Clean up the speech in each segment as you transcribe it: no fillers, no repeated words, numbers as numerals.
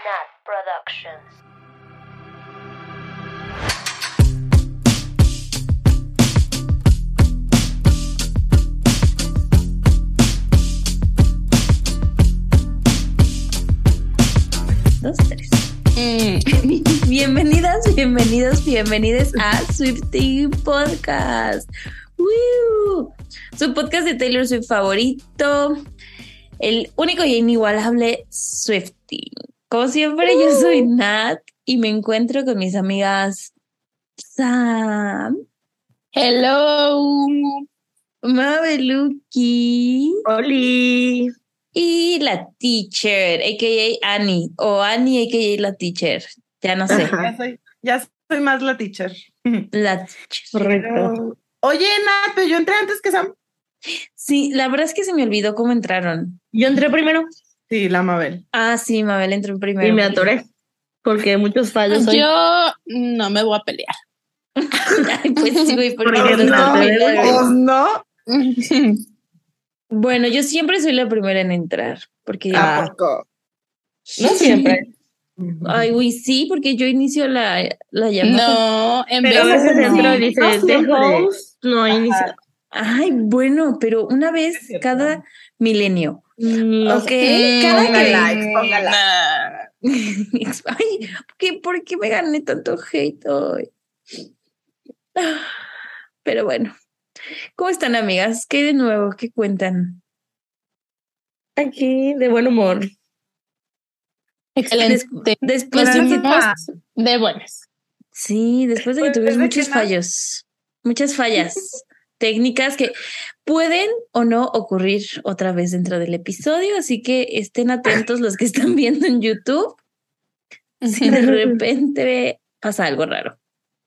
Nat Productions. Dos, tres. Bienvenidas, bienvenides a Swiftie Podcast. ¡Woo! Su podcast de Taylor Swift favorito, el único y inigualable Swiftie. Como siempre, yo soy Nat y me encuentro con mis amigas Sam. Hello. Mabeluki. Oli. Y la teacher, a.k.a. Annie, o Annie, a.k.a. la teacher. Ya no sé. Ya soy más la teacher. La teacher. Correcto. Oye, Nat, pero yo entré antes que Sam. Sí, la verdad es que se me olvidó cómo entraron. Yo entré primero. Sí, la Mabel. Ah, sí, Mabel entró primero. Y me atoré. Porque muchos fallos hoy. Yo no me voy a pelear. Ay, pues sí, güey, porque no. Bueno, yo siempre soy la primera en entrar. Porque ¿A poco? No siempre. Ay, güey, sí, porque yo inicio la llamada. No, en Pero vez a veces de dentro no. dice, No the siempre. host no inicia. Ay, bueno, pero una vez cada milenio. Ok, cada Ponga que... likes, ponga likes. Nah. Ay, ¿por qué me gané tanto hate hoy? Pero bueno, ¿cómo están, amigas? ¿Qué de nuevo? ¿Qué cuentan? Aquí, de buen humor. Excelente. Después Nos de que... sentimos de buenas. Sí, después de que Pues, tuvimos ¿de muchos qué más? fallos, muchas fallas técnicas que pueden o no ocurrir otra vez dentro del episodio, así que estén atentos los que están viendo en YouTube si de repente pasa algo raro.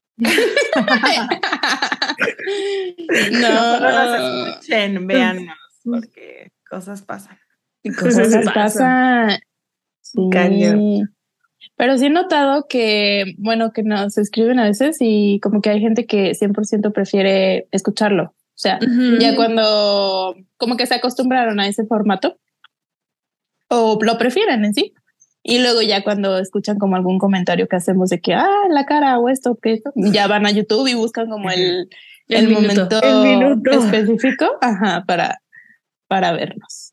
No solo nos No. escuchen, véannos, porque cosas pasan. Y cosas pasan. Pasa. Sí. Cañón. Pero sí he notado que, bueno, que nos escriben a veces y como que hay gente que 100% prefiere escucharlo. O sea, Ujú. ya cuando como que se acostumbraron a ese formato o lo prefieren en sí. Y luego ya cuando escuchan como algún comentario que hacemos de que, la cara o esto, que esto, ya van a YouTube y buscan como el minuto. momento El minuto. específico, para vernos.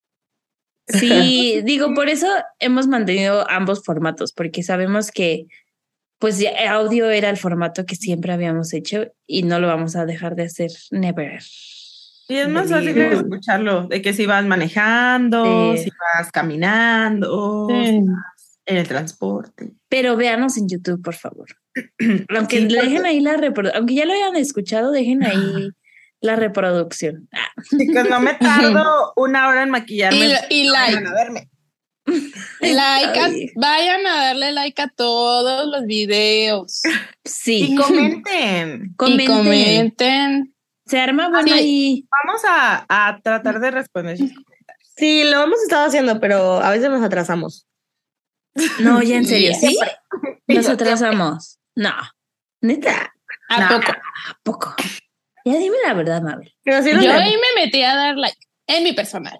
Sí, digo, por eso hemos mantenido ambos formatos, porque sabemos que pues ya audio era el formato que siempre habíamos hecho y no lo vamos a dejar de hacer, never. Y es más fácil de escucharlo, de que si vas manejando, Sí. si vas caminando, si vas en el transporte. Pero véanos en YouTube, por favor. Aunque Sí, le dejen porque- ahí aunque ya lo hayan escuchado, dejen ahí la reproducción. Chicos, no me tardo una hora en maquillarme. Y no like. vayan a verme. Ay, Vayan a darle like a todos los videos. sí. Y comenten. Y comenten. Se arma bueno ahí. Vamos a tratar de responder sus comentarios. Sí, lo hemos estado haciendo, pero a veces nos atrasamos. No, ya en serio, Yes. ¿sí? Nos atrasamos. No. Neta. ¿A No. poco? ¿A poco? Ya dime la verdad, Mabel. Pero sí Yo lo leemos. ahí me metí a dar like en mi personal.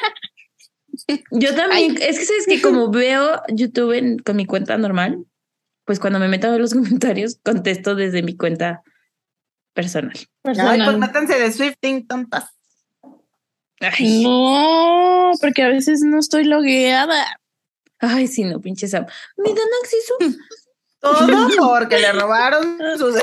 Yo también, es que sabes que como veo YouTube con mi cuenta normal, pues cuando me meto a ver los comentarios, contesto desde mi cuenta personal. Ay, pues métanse de Swifting, tontas. Ay, No, porque a veces no estoy logueada. ay, sí, no, pinche Sam. Me dan acceso. Todo porque le robaron sus...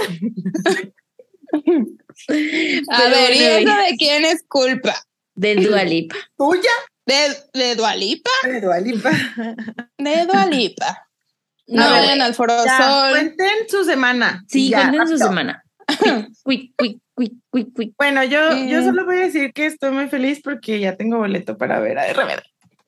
A ver, ¿y bueno, eso de quién es culpa? Del Dua Lipa. ¿Tuya? ¿De Dua Lipa? De Dua Lipa. De Dua Lipa. No No, vayan al Foro Ya, Sol. cuenten su semana. Sí, Ya, cuenten su rápido. semana. Quick. Bueno, yo solo voy a decir que estoy muy feliz porque ya tengo boleto para ver a RBD.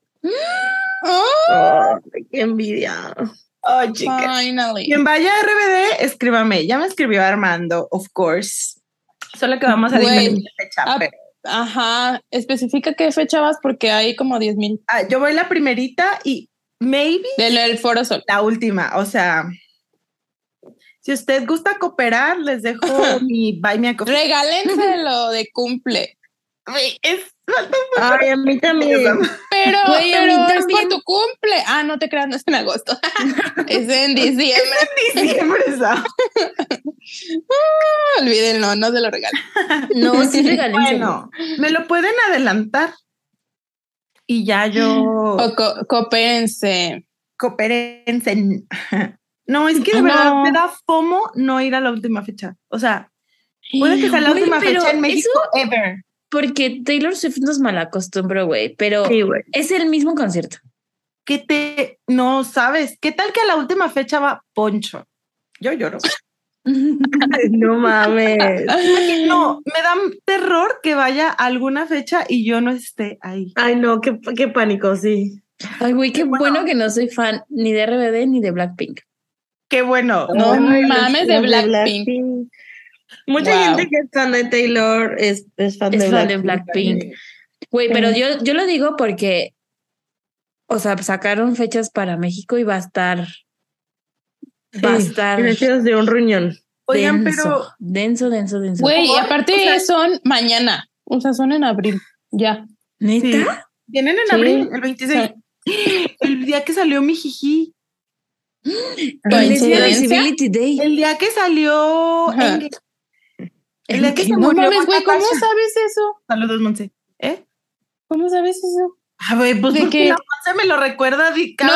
Oh, Ay, qué envidia. Ay, chicas. finally. Quien vaya a RBD, escríbame. Ya me escribió Armando, of course. Solo que vamos a Güey. diferente fecha. Pero, Ajá, especifica qué fecha vas porque hay como 10,000 yo voy la primerita y maybe del Foro Sol. la última. O sea, si usted gusta cooperar, les dejo mi Buy Me a Coffee. Regálenselo de cumple. Güey, es Ay, a mí también. Pero, Güey, a mí pero es también. por tu cumple. Ah, no te creas, no es en agosto. Es en diciembre. diciembre, ¿sabes? Olvídenlo, no se lo regalen. No, sí regálenselo. Bueno, me lo pueden adelantar. Y ya yo O coopérense. coopérense. No, es que de No. verdad me da FOMO no ir a la última fecha. O sea, puede que sea la Güey, última pero fecha en México eso- ever. Porque Taylor Swift nos malacostumbró, güey, pero Sí, güey. es el mismo concierto. No sabes. ¿Qué tal que a la última fecha va Poncho? Yo lloro. No mames. No, me da terror que vaya a alguna fecha y yo no esté ahí. Ay, no, qué pánico, sí. Ay, güey, qué bueno que no soy fan ni de RBD ni de Blackpink. Qué bueno. No Ay, mames, de los Blackpink. Mucha Wow. gente que es fan de Taylor es fan Es de fan de Blackpink. Blackpink. Güey, pero yo lo digo porque, o sea, sacaron fechas para México y va a estar Inicios de un riñón. Oigan, denso, pero denso. Güey, y ¿Cómo? aparte O sea, son mañana. O sea, son en abril. Ya. ¿Neta? sí, vienen en Sí. abril, el 26. El día que salió mi jiji. El ¿Coincidencia? Lesbian Visibility Day. El día que salió Ajá. Endgame. El día que se No murió mames, güey, ¿cómo Natasha. sabes eso? Saludos, Monse. ¿Eh? ¿Cómo sabes eso? Ah, güey, pues ¿De porque qué? la Monse me lo recuerda.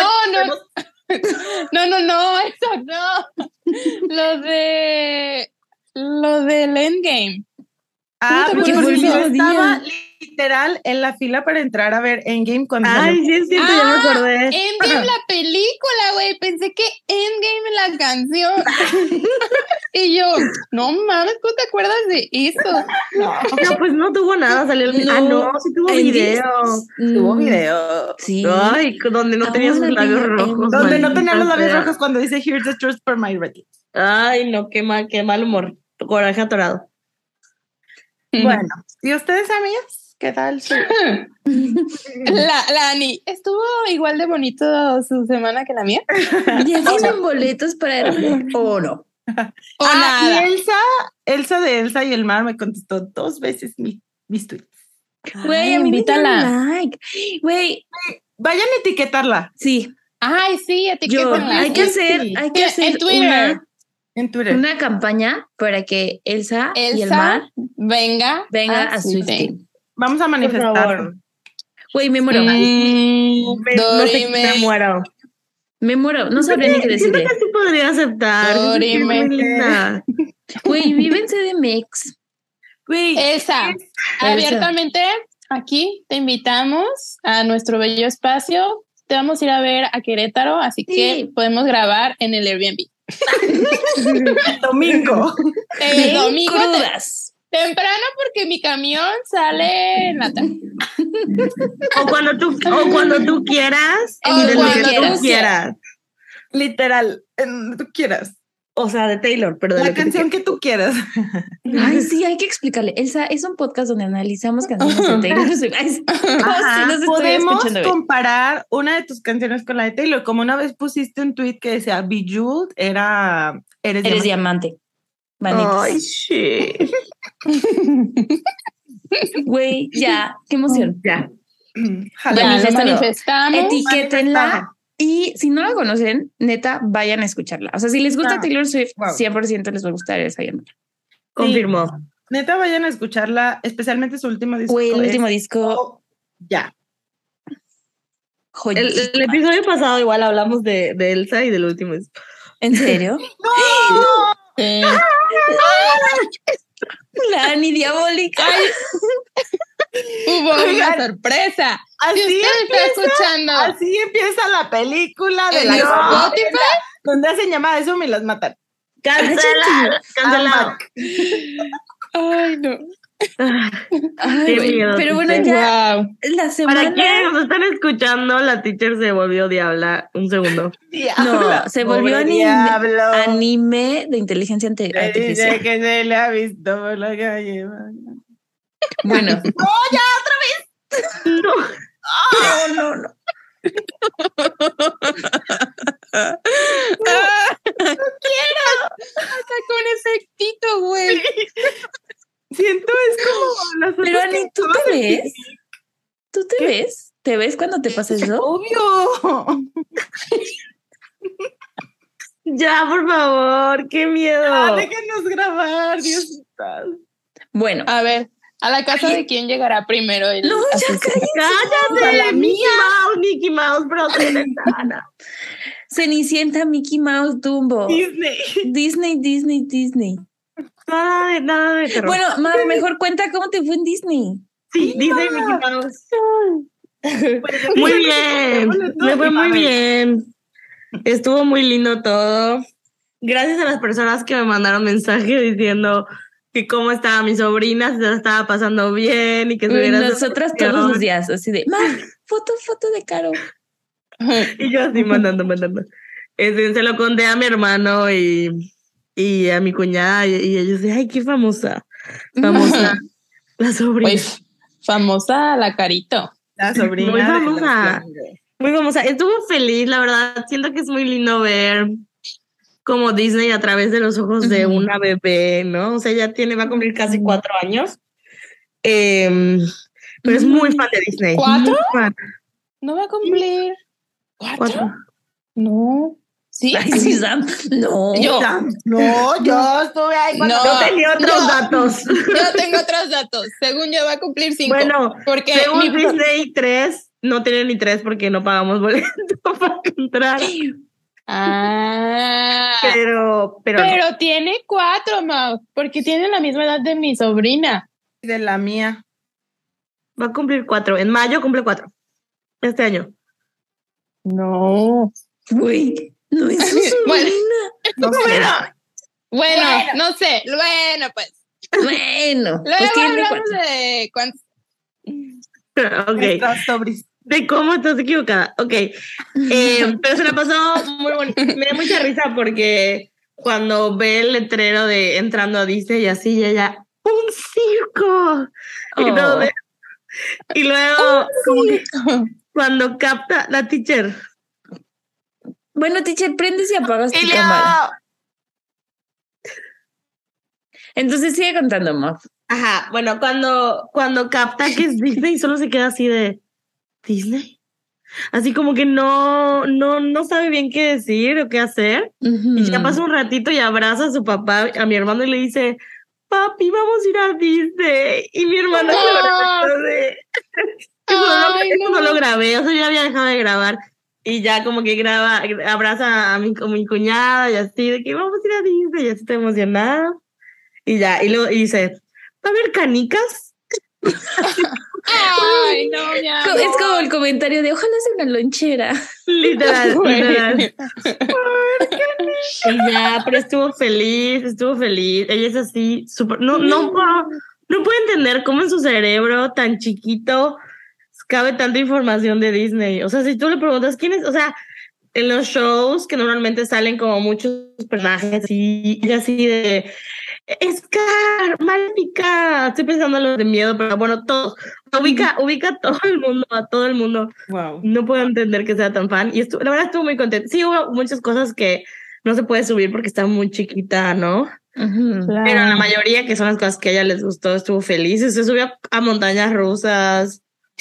No, eso no. Lo del Endgame. Ah, ¿Cómo te porque acuerdas de yo eso? estaba literal en la fila para entrar a ver Endgame cuando Ay, salió. sí es cierto, ya me acordé. Endgame la película, güey. Pensé que Endgame la canción. Y yo, no mames, ¿cómo te acuerdas de eso? No, pues no tuvo nada, salió el No, no, sí tuvo Endgame- video. Tuvo video. Sí. Ay, donde no tenía sus labios rojos. Donde no maldita tenía los labios sea. rojos cuando dice Here's the truth for my ready. Ay, no, qué mal humor. Coraje atorado. Bueno, ¿y ustedes, amigas? ¿Qué tal? La Ani, ¿estuvo igual de bonito su semana que la mía? ¿Ya tienen boletos para RBD o no? ¿O nada? Y Elsa de Elsa y el Mar me contestó 2 veces mis tweets. Güey, Ay, a mí invítala. me dieron like. Güey, Vayan a etiquetarla sí. Ay, sí, Yo, etiquétenla. hay que Sí. hacer En Twitter. en Twitter. una campaña para que Elsa y el Elsa Mar venga venga a Swifting. Vamos a Por manifestar. favor. Güey, me muero. No sé, Dorime. me muero. Me muero. No sabría ni qué Siento decirle. que sí podría aceptar. Siento que es muy linda. Güey, vive en CDMX. Güey, Elsa, abiertamente aquí te invitamos a nuestro bello espacio. Te vamos a ir a ver a Querétaro, así Sí. que podemos grabar en el Airbnb. el domingo. El Bien domingo crudas. temprano porque mi camión sale en la tarde. O cuando tú quieras. O Y de lo que cuando tú quieras. Literal, en donde tú quieras. O sea, de Taylor, pero de La lo que tú canción que tú quieras. Ay, sí, hay que explicarle. Elsa, es un podcast donde analizamos canciones de Taylor Swift. Ay, como si nos estuviera Podemos escuchando, güey. comparar una de tus canciones con la de Taylor. Como una vez pusiste un tweet que decía Bejeweled era Eres diamante. Ay, Manitas. shit. Güey, ya, qué emoción. Ya. Jala. Ya, lo Manifiéstalo. manifestamos. Etiquétenla. Y si no la conocen, neta, vayan a escucharla. O sea, si les gusta Ah, Taylor Swift, wow. 100% les va a gustar esa llamada. Confirmó. Neta, vayan a escucharla, especialmente su último disco. Güey, el es- último disco, Ya. joyita. El episodio pasado igual hablamos de Elsa y del último. ¿En serio? Sí. La Ani diabólica. Hubo una Oigan, sorpresa. Así Si usted está escuchando Así empieza la película de en la Spotify, donde hacen llamadas de Zoom y las matan. Cancelado. Cancelado. Amac. ay, no. Ay, Qué güey. miedo, Pero bueno, teacher. ya Wow. la Para semana. quienes nos están escuchando, la teacher se volvió diabla. Un segundo. No, se volvió Pobre diablo. anime de inteligencia Le dice artificial. que se le ha visto por la calle. Bueno, No. no. Hasta con efectito, güey. Siento es como las Pero otras Ani, que tú estabas pasa eso? Obvio. Ya, por favor, qué miedo. Déjenos grabar, Dios. Bueno. A ver, ¿a la casa de quién llegará primero? No, ya cállate. La Mickey Mouse, bro, Ana. Cenicienta, Mickey Mouse, Dumbo. Disney. Nada de terror. Bueno, Mau, mejor cuenta cómo te fue en Disney. Sí, Disney, Mickey Mouse. Muy bien, me fue muy bien. Estuvo muy lindo todo. Gracias a las personas que me mandaron mensajes diciendo que cómo estaba mi sobrina, si se la estaba pasando bien y que nosotras todos los días, así de, foto de Caro. Y yo así mandando. Se lo conté a mi hermano y a mi cuñada y ellos de, ay, qué famosa la sobrina. Pues, famosa la Carito. La sobrina. Muy famosa. Estuvo feliz, la verdad. Siento que es muy lindo ver como Disney a través de los ojos de una bebé, ¿no? O sea, ella va a cumplir casi 4 años. Pero es muy fan de Disney. ¿4? No va a cumplir. ¿4? No. Sí. Ay, sí, Sam. No. Yo estuve ahí. Yo tenía otros datos. Yo tengo otros datos. Según yo va a cumplir 5. Bueno, porque según Disney 3, no tiene ni 3 porque no pagamos boleto para entrar. Pero no. Tiene 4, Mau, porque tiene la misma edad de mi sobrina. De la mía. Va a cumplir 4. En mayo cumple 4. Este año. No. Güey, no es su sobrina. Bueno, no sé. Bueno, pues. Bueno, luego pues tiene hablamos 4. de cuántos. Ok. De cómo estás equivocada. Ok. Pero se la pasó muy bonito. Me da mucha risa porque cuando ve el letrero de entrando a Disney y así, y ella, ¡un circo! Y luego, como que cuando capta la teacher. Bueno, teacher, prendes y apagas tu cámara. Entonces sigue contando, Mau. Ajá, bueno, cuando capta que es Disney, solo se queda así de ¿Disney? Así como que no sabe bien qué decir o qué hacer. Y ya pasa un ratito y abraza a su papá, a mi hermano, y le dice, papi, vamos a ir a Disney. Y mi hermano eso no lo grabé, o sea, yo había dejado de grabar. Y ya como que abraza a mi cuñada y así, de que vamos a ir a Disney, y así está emocionada. Y ya, y luego dice, ¿va a haber canicas? Ay, no, mi amor. Es como el comentario de ojalá sea una lonchera. Literal. Y ya, pero estuvo feliz. Ella es así, súper. No puedo entender cómo en su cerebro tan chiquito cabe tanta información de Disney. O sea, si tú le preguntas quién es, o sea, en los shows que normalmente salen como muchos personajes y así de Scar, Maléfica, estoy pensando en los de miedo, pero bueno, todos, ubica a todo el mundo. Wow. No puedo entender que sea tan fan y la verdad estuve muy contenta. Sí, hubo muchas cosas que no se puede subir porque está muy chiquita, ¿no? Claro. Pero la mayoría, que son las cosas que a ella les gustó, estuvo feliz. Se subió a montañas rusas,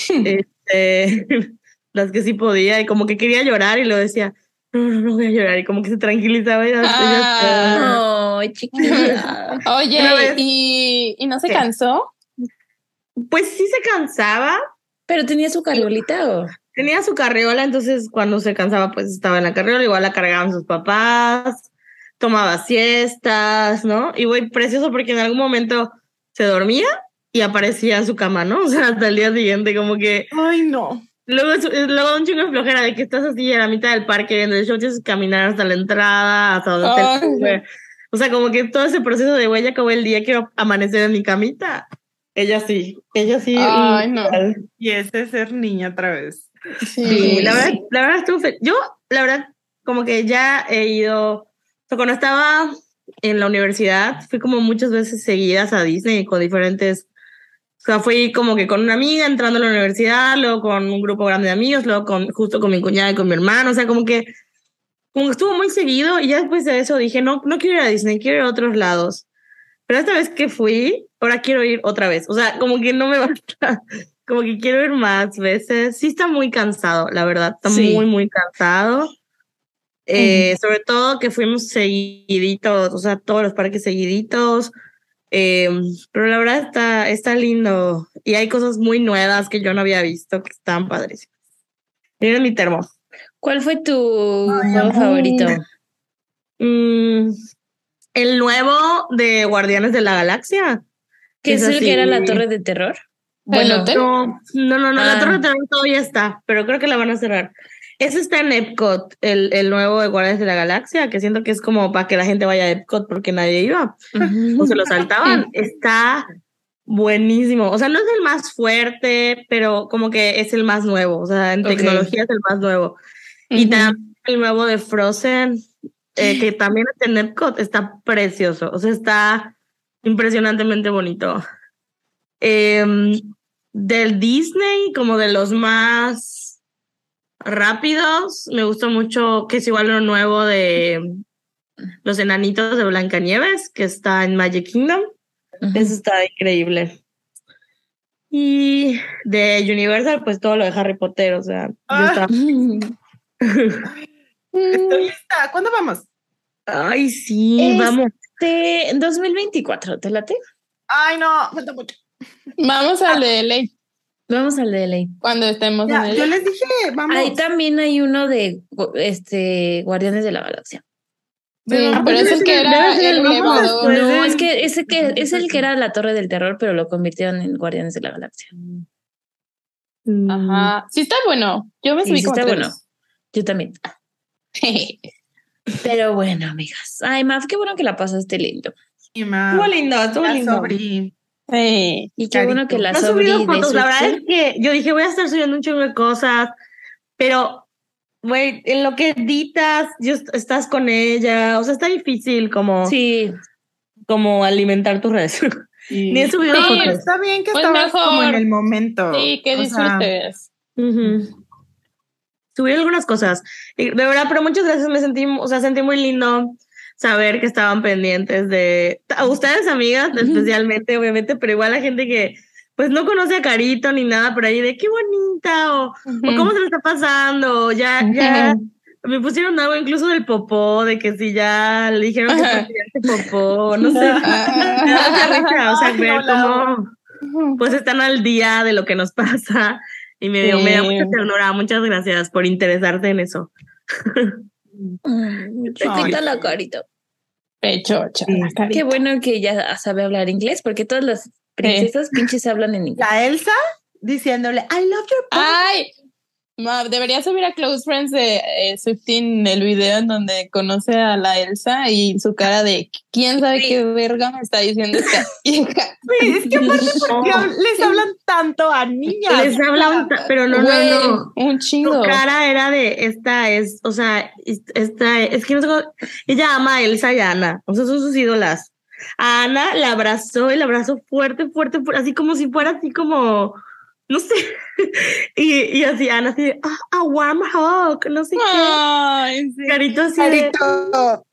las que sí podía, y como que quería llorar y lo decía, no voy a llorar, y como que se tranquilizaba y chiquita. Oye, ¿y no se cansó? Pues sí se cansaba. Pero tenía su carriolita, ¿o? Tenía su carriola, entonces cuando se cansaba pues estaba en la carriola, igual la cargaban sus papás, tomaba siestas, ¿no? Y güey, precioso porque en algún momento se dormía y aparecía en su cama, ¿no? O sea, hasta el día siguiente como que... Ay, no. Luego un chingo de flojera de que estás así a la mitad del parque viendo el show, tienes que caminar hasta la entrada, hasta donde o sea, como que todo ese proceso de güey, ya acabó el día, quiero amanecer en mi camita. Ella sí. Ay, no. Y ese ser niña otra vez. Sí, la verdad estuvo yo, la verdad, como que ya he ido, o sea, cuando estaba en la universidad, fui como muchas veces seguidas a Disney con diferentes, o sea, fui como que con una amiga entrando a la universidad, luego con un grupo grande de amigos, luego justo con mi cuñada y con mi hermano, o sea, como que estuvo muy seguido y ya después de eso dije, no quiero ir a Disney, quiero ir a otros lados. Pero esta vez que fui, ahora quiero ir otra vez. O sea, como que no me basta como que quiero ir más veces. Sí está muy cansado, la verdad, está Sí. muy, muy cansado. Sobre todo que fuimos seguiditos, o sea, todos los parques seguiditos. Pero la verdad está lindo. Y hay cosas muy nuevas que yo no había visto que están padrísimas. Miren mi termo. ¿Cuál fue tu juego favorito? El nuevo de Guardianes de la Galaxia. ¿Qué es el así. que era la Torre de Terror? Bueno, No, la Torre de Terror todavía está, pero creo que la van a cerrar. Ese está en Epcot, el nuevo de Guardianes de la Galaxia, que siento que es como para que la gente vaya a Epcot porque nadie iba, o se lo saltaban. Está buenísimo. O sea, no es el más fuerte, pero como que es el más nuevo. O sea, en tecnología es el más nuevo. Y también el nuevo de Frozen, que también está en Epcot, está precioso. O sea, está impresionantemente bonito. Del Disney, como de los más rápidos, me gustó mucho, que es igual lo nuevo de los enanitos de Blancanieves, que está en Magic Kingdom. Eso está increíble. Y de Universal, pues todo lo de Harry Potter, o sea, yo estaba... Estoy lista. ¿Cuándo vamos? Ay, sí, vamos. 2024, ¿te late? Ay, no, falta mucho. Vamos al de LA. Vamos al de LA. Cuando estemos Ya, en yo LA. les dije, vamos. Ahí también hay uno de Guardianes de la Galaxia. Pero es el que era el elevador. No, es que ese que es el que era la Torre del Terror, pero lo convirtieron en Guardianes de la Galaxia. Ajá. Sí está bueno. Yo me subí Sí como está 3 bueno. Yo también. Pero bueno, amigas. Ay, Maf, qué bueno que la pasaste lindo. Estuvo lindo, estuvo La lindo. Sobri. Y qué bueno que la No he Sobri subido de fotos, la verdad es Swiftie. que yo dije voy a estar subiendo un chingo de cosas, pero güey, en lo que editas, estás con ella, o sea, está difícil como, como alimentar tus redes. Ni he subido Sí, fotos. Está bien que Pues estabas mejor. como en el momento. Sí, que O sea, disfrutes. Subí algunas cosas, y de verdad, pero muchas veces me sentí, o sea, sentí muy lindo saber que estaban pendientes de a ustedes, amigas, especialmente, obviamente, pero igual la gente que pues no conoce a Carito ni nada por ahí de qué bonita o cómo se le está pasando, o ya me pusieron algo incluso del popó, de que si ya le dijeron que pusieran popó, no sé, me da mucha risa, o sea, ver cómo pues están al día de lo que nos pasa y me da mucha ternura. Muchas gracias por interesarte en eso. Chiquita la Carito. Pechocha. Qué bueno que ya sabe hablar inglés, porque todas las princesas pinches hablan en inglés. la Elsa diciéndole, I love your pop. Ay, debería subir a Close Friends de Swiftie el video en donde conoce a la Elsa y su cara de quién sabe qué verga me está diciendo esta vieja. Es que aparte, ¿por qué les hablan tanto a niñas? Les hablan, pero no. Un chingo. Su cara era de esta es, o sea, esta es que no sé cómo, ella ama a Elsa y a Anna, o sea, son sus ídolas. A Anna la abrazó y la abrazó fuerte, así como si fuera así como, no sé, y así Anna así de, a warm hug, no sé Ay, sí. qué. Carito así Carito.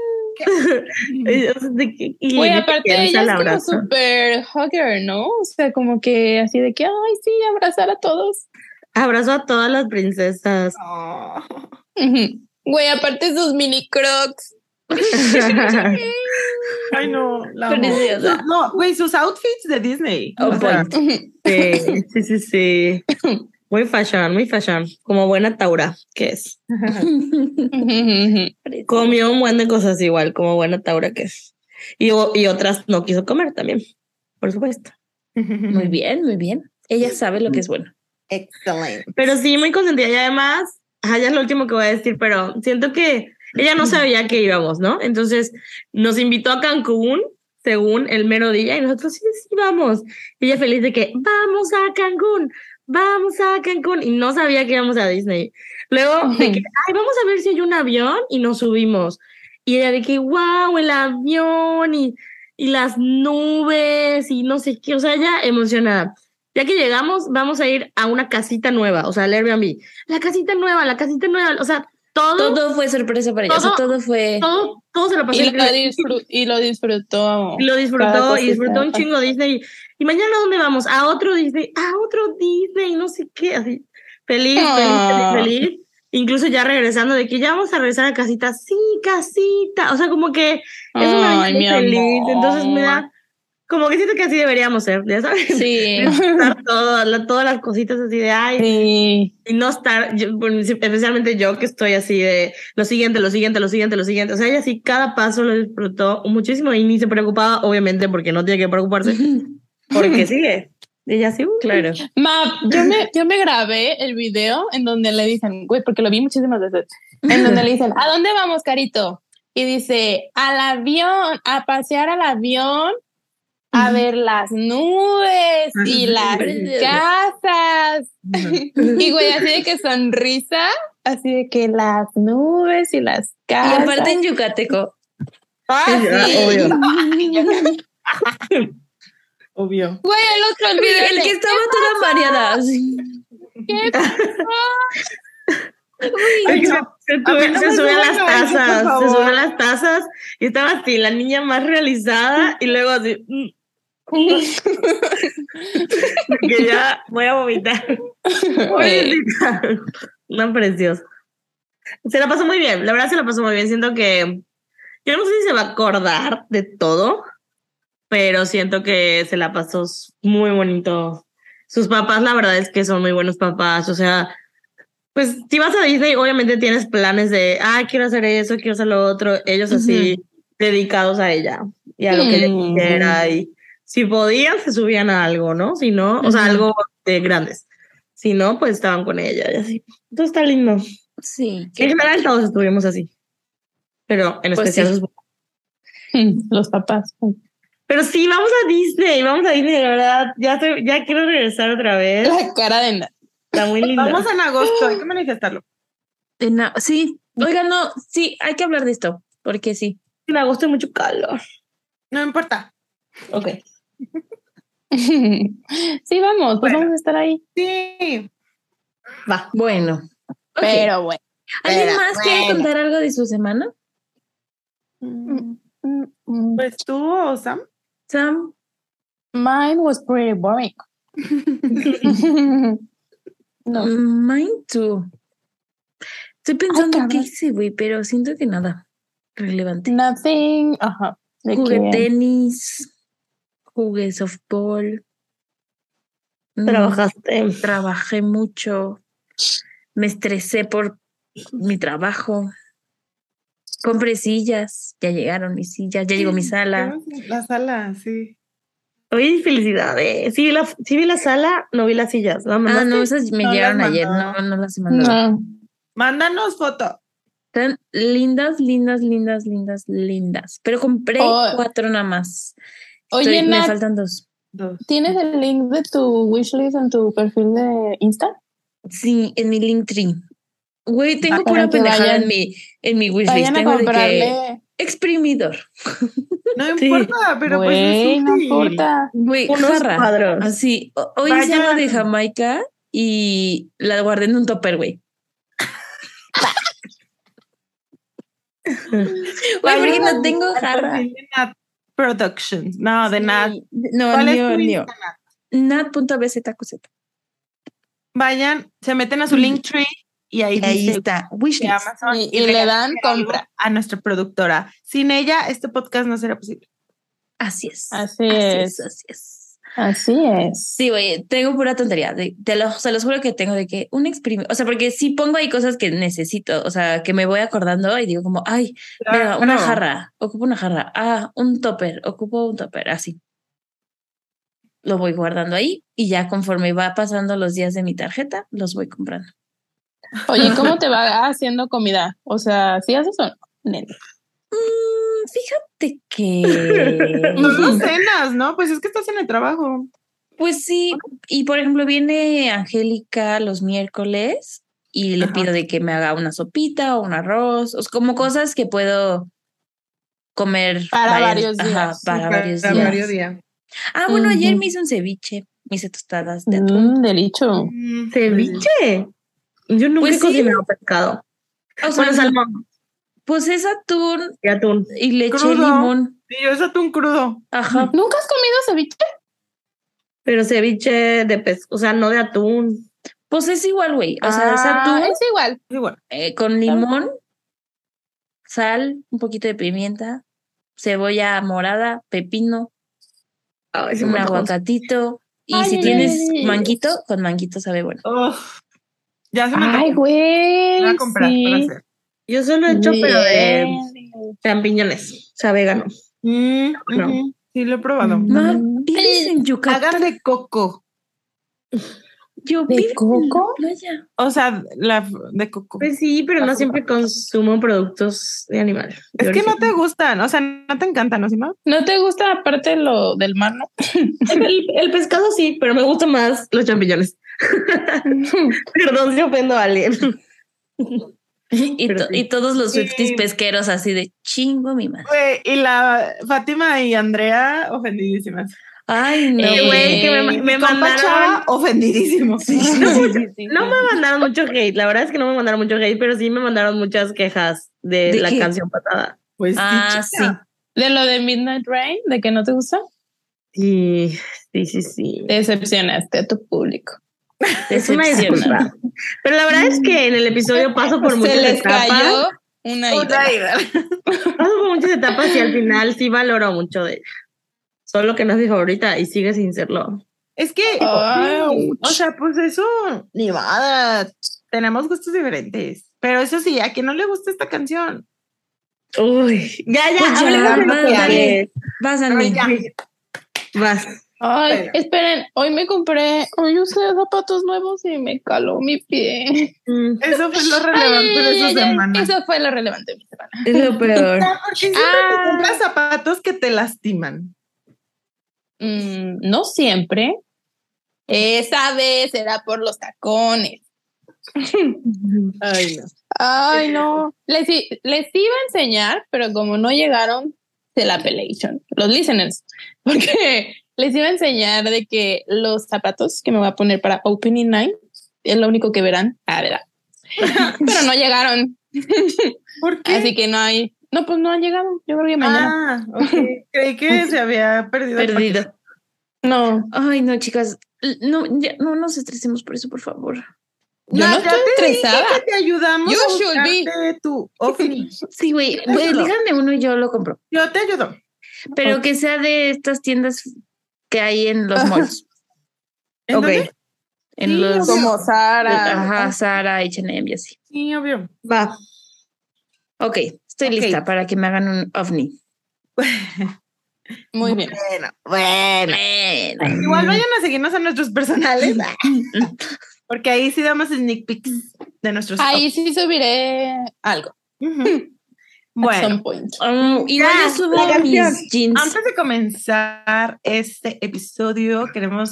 Güey, aparte ella es como súper hugger, ¿no? O sea, como que así de que, ay, sí, abrazar a todos. Abrazó a todas las princesas. Oh. Güey, aparte sus mini crocs. Ay, no. Preciosa. No, güey, sus outfits de Disney. Oh, O sea, Sí. Muy fashion, como buena Taura, que es. Comió un buen de cosas igual, como buena Taura que es. Y otras no quiso comer también, por supuesto. Muy bien, muy bien. Ella sabe lo que es bueno. Excelente. Pero sí, muy consentida. Y además, ya es lo último que voy a decir, pero siento que ella no sabía que íbamos, ¿no? Entonces nos invitó a Cancún, según el mero día, y nosotros sí, vamos. Y ella feliz de que vamos a Cancún, y no sabía que íbamos a Disney. Luego de que, vamos a ver si hay un avión, y nos subimos. Y ella de que, wow, el avión, y las nubes, y no sé qué, o sea, ella emocionada. Ya que llegamos, vamos a ir a una casita nueva, o sea, al Airbnb. La casita nueva, o sea, todo fue sorpresa para ella. Todo fue. Todo se lo pasó. Y lo disfrutó. Y disfrutó un chingo Disney. ¿y mañana a dónde vamos? A otro Disney, no sé qué, así, feliz, feliz. Incluso ya regresando de que ya vamos a regresar a casita, sí, casita, o sea, como que es una niña feliz, entonces me da, como que siento que así deberíamos ser, ya sabes, Sí. estar todas las cositas así de, ay, Sí. y no estar, especialmente yo que estoy así de lo siguiente, o sea, ella sí cada paso lo disfrutó muchísimo y ni se preocupaba, obviamente, porque no tiene que preocuparse, porque sigue. Ella sí, Claro. Yo me grabé el video en donde le dicen, güey, porque lo vi muchísimas veces, en donde le dicen, ¿a dónde vamos, Carito? Y dice, al avión, a pasear al avión, a ver las nubes y las casas. Y güey, así de que sonrisa, así de que las nubes y las casas. Y aparte en yucateco. Sí. Obvio. Güey, el otro, el video. El que estaba toda mareada. Así. ¿Qué se sube a las tazas y estaba así, la niña más realizada y luego así que ya voy a vomitar. Una preciosa. Se la pasó muy bien, la verdad se la pasó muy bien. Siento que yo no sé si se va a acordar de todo, pero siento que se la pasó muy bonito. Sus papás, la verdad es que son muy buenos papás, o sea, pues si vas a Disney, obviamente tienes planes de, quiero hacer eso, quiero hacer lo otro, ellos así dedicados a ella y a lo que ella quisiera, y si podían se subían a algo, ¿no? Si no, o sea, algo de grandes. Si no, pues estaban con ella y así. Entonces está lindo. Sí. En general todos estuvimos así. Pero en Pues especial los papás. Pero sí, vamos a Disney, la verdad. Ya quiero regresar otra vez. La cara de Nat. Está muy linda. Vamos en agosto, hay que manifestarlo. Sí, oigan, no, sí, hay que hablar de esto, porque sí. En agosto hay mucho calor. No importa. Ok. Sí, vamos, pues vamos a estar ahí. Sí. Va. Bueno. Pero bueno. ¿Alguien más quiere contar algo de su semana? Pues tú o Sam. Sam. Mine was pretty boring. No. Mine too. Estoy pensando qué hice, güey, pero siento que nada relevante. Nothing. Ajá. Jugué tenis, jugué softball. Trabajaste. Trabajé mucho. Me estresé por mi trabajo. Compré sillas. Ya llegaron mis sillas. Ya llegó mi sala. La sala, sí. Oye, felicidades. Sí vi la sala, no vi las sillas. No, esas me llegaron ayer. No las he mandado. No. Mándanos foto. Están lindas. Pero compré 4 nada más. Oye, me faltan 2. ¿Tienes el link de tu wishlist en tu perfil de Insta? Sí, en mi Linktree. Güey, tengo pura pendejada en mi wishlist. Tengo de que exprimidor. No importa, pero güey, pues no importa. Güey, jarra. Así. Hoy hice agua de Jamaica y la guardé en un topper, güey. Güey, porque no tengo jarra. Nat Productions. No, de Nat. No, ¿Cuál es el tu mío? Nat.bzqz. Vayan, se meten a su Linktree y ahí está. Wishlist. Amazon y le dan compra a nuestra productora. Sin ella, este podcast no será posible. Así es. Así es. Sí, güey, tengo pura tontería. Se los juro que tengo de que un exprimidor. O sea, porque sí pongo ahí cosas que necesito. O sea, que me voy acordando y digo como, ay, mira, una jarra. Ocupo una jarra. Un topper. Ocupo un topper. Así. Lo voy guardando ahí y ya conforme va pasando los días de mi tarjeta, los voy comprando. Oye, ¿cómo te va haciendo comida? O sea, ¿sí haces o no? Fíjate que... No cenas, ¿no? Pues es que estás en el trabajo. Pues sí, y por ejemplo viene Angélica los miércoles y le pido de que me haga una sopita o un arroz, o como cosas que puedo comer para varios días. Para varios días. Bueno, ayer me hice un ceviche, me hice tostadas de atún. Delicho. ¿Ceviche? Yo nunca he cocinado pescado. O sea, salmón. Pues es atún. Y atún. Y le eché crudo. limón. Sí, yo es atún crudo. Ajá. ¿Nunca has comido ceviche? Pero ceviche de pescado, o sea, no de atún. Pues es igual, güey. O sea, es atún es igual. Igual. con limón, sal, un poquito de pimienta, cebolla morada, pepino, Ay, se un me antojó. aguacatito. Y Ay, si ay, tienes ay. manguito, con manguito sabe bueno. Uf, ya se me Ay, antojó. Voy güey. a comprar para Sí. hacer. Yo solo he hecho, pero de Bien. champiñones, o sea, vegano. No. Ujú, sí, lo he probado. Ma, vives en Yucatán. Hagan de coco. Yo ¿De vivo en coco? la playa. O sea, de coco. Pues sí, pero no siempre consumo productos de animales. Es que no te gustan, o sea, no te encantan, ¿no, Sima? ¿No te gusta aparte lo del mar, no? El pescado sí, pero me gustan más los champiñones. Perdón si ofendo a alguien. Pero sí. Y todos los Swifties Sí. pesqueros así de chingo mi madre. Güey, y la Fátima y Andrea ofendidísimas. Ay, no, Güey, que güey. me Compa mandaron. Chava, ofendidísimo. No me mandaron mucho hate, la verdad es que no me mandaron mucho hate, pero sí me mandaron muchas quejas de ¿De la qué? canción pasada. Pues Ah, sí, chica. ¿De lo de Midnight Rain? ¿De que no te gusta? Y sí. Decepcionaste a tu público. Es una disculpa. Pero la verdad es que en el episodio paso por Se muchas les etapas. cayó una Una ídola. idea. Paso por muchas etapas y al final sí valoro mucho de ella. Solo que no es mi favorita y sigue sin serlo. Es que, Ouch. o sea, pues eso, ni nada. Tenemos gustos diferentes. Pero eso sí, a quien no le gusta esta canción. Uy, ya, Pues hablemos de lo vas, que dale. quieres. Vas, Pero Andy. ya. Vas. Ay, Bueno. esperen, hoy usé zapatos nuevos y me caló mi pie. Eso fue lo relevante de su semana. Eso fue lo relevante de mi semana. Es lo peor. Porque siempre te compras zapatos que te lastiman. No siempre. Esa vez era por los tacones. Ay, no. Ay, no. Les iba a enseñar, pero como no llegaron, se la pelation. Los listeners. Porque les iba a enseñar de que los zapatos que me voy a poner para Opening Night es lo único que verán. Verdad. Pero no llegaron. ¿Por qué? Así que no hay. No, pues no han llegado. Yo creo que mañana. Ah, ok. Creí que se había perdido. el paquete. Perdido. No. Ay, no, chicas. No, ya, no nos estresemos por eso, por favor. Yo No, no ya estoy te dije estresada. que te ayudamos You a should be. buscarte tu ovni. Sí, güey. Eso no. Díganme uno y yo lo compro. Yo te ayudo. Pero que sea de estas tiendas que hay en los malls. ¿En Ok. dónde? En Sí, los. Como Sara. Ajá, Zara, H&M y así. Sí, obvio. Va. Ok, estoy Ok. lista para que me hagan un ovni. Muy bien. Bueno. Bueno. Igual vayan a seguirnos a nuestros personales. Porque ahí sí damos sneak peeks de nuestros. Ahí sí subiré algo. Ujú. At some Bueno, point. Igual Ya, yo subo la canción. mis jeans. antes de comenzar este episodio,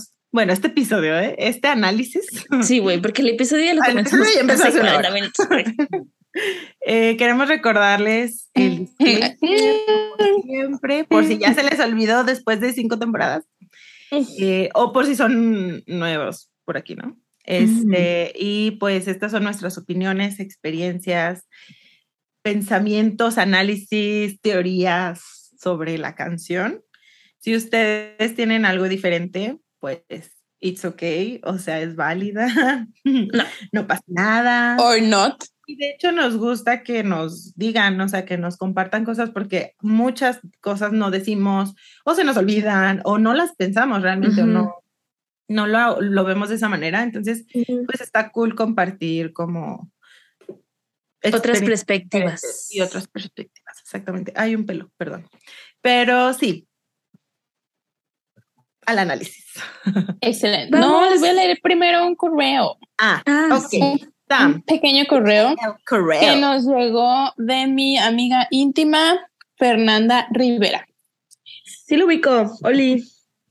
este análisis. Sí, güey, porque el episodio ya lo El comenzamos episodio ya empezó hace hace una 40 hora. minutos, güey. Queremos recordarles el disclaimer, como siempre, por si ya se les olvidó después de 5 temporadas, o por si son nuevos por aquí, ¿no? Y pues estas son nuestras opiniones, experiencias, pensamientos, análisis, teorías sobre la canción. Si ustedes tienen algo diferente, pues it's okay, o sea, es válida, no pasa nada. Or not. Y de hecho nos gusta que nos digan, o sea, que nos compartan cosas porque muchas cosas no decimos o se nos olvidan o no las pensamos realmente o no lo vemos de esa manera. Entonces, pues está cool compartir como Otras perspectivas. y otras perspectivas, exactamente. Hay un pelo, perdón. Pero sí, al análisis. Excelente. Vamos. No, les voy a leer primero un correo. Ok. Sí. Un pequeño correo El que correo. nos llegó de mi amiga íntima, Fernanda Rivera. Sí lo ubico. Oli.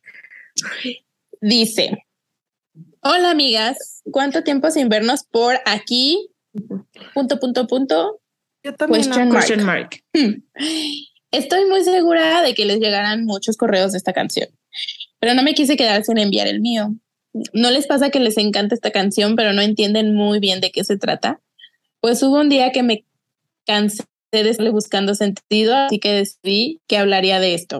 Dice: hola amigas, ¿cuánto tiempo sin vernos por aquí? Punto. Yo también. Question mark. Estoy muy segura de que les llegarán muchos correos de esta canción, pero no me quise quedar sin enviar el mío. ¿No les pasa que les encanta esta canción, pero no entienden muy bien de qué se trata? Pues hubo un día que me cansé de estarle buscando sentido, así que decidí que hablaría de esto.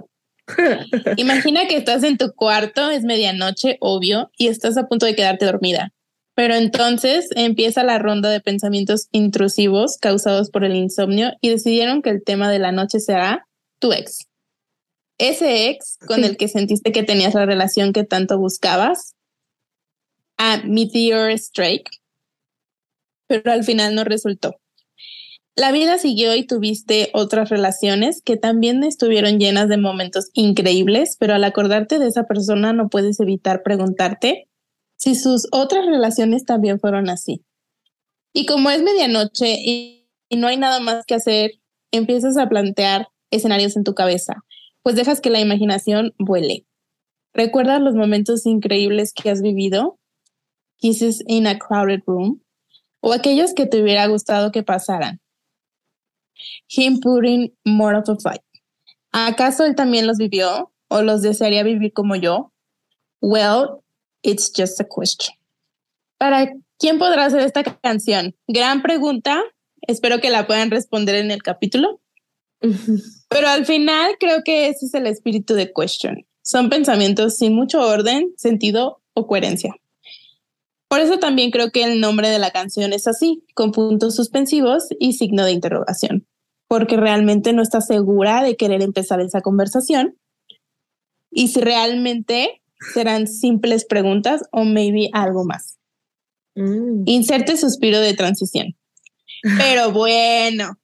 Imagina que estás en tu cuarto, es medianoche, obvio, y estás a punto de quedarte dormida. Pero entonces empieza la ronda de pensamientos intrusivos causados por el insomnio y decidieron que el tema de la noche será tu ex. Ese ex con el que sentiste que tenías la relación que tanto buscabas, a Meteor Strike, pero al final no resultó. La vida siguió y tuviste otras relaciones que también estuvieron llenas de momentos increíbles, pero al acordarte de esa persona no puedes evitar preguntarte si sus otras relaciones también fueron así. Y como es medianoche y no hay nada más que hacer, empiezas a plantear escenarios en tu cabeza, pues dejas que la imaginación vuele. ¿Recuerdas los momentos increíbles que has vivido? Kisses in a crowded room. O aquellos que te hubiera gustado que pasaran. Him putting more of a fight. ¿Acaso él también los vivió? ¿O los desearía vivir como yo? Well, it's just a question. ¿Para quién podrá hacer esta canción? Gran pregunta. Espero que la puedan responder en el capítulo. Pero al final creo que ese es el espíritu de Question. Son pensamientos sin mucho orden, sentido o coherencia. Por eso también creo que el nombre de la canción es así, con puntos suspensivos y signo de interrogación, porque realmente no estás segura de querer empezar esa conversación y si realmente serán simples preguntas o maybe algo más. Inserte suspiro de transición. Pero bueno.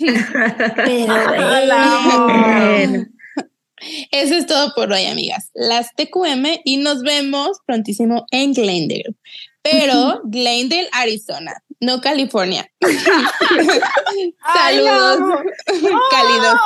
Eso es todo por hoy, amigas. Las TQM y nos vemos prontísimo en Glendale. Pero Glendale, Arizona, no California. Saludos cálidos.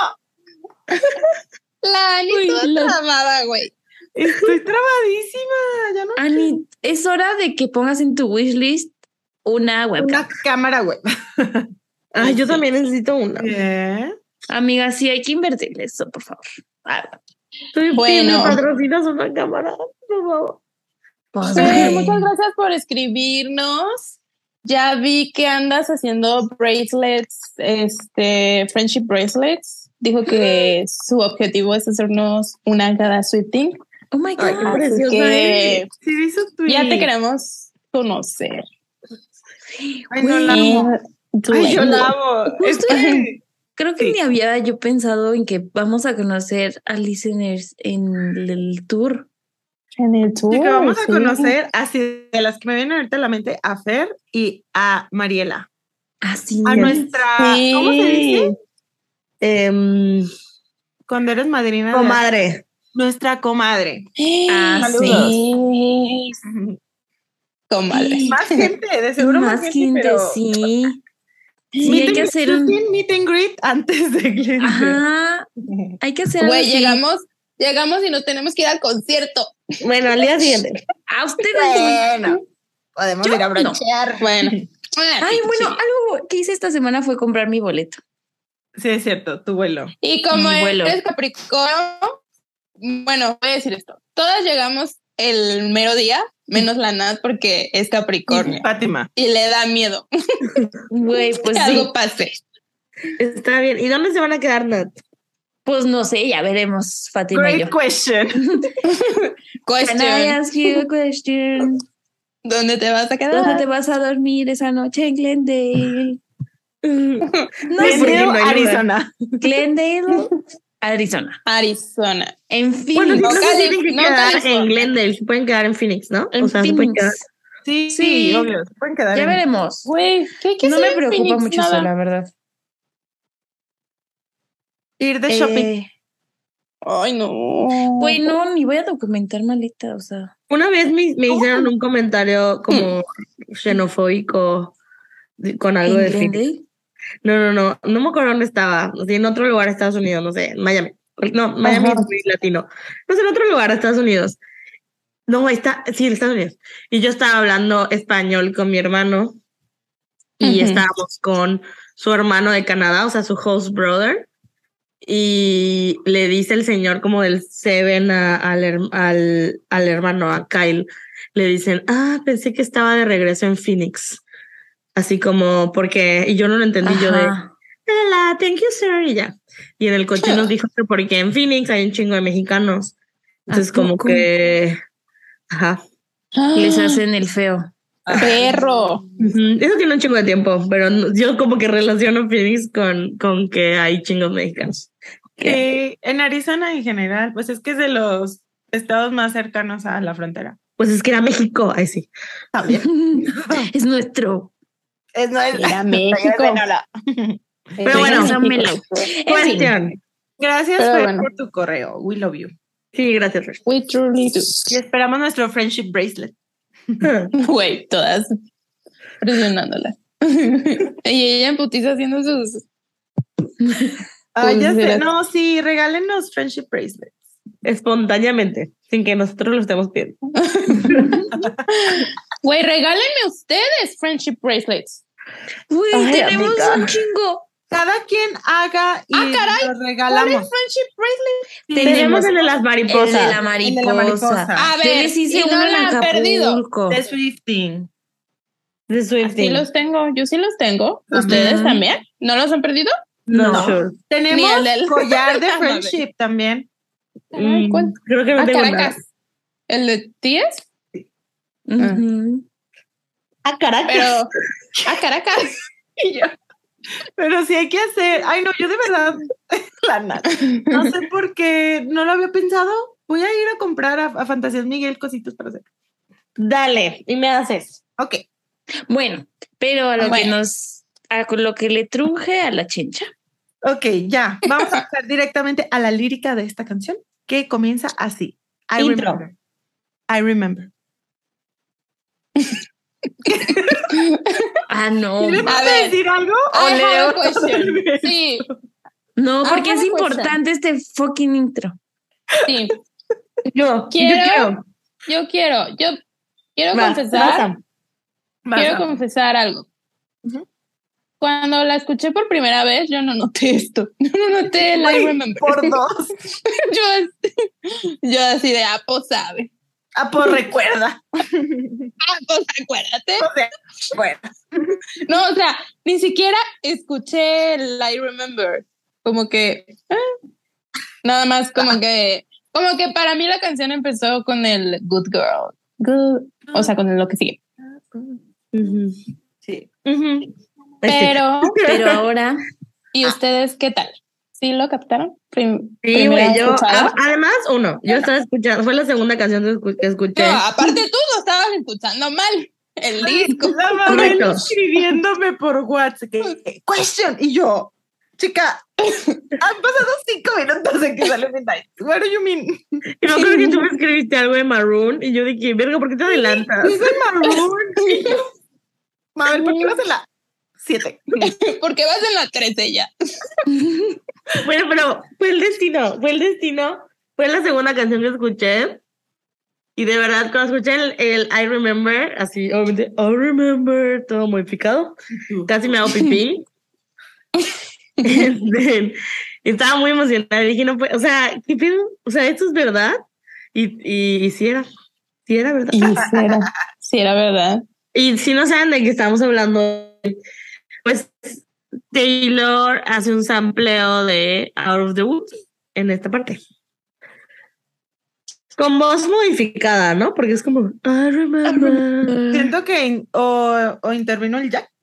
La Ani toda trabada, güey. Estoy trabadísima. Ya no. Ani, es hora de que pongas en tu wishlist una webcam. Una cámara web. Ay, yo también necesito una. Amiga, sí hay que invertirle eso, por favor. Bueno, patrocinas una cámara, por favor. Pues, muchas gracias por escribirnos. Ya vi que andas haciendo bracelets, friendship bracelets. Dijo que su objetivo es hacernos una cada Swifting. Oh my God. Ay, qué preciosa es. Sí, ya te queremos conocer. Ay, no la amo. Ay, yo la amo. Creo que ni había yo pensado en que vamos a conocer a listeners en el tour. En el tour. Sí, que vamos a conocer, así de las que me vienen ahorita a la mente, a Fer y a Mariela. Así a nuestra, ¿cómo se dice? Cuando eres madrina. Comadre. Nuestra comadre. Saludos. Sí. Comadre. Más gente, de seguro más gente, pero... sí. Sí, hay que hacer un meet and greet antes de Glendale. Ajá. Hay que hacer Güey, llegamos y nos tenemos que ir al concierto. Bueno, al día siguiente. A ustedes. Bueno, podemos ir a bronchear. No. Bueno. Ay, bueno, algo que hice esta semana fue comprar mi boleto. Sí, es cierto, tu vuelo. Y como eres Capricornio, bueno, voy a decir esto. Todas llegamos el mero día, menos la Nat porque es Capricornio. Y Fátima. Y le da miedo. Güey, pues que algo pase. Está bien. ¿Y dónde se van a quedar, Nat? Pues no sé, ya veremos, Fátima y yo. Great question. Can I ask you a question? ¿Dónde te vas a quedar? ¿Dónde te vas a dormir esa noche en Glendale? Glendale, Arizona. Glendale, Arizona. Arizona. En Phoenix. Bueno, no se tienen que no quedar California. en Glendale, se pueden quedar en Phoenix, ¿no? En se pueden Phoenix. quedar. Sí, obvio. Se pueden quedar Ya veremos. Güey, ¿qué hay que No hacer me en preocupa Phoenix? mucho Nada. eso, la verdad. Ir de shopping. Ay, no. Güey, no, ni voy a documentar maleta, o sea. Una vez me hicieron un comentario como xenofóbico con algo ¿En de Phoenix. Glendale? No me acuerdo dónde estaba. O sea, en otro lugar de Estados Unidos, no sé, Miami. No, Miami es muy latino. No sé, en otro lugar de Estados Unidos. No, sí, en Estados Unidos. Y yo estaba hablando español con mi hermano y estábamos con su hermano de Canadá, o sea, su host brother. Y le dice el señor como del Seven al hermano, a Kyle, le dicen, pensé que estaba de regreso en Phoenix. Así como, porque, y yo no lo entendí. Yo de, hola, thank you, sir, y ya. Y en el coche nos dijo que porque en Phoenix hay un chingo de mexicanos. Entonces, como que... Ajá. Les hacen el feo. Perro. Eso tiene un chingo de tiempo, pero yo como que relaciono Phoenix con que hay chingos mexicanos. En Arizona en general, pues es que es de los estados más cercanos a la frontera. Pues es que era México, ahí sí. También. Es nuestro. Era México. Pero bueno, cuestión. Gracias, Fer, por tu correo. We love you. Sí, gracias, Fer. We truly do. Y esperamos nuestro friendship bracelet. Güey, todas presionándola. Y ella en putiza haciendo sus... ya sé. No, sí, regálenos friendship bracelets. Espontáneamente, sin que nosotros lo estemos pidiendo. Güey, regálenme ustedes friendship bracelets. Güey, tenemos un chingo. Cada quien haga y lo regalamos. ¿Cuál es friendship bracelet? Tenemos el de las mariposas. El de la mariposa. A ver, yo les hice uno en Acapulco. De Swifting. De Swifting. Sí los tengo, yo sí los tengo. ¿Ustedes también? ¿No los han perdido? No. Sure. Tenemos el collar de friendship también. ¿Cuál? Creo que no tengo Caracas. nada. ¿El de tías? A Caracas. Pero a Caracas. Y yo. Pero sí hay que hacer. Ay, no, yo de verdad, la nada. No sé por qué no lo había pensado. Voy a ir a comprar a Fantasías Miguel cositos para hacer. Dale, y me haces. Ok. Bueno, pero a lo que le truje a la chencha. Ok, ya. Vamos a pasar directamente a la lírica de esta canción, que comienza así. Intro. I remember. No. ¿Quieres decir algo? I have a question. Sí. No, porque es importante este fucking intro. Sí. Yo quiero confesar. Quiero confesar algo. Cuando la escuché por primera vez, yo no noté esto. Yo no noté el I remember. Por dos. yo así de Apo sabe. Apo recuerda. Apo, acuérdate. O sea, bueno. No, o sea, ni siquiera escuché el I remember. Como que nada más como que para mí la canción empezó con el Good Girl. Good, o sea, con lo que sigue. Sí. Pero ahora. ¿Y ustedes qué tal? ¿Sí lo captaron? Sí, güey, yo además, yo estaba escuchando, fue la segunda canción que escuché. No, aparte tú lo estabas escuchando mal, el disco. La mamá escribiéndome por WhatsApp, question, y yo, chica, han pasado 5 minutos en que sale Midnight. What do you mean? Y no creo que tú me escribiste algo de Maroon, y yo dije, verga, ¿por qué te adelantas? Es de Maroon. Mabel, ¿por qué vas en la 7? ¿Por qué vas en la 13 ya? Bueno, pero fue el destino. Fue la segunda canción que escuché. Y de verdad, cuando escuché el I Remember, así, obviamente, I Remember, todo modificado, casi me hago pipí. Estaba muy emocionada. Dije, no puede, o sea, ¿qué pedo? O sea, ¿esto es verdad? Y sí era verdad. Sí era verdad. Y si no saben de qué estamos hablando, pues Taylor hace un sampleo de Out of the Woods en esta parte. Con voz modificada, ¿no? Porque es como I remember. Siento que o intervino el Jack.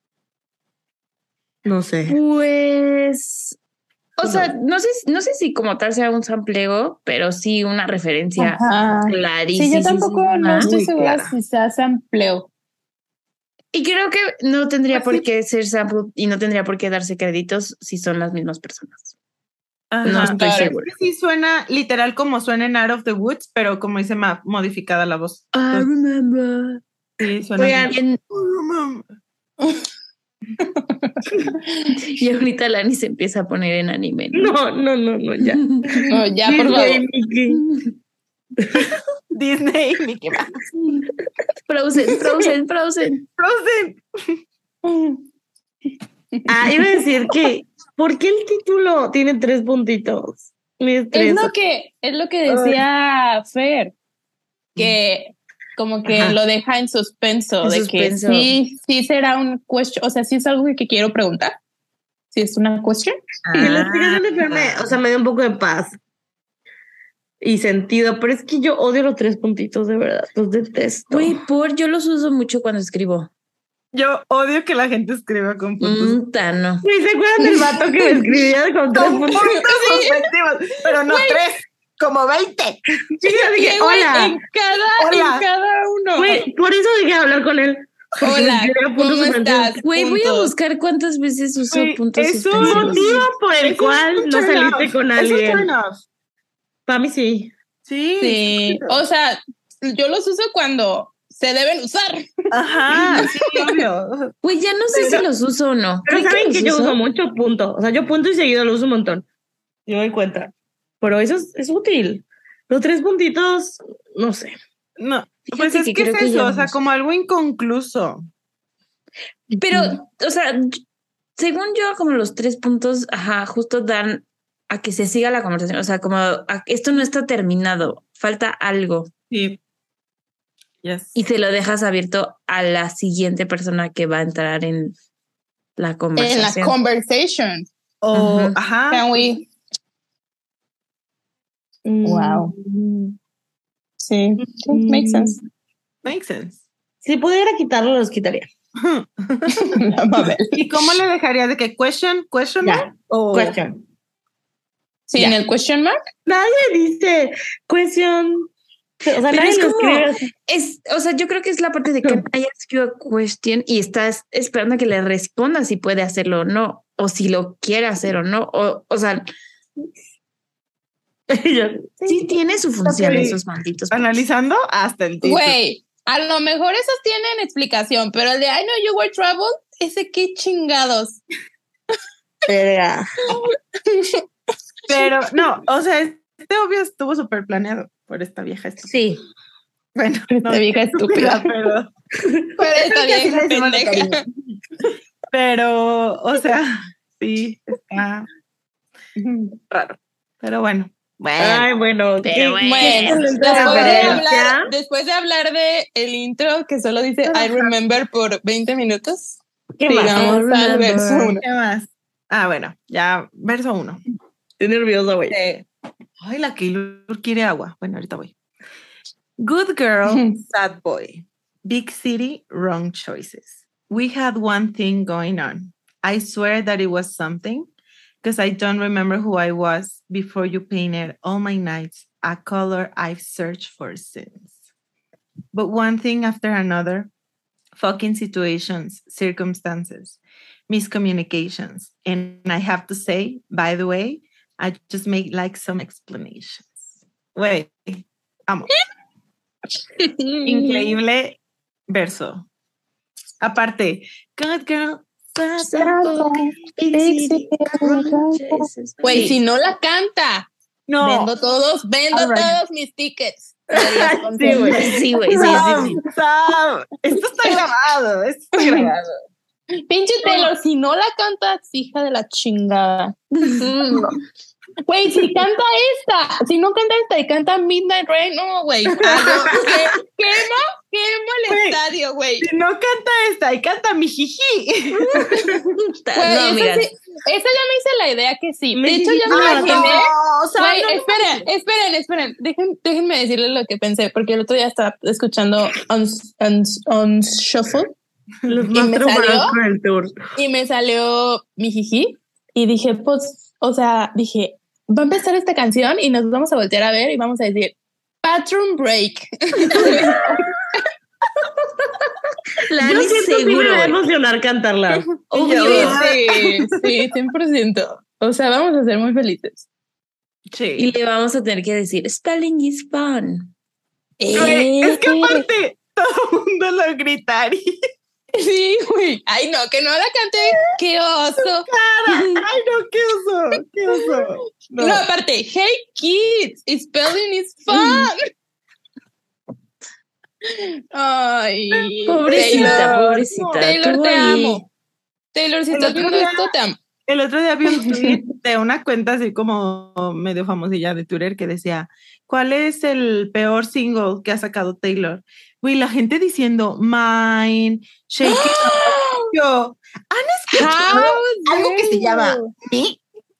No sé. Pues, o sea, no sé si como tal sea un sampleo, pero sí una referencia clarísima. Sí, yo tampoco no estoy segura si sea sampleo. Y creo que no tendría por qué ser sample y no tendría por qué darse créditos si son las mismas personas. Ajá, no estoy segura. Sí suena literal como suena en Out of the Woods, pero como dice modificada la voz. I remember. Sí, suena bien. Y ahorita Lani se empieza a poner en anime. No, ya. No, ya, por favor. Disney, Mickey Mouse. Frozen. Iba a decir que, ¿por qué el título tiene 3 puntitos? Es lo que decía Fer, que como que lo deja en suspenso, que sí será un question, o sea, sí es algo que quiero preguntar. si es una question. Y la explicación de Fer o sea, me dio un poco de paz y sentido, pero es que yo odio los 3 puntitos, de verdad, los detesto. Güey, yo los uso mucho cuando escribo. Yo odio que la gente escriba con puntos. Tano. ¿Y se acuerdan del vato que me escribía con 3 Con puntos? puntos suspensivos, pero no 3, como 20. Sí, yo dije, hola. En cada uno. Güey, por eso dejé de hablar con él. Hola, Escribía puntos ¿cómo suspensivos. estás? Güey, voy a Puntos. buscar cuántas veces uso Güey, puntos es un suspensivos. Motivo por el Es cual un no turn saliste off. con Es un alguien. turn off. Para mí sí. Sí. Sí, o sea, yo los uso cuando se deben usar. Ajá, sí, obvio. Güey, ya no sé si los uso o no. Pero ¿Creen saben los que yo uso? uso mucho punto. O sea, yo punto y seguido lo uso un montón. Yo me doy cuenta. Pero eso es útil. Los 3 puntitos, no sé. No, Fíjate pues es que que creo es que eso, ya o no sea, sé. como algo inconcluso. Pero, o sea, según yo, como los 3 puntos, ajá, justo dan a que se siga la conversación. O sea, como esto no está terminado, falta algo. Sí. Yes. Y se lo dejas abierto a la siguiente persona que va a entrar en la En la conversación. conversation. O, Ujú. ajá. Can we? Wow. Sí, makes sense. Makes sense. Si pudiera quitarlo, los quitaría. A ver. ¿Y cómo le dejaría de que question Ya. mark? O Question. Sí, Ya. en el question mark. Nadie dice question. O sea, Pero nadie es lo como, escribe así. o sea, yo creo que es la parte de que I ask you a question y estás esperando a que le responda si puede hacerlo o no, o si lo quiere hacer o no. O sea, sí tiene su función Ok. esos malditos. analizando hasta el título. Güey, a lo mejor esos tienen explicación, pero el de I know you were troubled, ese qué chingados. Verga. Pero no, o sea, este obvio estuvo súper planeado por esta vieja estúpida. Sí. Bueno, Esta vieja estúpida. pero Pero esta creo que así vieja le decimos de pendeja. cariño. Pero, o sea, sí, está raro. Pero bueno. Ay, bueno. Pero bueno. Bueno, excelente referencia. después de hablar de el intro que solo dice I remember por 20 minutos, ¿Qué más? sigamos I al remember. verso 1. ¿Qué más? Ah, bueno, ya, verso 1. Estoy nerviosa, güey. Ay, la Keylor quiere agua. Bueno, ahorita voy. Good girl, sad boy. Big city, wrong choices. We had one thing going on. I swear that it was something, because I don't remember who I was before you painted all my nights a color I've searched for since. But one thing after another, fucking situations, circumstances, miscommunications. And I have to say, by the way, I just make like some explanations. Wait, amo. Increíble verso. Aparte, good girl, Güey, si no la canta, no. vendo todos mis tickets. Sí, güey. Sí, güey, sí. Sam, esto está grabado, Pinche Taylor, si no la cantas, hija de la chingada. Güey, si canta esta, si no canta esta y canta Midnight Rain, no, güey. Quema el Güey, estadio, güey. Si no canta esta y canta mi jiji. Güey, No, amigas. esa ya me hice la idea que sí. De Me hecho, ya me dijiste, imaginé. o sea, Güey, no, esperen. Déjenme decirles lo que pensé, porque el otro día estaba escuchando on Shuffle Los ¿Y más me traumados salió? con el tour. y me salió mi jiji y dije, pues, o sea, dije, va a empezar esta canción y nos vamos a voltear a ver y vamos a decir, Bathroom Break. La Yo Ani siento que me seguro, va a güey. emocionar cantarla. Obvio. Sí, 100%. O sea, vamos a ser muy felices. Sí. Y le vamos a tener que decir, spelling is fun. Güey, es que aparte todo el mundo lo gritaría. Sí, güey. Ay, no, que no la cante. ¡Qué oso! Ay, no, qué oso. No, aparte, hey kids, spelling is fun. Ay, Pobrecita, Taylor. pobrecita. Taylor, Tú te ahí. amo. Taylor, si El estás otro viendo día- esto, te amo. El otro día vi un tweet de una cuenta así como medio famosilla de Twitter que decía, ¿cuál es el peor single que ha sacado Taylor? Güey, la gente diciendo Mine, Shake It Off, Yo, ¿han escuchado algo que se llama Me?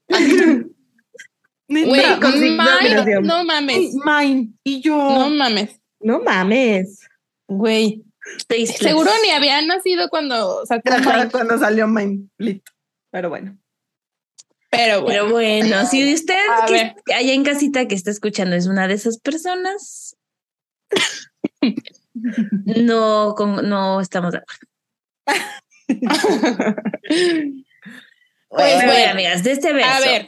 Güey, con signo de admiración. no mames. Mine. Y yo. No mames. No mames. Güey. Tasteless. Seguro ni había nacido cuando sacó Mine. Cuando salió Mine. Pero bueno. Pero bueno, si usted A que ver. allá en casita que está escuchando es una de esas personas, no estamos de acuerdo. Pues Bueno, bueno, amigas, de este verso. a ver,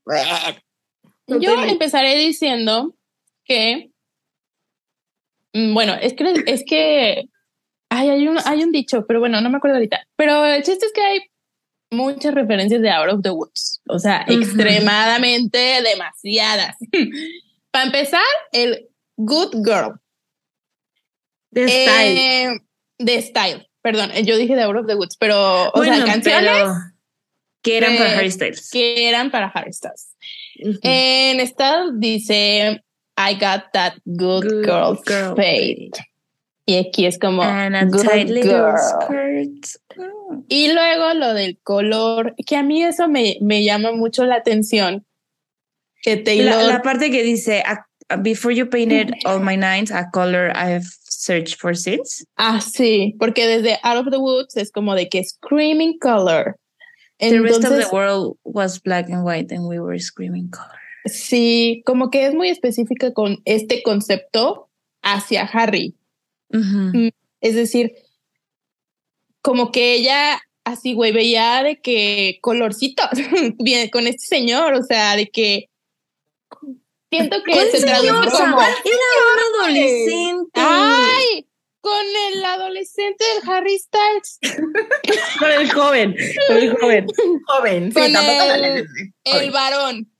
yo empezaré diciendo que, bueno, es que hay un dicho, pero bueno, no me acuerdo ahorita. Pero el chiste es que hay muchas referencias de Out of the Woods, o sea, extremadamente demasiadas. Para empezar, el Good Girl. De Style. De Style, perdón, yo dije de Out of the Woods, pero, o sea, canciones que eran para Harry Styles. Que eran para Harry Styles. En Style dice, I got that good girl fade. Y aquí es como And a good tight little girl. skirt. Y luego lo del color, que a mí eso me llama mucho la atención. Que Taylor... La parte que dice, before you painted all my nines, a color I've searched for since. Ah, sí, porque desde Out of the Woods es como de que screaming color. The rest of the world was black and white and we were screaming color. Sí, como que es muy específica con este concepto hacia Harry. Es decir, como que ella así, güey, veía de que colorcitos bien con este señor, o sea, de que siento que se traduce como era un adolescente. ¡Ay! Con el adolescente del Harry Styles. Con el joven. Joven, sí, Con tampoco el varón.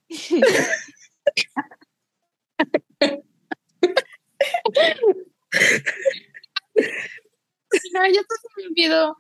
No, yo se me olvidó.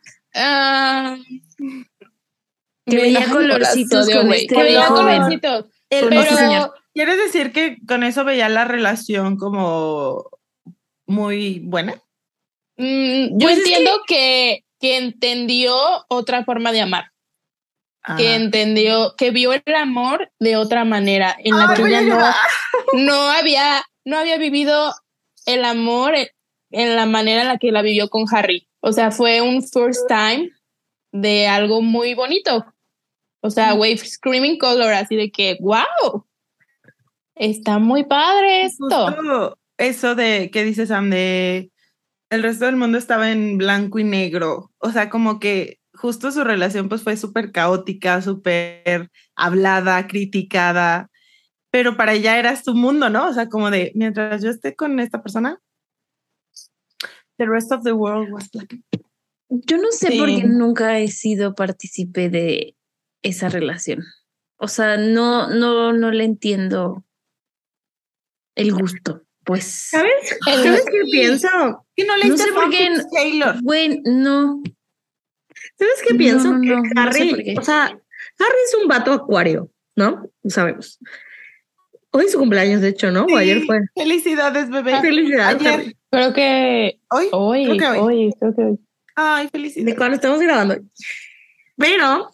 Que veía colorcitos con güey. este Que veía joven. colorcitos. Pero ¿quieres decir que con eso veía la relación como muy buena? Yo Pues entiendo que entendió otra forma de amar. Que entendió, que vio el amor de otra manera, en la que ella no había vivido el amor en la manera en la que la vivió con Harry. O sea, fue un first time de algo muy bonito. O sea, wave screaming color, así de que, wow, está muy padre esto. Justo eso de, ¿qué dice Sam? De el resto del mundo estaba en blanco y negro. O sea, como que justo su relación pues fue súper caótica, súper hablada, criticada, pero para ella era su mundo, ¿no? O sea, como de, mientras yo esté con esta persona, the rest of the world was black. Yo no sé por qué nunca he sido partícipe de esa relación. O sea, no le entiendo el gusto, pues. ¿Sabes qué pienso? Que no le sé por qué. Taylor. Güey, no. ¿Sabes qué pienso? Que Harry, no sé por qué. O sea, Harry es un vato acuario, ¿no? Sabemos. Hoy es su cumpleaños, de hecho, ¿no? Sí, o ayer fue. Felicidades, bebé. Felicidades, ayer. Harry. Creo que hoy. Creo que hoy. Creo que hoy. Ay, felicidades. De cuando estamos grabando. Pero,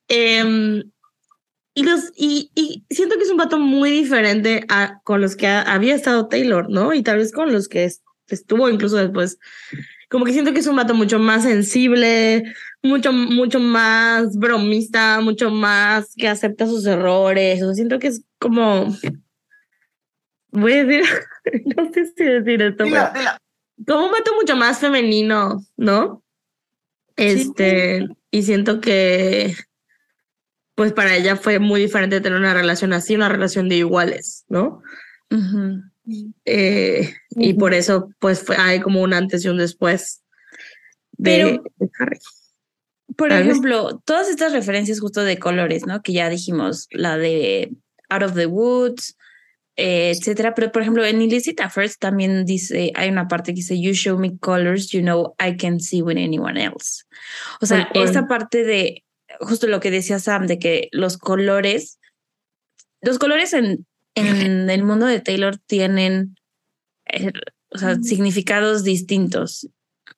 y siento que es un vato muy diferente con los que había estado Taylor, ¿no? Y tal vez con los que estuvo incluso después. Como que siento que es un vato mucho más sensible, mucho más bromista, mucho más que acepta sus errores. O sea, siento que es como... Voy a decir... no sé si decir esto, Dilo. Como un vato mucho más femenino, ¿no? Y siento que... pues para ella fue muy diferente tener una relación así, una relación de iguales, ¿no? Y por eso, pues, hay como un antes y un después de Harry. Por ejemplo, todas estas referencias justo de colores, ¿no? Que ya dijimos, la de Out of the Woods, etcétera. Pero, por ejemplo, en Illicit Affairs también dice, hay una parte que dice, you show me colors, you know I can see with anyone else. O sea, esta parte de justo lo que decía Sam, de que los colores en el mundo de Taylor tienen significados distintos.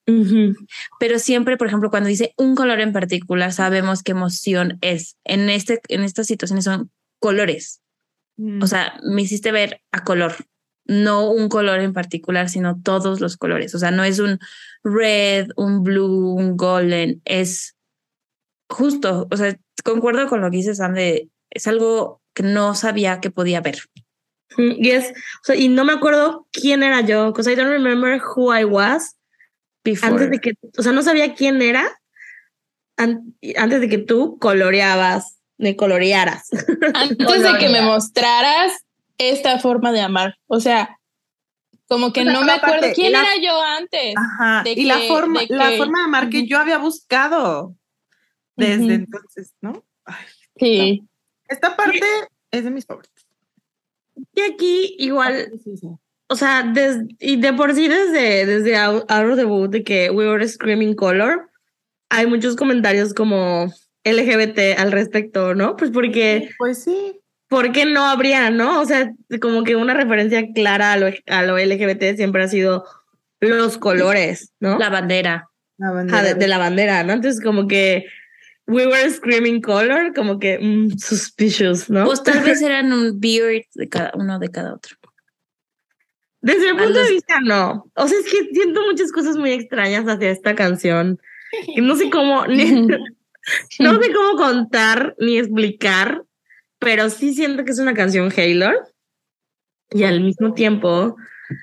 Pero siempre, por ejemplo, cuando dice un color en particular, sabemos qué emoción es. En estas situaciones son colores. O sea, me hiciste ver a color, no un color en particular, sino todos los colores. O sea, no es un red, un blue, un golden, es justo. O sea, concuerdo con lo que dices, Sam, es algo que no sabía que podía ver. Y o sea, y no me acuerdo quién era yo, because I don't remember who I was. Before. Antes de que, o sea, no sabía quién era antes de que tú me colorearas. Antes de que me mostraras esta forma de amar. O sea, como que no me acuerdo quién era yo antes. Ajá. Y la forma de amar que yo había buscado desde entonces, ¿no? Ay, sí. Esta parte es de mis favoritos. Y aquí igual, o sea, y de por sí desde Out of the Wood, de que we were screaming color, hay muchos comentarios como LGBT al respecto, ¿no? Pues porque... Pues sí. ¿Por qué no habría, no? O sea, como que una referencia clara a lo LGBT siempre ha sido los colores, ¿no? La bandera. De la bandera, ¿no? Entonces como que we were screaming color, como que suspicious, ¿no? Pues tal vez eran un beard de cada otro. Desde el punto de vista, no. O sea, es que siento muchas cosas muy extrañas hacia esta canción. Y no sé cómo, no sé cómo contar ni explicar, pero sí siento que es una canción Halo. Y al mismo tiempo,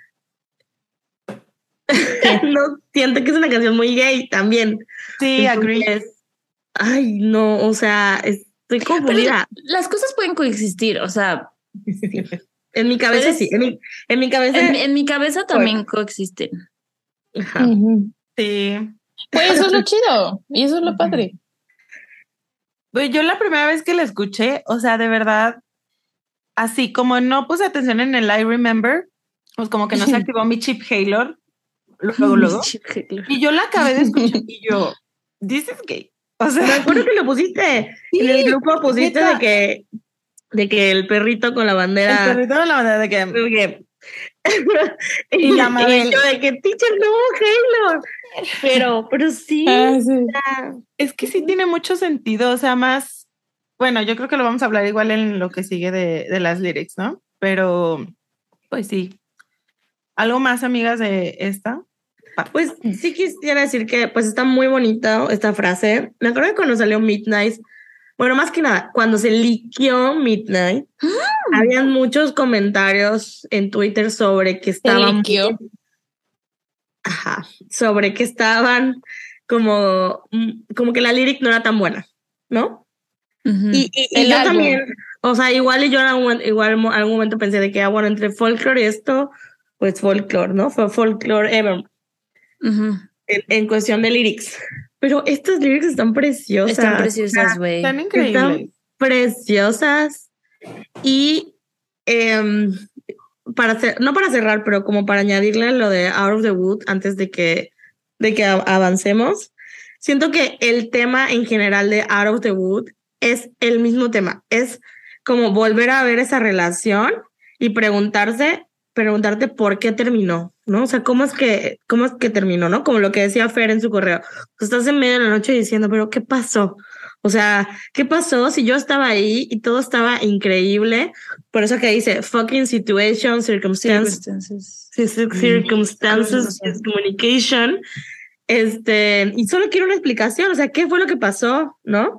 no siento que es una canción muy gay también. Sí, agree. Ay, no, o sea, estoy confundida. Pero las cosas pueden coexistir, o sea. En mi cabeza sí, en mi cabeza. En mi cabeza también coexisten. Ajá. Sí. Pues eso es lo chido y eso es lo padre. Pues yo la primera vez que la escuché, o sea, de verdad, así como no puse atención en el I Remember, pues como que no se activó mi chip Halo, luego. Y yo la acabé de escuchar y yo, this is gay. O sea, me acuerdo que lo pusiste, sí, en el grupo pusiste de que el perrito con la bandera. El perrito con la bandera de que y la madre. Y yo de que, teacher, no, Halo. Pero sí. Sí. Es que sí tiene mucho sentido, o sea, más, bueno, yo creo que lo vamos a hablar igual en lo que sigue de las lyrics, ¿no? Pero, pues sí. ¿Algo más, amigas, de esta? Pues sí quisiera decir que pues está muy bonita esta frase. Me acuerdo que cuando salió Midnight, bueno, más que nada, cuando se liqueó Midnight, habían muchos comentarios en Twitter sobre que estaban... sobre que estaban como que la lyric no era tan buena, ¿no? Y yo álbum también, o sea, igual yo en algún momento pensé de que, bueno, entre folklore y esto, pues folklore, ¿no? Fue folklore ever. En cuestión de lyrics. Pero estas lyrics están preciosas. Están preciosas, güey. Están increíbles. Están preciosas. Y no para cerrar, pero como para añadirle lo de Out of the Wood antes de que avancemos, siento que el tema en general de Out of the Wood es el mismo tema. Es como volver a ver esa relación y preguntarte por qué terminó, ¿no? O sea, ¿cómo es que terminó, no? Como lo que decía Fer en su correo. Estás en medio de la noche diciendo, pero ¿qué pasó? O sea, ¿qué pasó si yo estaba ahí y todo estaba increíble? Por eso que dice, fucking situation, circumstances, communication. Y solo quiero una explicación, o sea, ¿qué fue lo que pasó, no?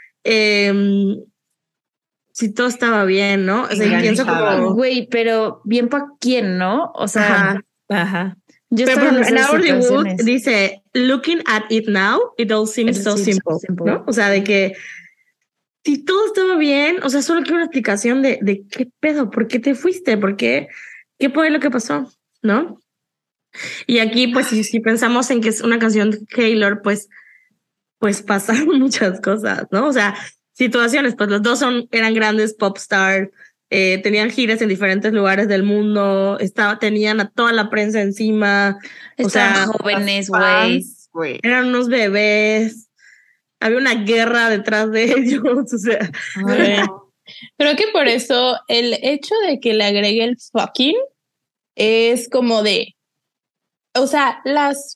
Si todo estaba bien, ¿no? O sea, pienso como... Güey, pero bien para quién, ¿no? O sea... Ajá. Yo pero en Out of the Wood dice, looking at it now, it all seems so simple, ¿no? O sea, de que si todo estaba bien, o sea, solo quiero una explicación de qué pedo, ¿por qué te fuiste? ¿Por qué? ¿Qué fue lo que pasó? ¿No? Y aquí, pues, si pensamos en que es una canción de Taylor, pues pasaron muchas cosas, ¿no? O sea, situaciones, pues los dos eran grandes pop stars, tenían giras en diferentes lugares del mundo, tenían a toda la prensa encima, estaban jóvenes, güey. Eran unos bebés, había una guerra detrás de ellos, o sea. Creo que por eso el hecho de que le agregue el fucking es como de, o sea, las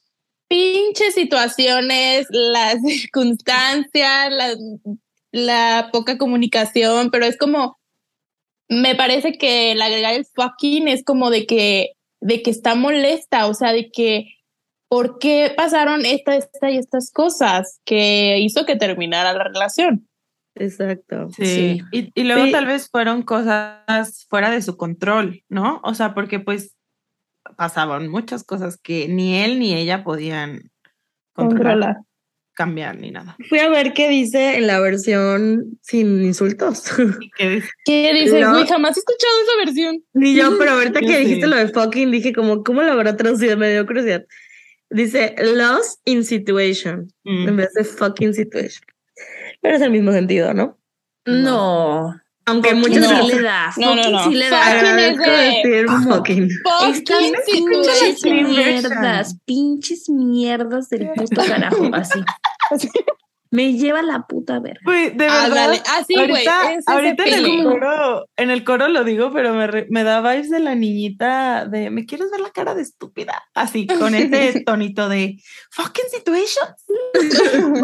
pinches situaciones, las circunstancias, la poca comunicación, pero es como, me parece que el agregar el fucking es como de que está molesta, o sea, de que ¿por qué pasaron esta y estas cosas que hizo que terminara la relación? Exacto. Sí. Y luego Sí. tal vez fueron cosas fuera de su control, ¿no? O sea, porque pues pasaban muchas cosas que ni él ni ella podían controlar, cambiar ni nada. Fui a ver qué dice en la versión sin insultos. ¿Y qué dice? ¿Qué dices? No. Güey, jamás he escuchado esa versión. Ni yo, pero ahorita Yo que sí. dijiste lo de fucking, dije como, ¿cómo lo habrá traducido? Me dio curiosidad. Dice lost in situation en vez de fucking situation. Pero es el mismo sentido, ¿no? No. Aunque Fucking muchas sí veces le da. No, no, Fucking no. sí le da. Fucking es agradezco de decir ¿cómo? fucking. fucking Pinches situation. mierdas, pinches mierdas del puto carajo, así. Me lleva la puta verga. Güey, de verdad. Ándale. Así, güey. Ahorita, Es ese ahorita feeling. en el coro lo digo, pero me da vibes de la niñita de ¿me quieres ver la cara de estúpida? Así, con ese tonito de fucking situation.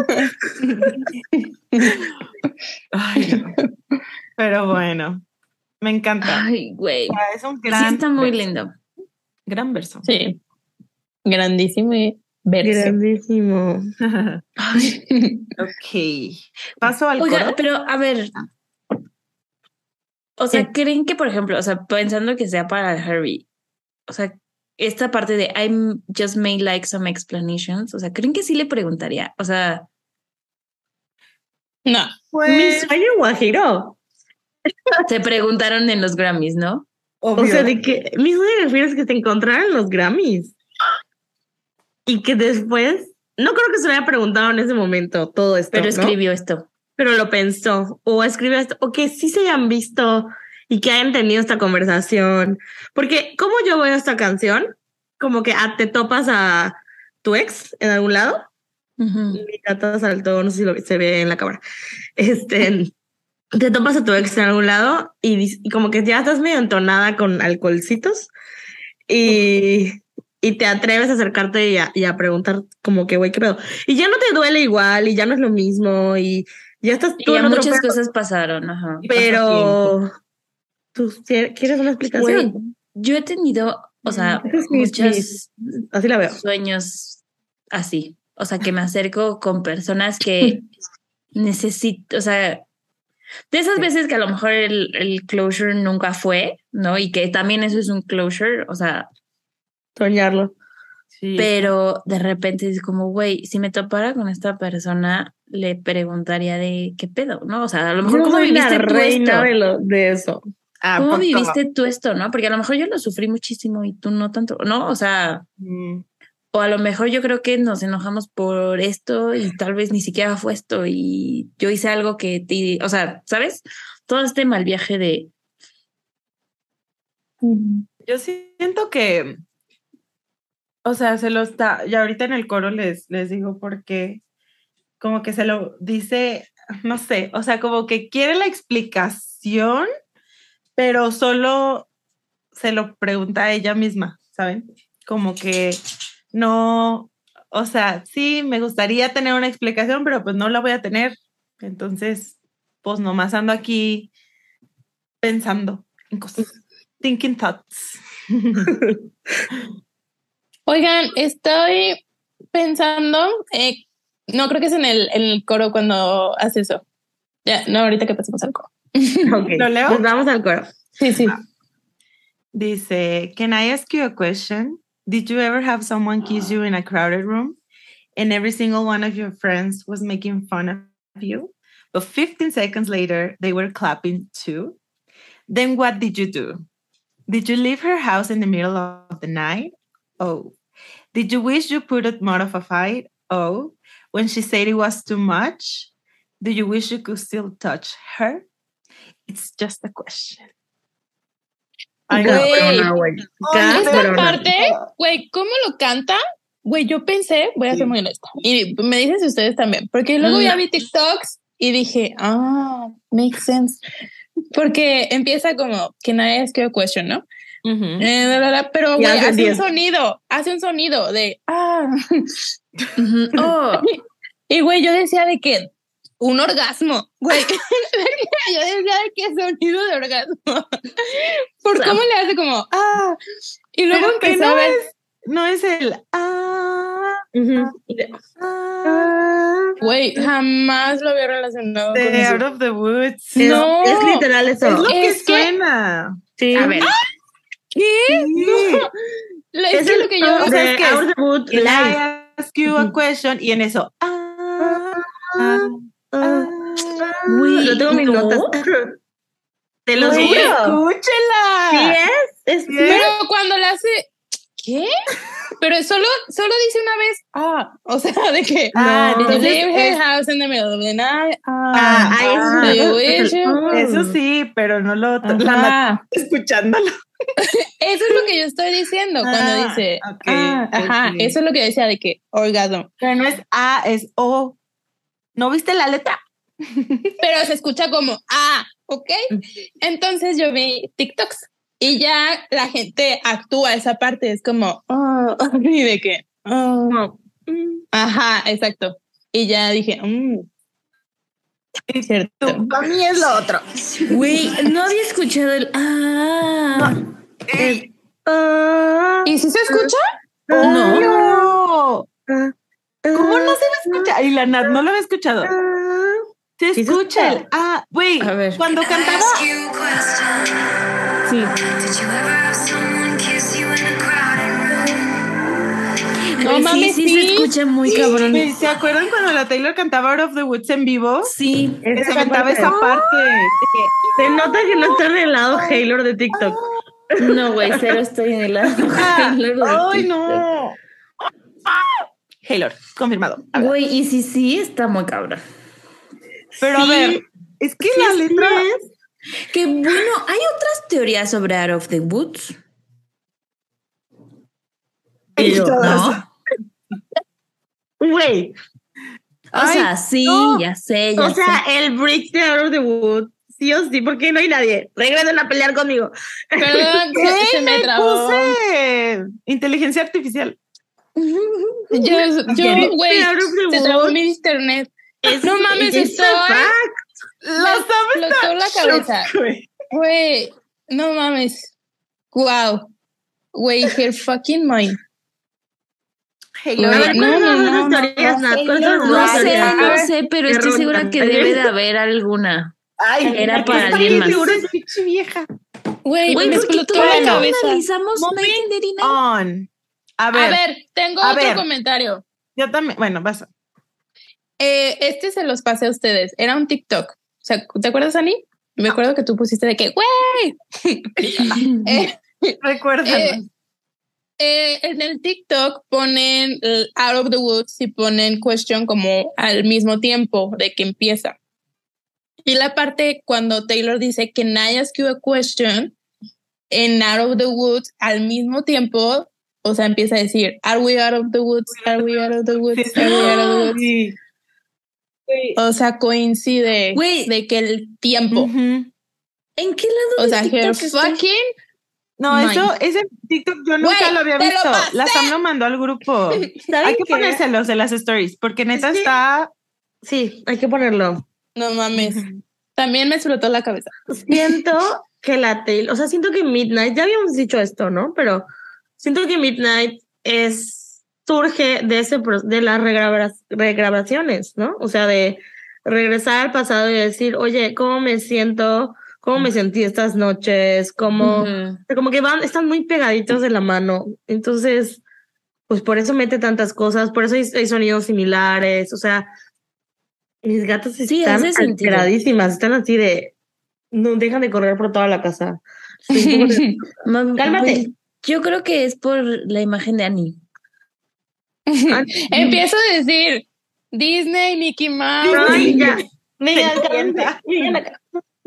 Ay, no. Pero bueno, me encanta. Ay, güey. O sea, es un Sí gran está muy verso, lindo. gran verso. Sí. Grandísimo verso. Grandísimo. Ok. Paso al Oiga, coro. pero a ver. O sea, ¿Qué? ¿creen que, por ejemplo, o sea, pensando que sea para Harry, o sea, esta parte de I just may like some explanations, o sea, ¿creen que sí le preguntaría? O sea, No. Mi Pues, sueño guajiro. se preguntaron en los Grammys, ¿no? O obvio. sea, de que mi sueño refiero es que se encontraran los Grammys. Y que después, no creo que se lo haya preguntado en ese momento todo esto, Pero ¿no? escribió esto. Pero lo pensó, o escribió esto, o que sí se hayan visto y que hayan tenido esta conversación. Porque, ¿cómo yo veo esta canción? Como que te topas a tu ex en algún lado. Ujú. Mi gata saltó, no sé si se ve en la cámara. Te topas a tu ex en algún lado y como que ya estás medio entonada con alcoholcitos y te atreves a acercarte y a preguntar como que, güey, ¿qué pedo? Y ya no te duele igual y ya no es lo mismo y ya estás Y tú ya en otro muchas pedo, cosas pasaron, ajá. pero tú quieres una explicación. Güey, yo he tenido, o sea, Ese es muchos así la veo. sueños así. O sea, que me acerco con personas que necesito, o sea, de esas veces que a lo mejor el closure nunca fue, ¿no? Y que también eso es un closure, o sea, Soñarlo. Sí, pero de repente es como, güey, si me topara con esta persona, le preguntaría de qué pedo, ¿no? O sea, a lo mejor Yo cómo soy la viviste tú esto. reina de eso. ¿A ¿Cómo poco? viviste tú esto, no? Porque a lo mejor yo lo sufrí muchísimo y tú no tanto, ¿no? O sea, Mm. o a lo mejor yo creo que nos enojamos por esto y tal vez ni siquiera fue esto y yo hice algo que te, o sea, ¿sabes? Todo este mal viaje de... Yo siento que, o sea, se lo está, y ahorita en el coro les digo porque como que se lo dice, no sé, o sea, como que quiere la explicación, pero solo se lo pregunta a ella misma, ¿saben? Como que no, o sea, sí, me gustaría tener una explicación, pero pues no la voy a tener. Entonces, pues nomás ando aquí pensando en cosas, thinking thoughts. Oigan, estoy pensando, no creo que es en el coro cuando hace eso. Ya, no, ahorita que pasemos al coro. Okay. ¿Lo leo? Pues vamos al coro. Sí, sí. Dice, can I ask you a question? Did you ever have someone kiss you in a crowded room and every single one of your friends was making fun of you? But 15 seconds later, they were clapping too? Then what did you do? Did you leave her house in the middle of the night? Oh. Did you wish you put up more of a fight? Oh. When she said it was too much? Do you wish you could still touch her? It's just a question. Ay, no. Cabrona, güey. Ay, Esta Cabrona. parte, güey, ¿cómo lo canta? Güey, yo pensé, voy a ser muy honesta, y me dicen si ustedes también, porque luego ya vi TikToks y dije, makes sense. Porque empieza como, can I ask you a question, ¿no? Pero Y güey, hace 10. hace un sonido de Oh, y güey, yo decía de que un orgasmo, güey. Yo decía de que sonido de orgasmo. Por cómo le hace como y luego Pero que empecé a ver. no es el Güey, jamás lo había relacionado con de eso. Out of the Woods. No, Es literal eso. Es lo que es que- suena. Sí. a ver. ¿qué? Sí. Es Es que el lo que yo O sea, de es que es Out of the Woods Can live. I ask you a question? Y en eso. Güey, Yo tengo mis no. notas. Te lo Güey, juro. escúchela. Sí es. Sí pero cuando la hace ¿qué? Pero solo dice una vez, o sea, de que No. Did you Entonces leave her es- house in the middle of the night? Eso Do es- you wish you- Eso sí, pero no lo Ajá. escuchándolo. Eso es lo que yo estoy diciendo cuando dice, ok, ajá, ok. eso es lo que decía de que orgasmo. Pero no es A, es O. ¿No viste la letra? Pero se escucha como, ¿ok? Entonces yo vi TikToks y ya la gente actúa esa parte, es como, y de que, No. ajá, exacto. Y ya dije, cierto. Para mí es lo otro. Güey, no había escuchado el Ey, ¿Y si se escucha? ¡Obvio! ¿Cómo no se me escucha? Y la Nat no lo había escuchado. Se Sí se escucha el escucha. güey, A ver. cuando cantaba. Sí. No Güey, mames, sí se escucha muy cabrón. Güey, ¿se acuerdan cuando la Taylor cantaba Out of the Woods en vivo? Sí. Que se Esa aventaba parte. esa parte. Se nota que no está en el lado Taylor de TikTok. No, güey, cero estoy en el lado. Taylor de ¡Ay, TikTok. no! Taylor, confirmado. A ver. Güey, y sí, está muy cabrón. Pero a Sí. ver, es que Sí, la sí letra. es. Que bueno, hay otras teorías sobre Out of the Woods. Pero, ¿No? güey, O Ay, sea, sí, no. ya sé, o ya sea, sé. el bridge de Out of the Woods, sí o sí, porque no hay nadie. Regresen a pelear conmigo. Perdón, ¿Qué? se me Le trabó. puse inteligencia artificial. Yo, güey, Out of the se trabó Woods. mi internet. Es- No mames, es estoy. a fact. La Me explotó la cabeza. güey. Güey, no mames. Wow. Güey, her fucking mind. Taylor, A ver, No, ¿cuáles no, son no, las teorías, Nat? ¿Cuáles son No las sé, teorías? no sé, pero estoy Qué segura ronca. que debe de haber alguna. Ay, Era ¿qué para está alguien bien más. seguro es pinche vieja. Güey, Güey, me porque explotó todavía la no cabeza. analizamos Moving 1989. on. A A ver, ver, tengo a otro ver. comentario. yo también. Bueno, vas. Este se los pasé a ustedes. Era un TikTok. O sea, ¿te acuerdas, Ani? Me acuerdo que tú pusiste de que, güey. Eh, Recuérdanos. En el TikTok ponen Out of the Woods y ponen question como al mismo tiempo de que empieza. Y la parte cuando Taylor dice que I ask you a question en Out of the Woods al mismo tiempo, o sea, empieza a decir, Are we out of the woods? Are we out of the woods? Sí, Are we out of the woods? sí. O sea, coincide Güey. de que el tiempo. Ujú. ¿En qué lado O de sea, TikTok her está? fucking. No, Mine. ese TikTok yo nunca Güey, lo había te lo visto. pasé. La Sam lo mandó al grupo. ¿Saben Hay que qué? ponérselos de las stories, porque neta que- está. Sí, hay que ponerlo. No mames. También me explotó la cabeza. Siento que la Taylor, o sea, siento que Midnight, ya habíamos dicho esto, ¿no? Pero siento que Midnight surge de las regrabaciones, ¿no? O sea, de regresar al pasado y decir, oye, ¿cómo me siento? ¿Cómo me sentí estas noches? ¿Cómo? Ujú. Como que están muy pegaditos de la mano. Entonces, pues por eso mete tantas cosas, por eso hay sonidos similares. O sea, mis gatos Sí, están hace sentido. alteradísimas, están así de, no dejan de correr por toda la casa. Estoy un poco de- Cálmate. Güey, yo creo que es por la imagen de Annie. Empiezo a decir Disney, Mickey Mouse. Ay, ya. Mira, Te cálmate. tienta. Mira acá.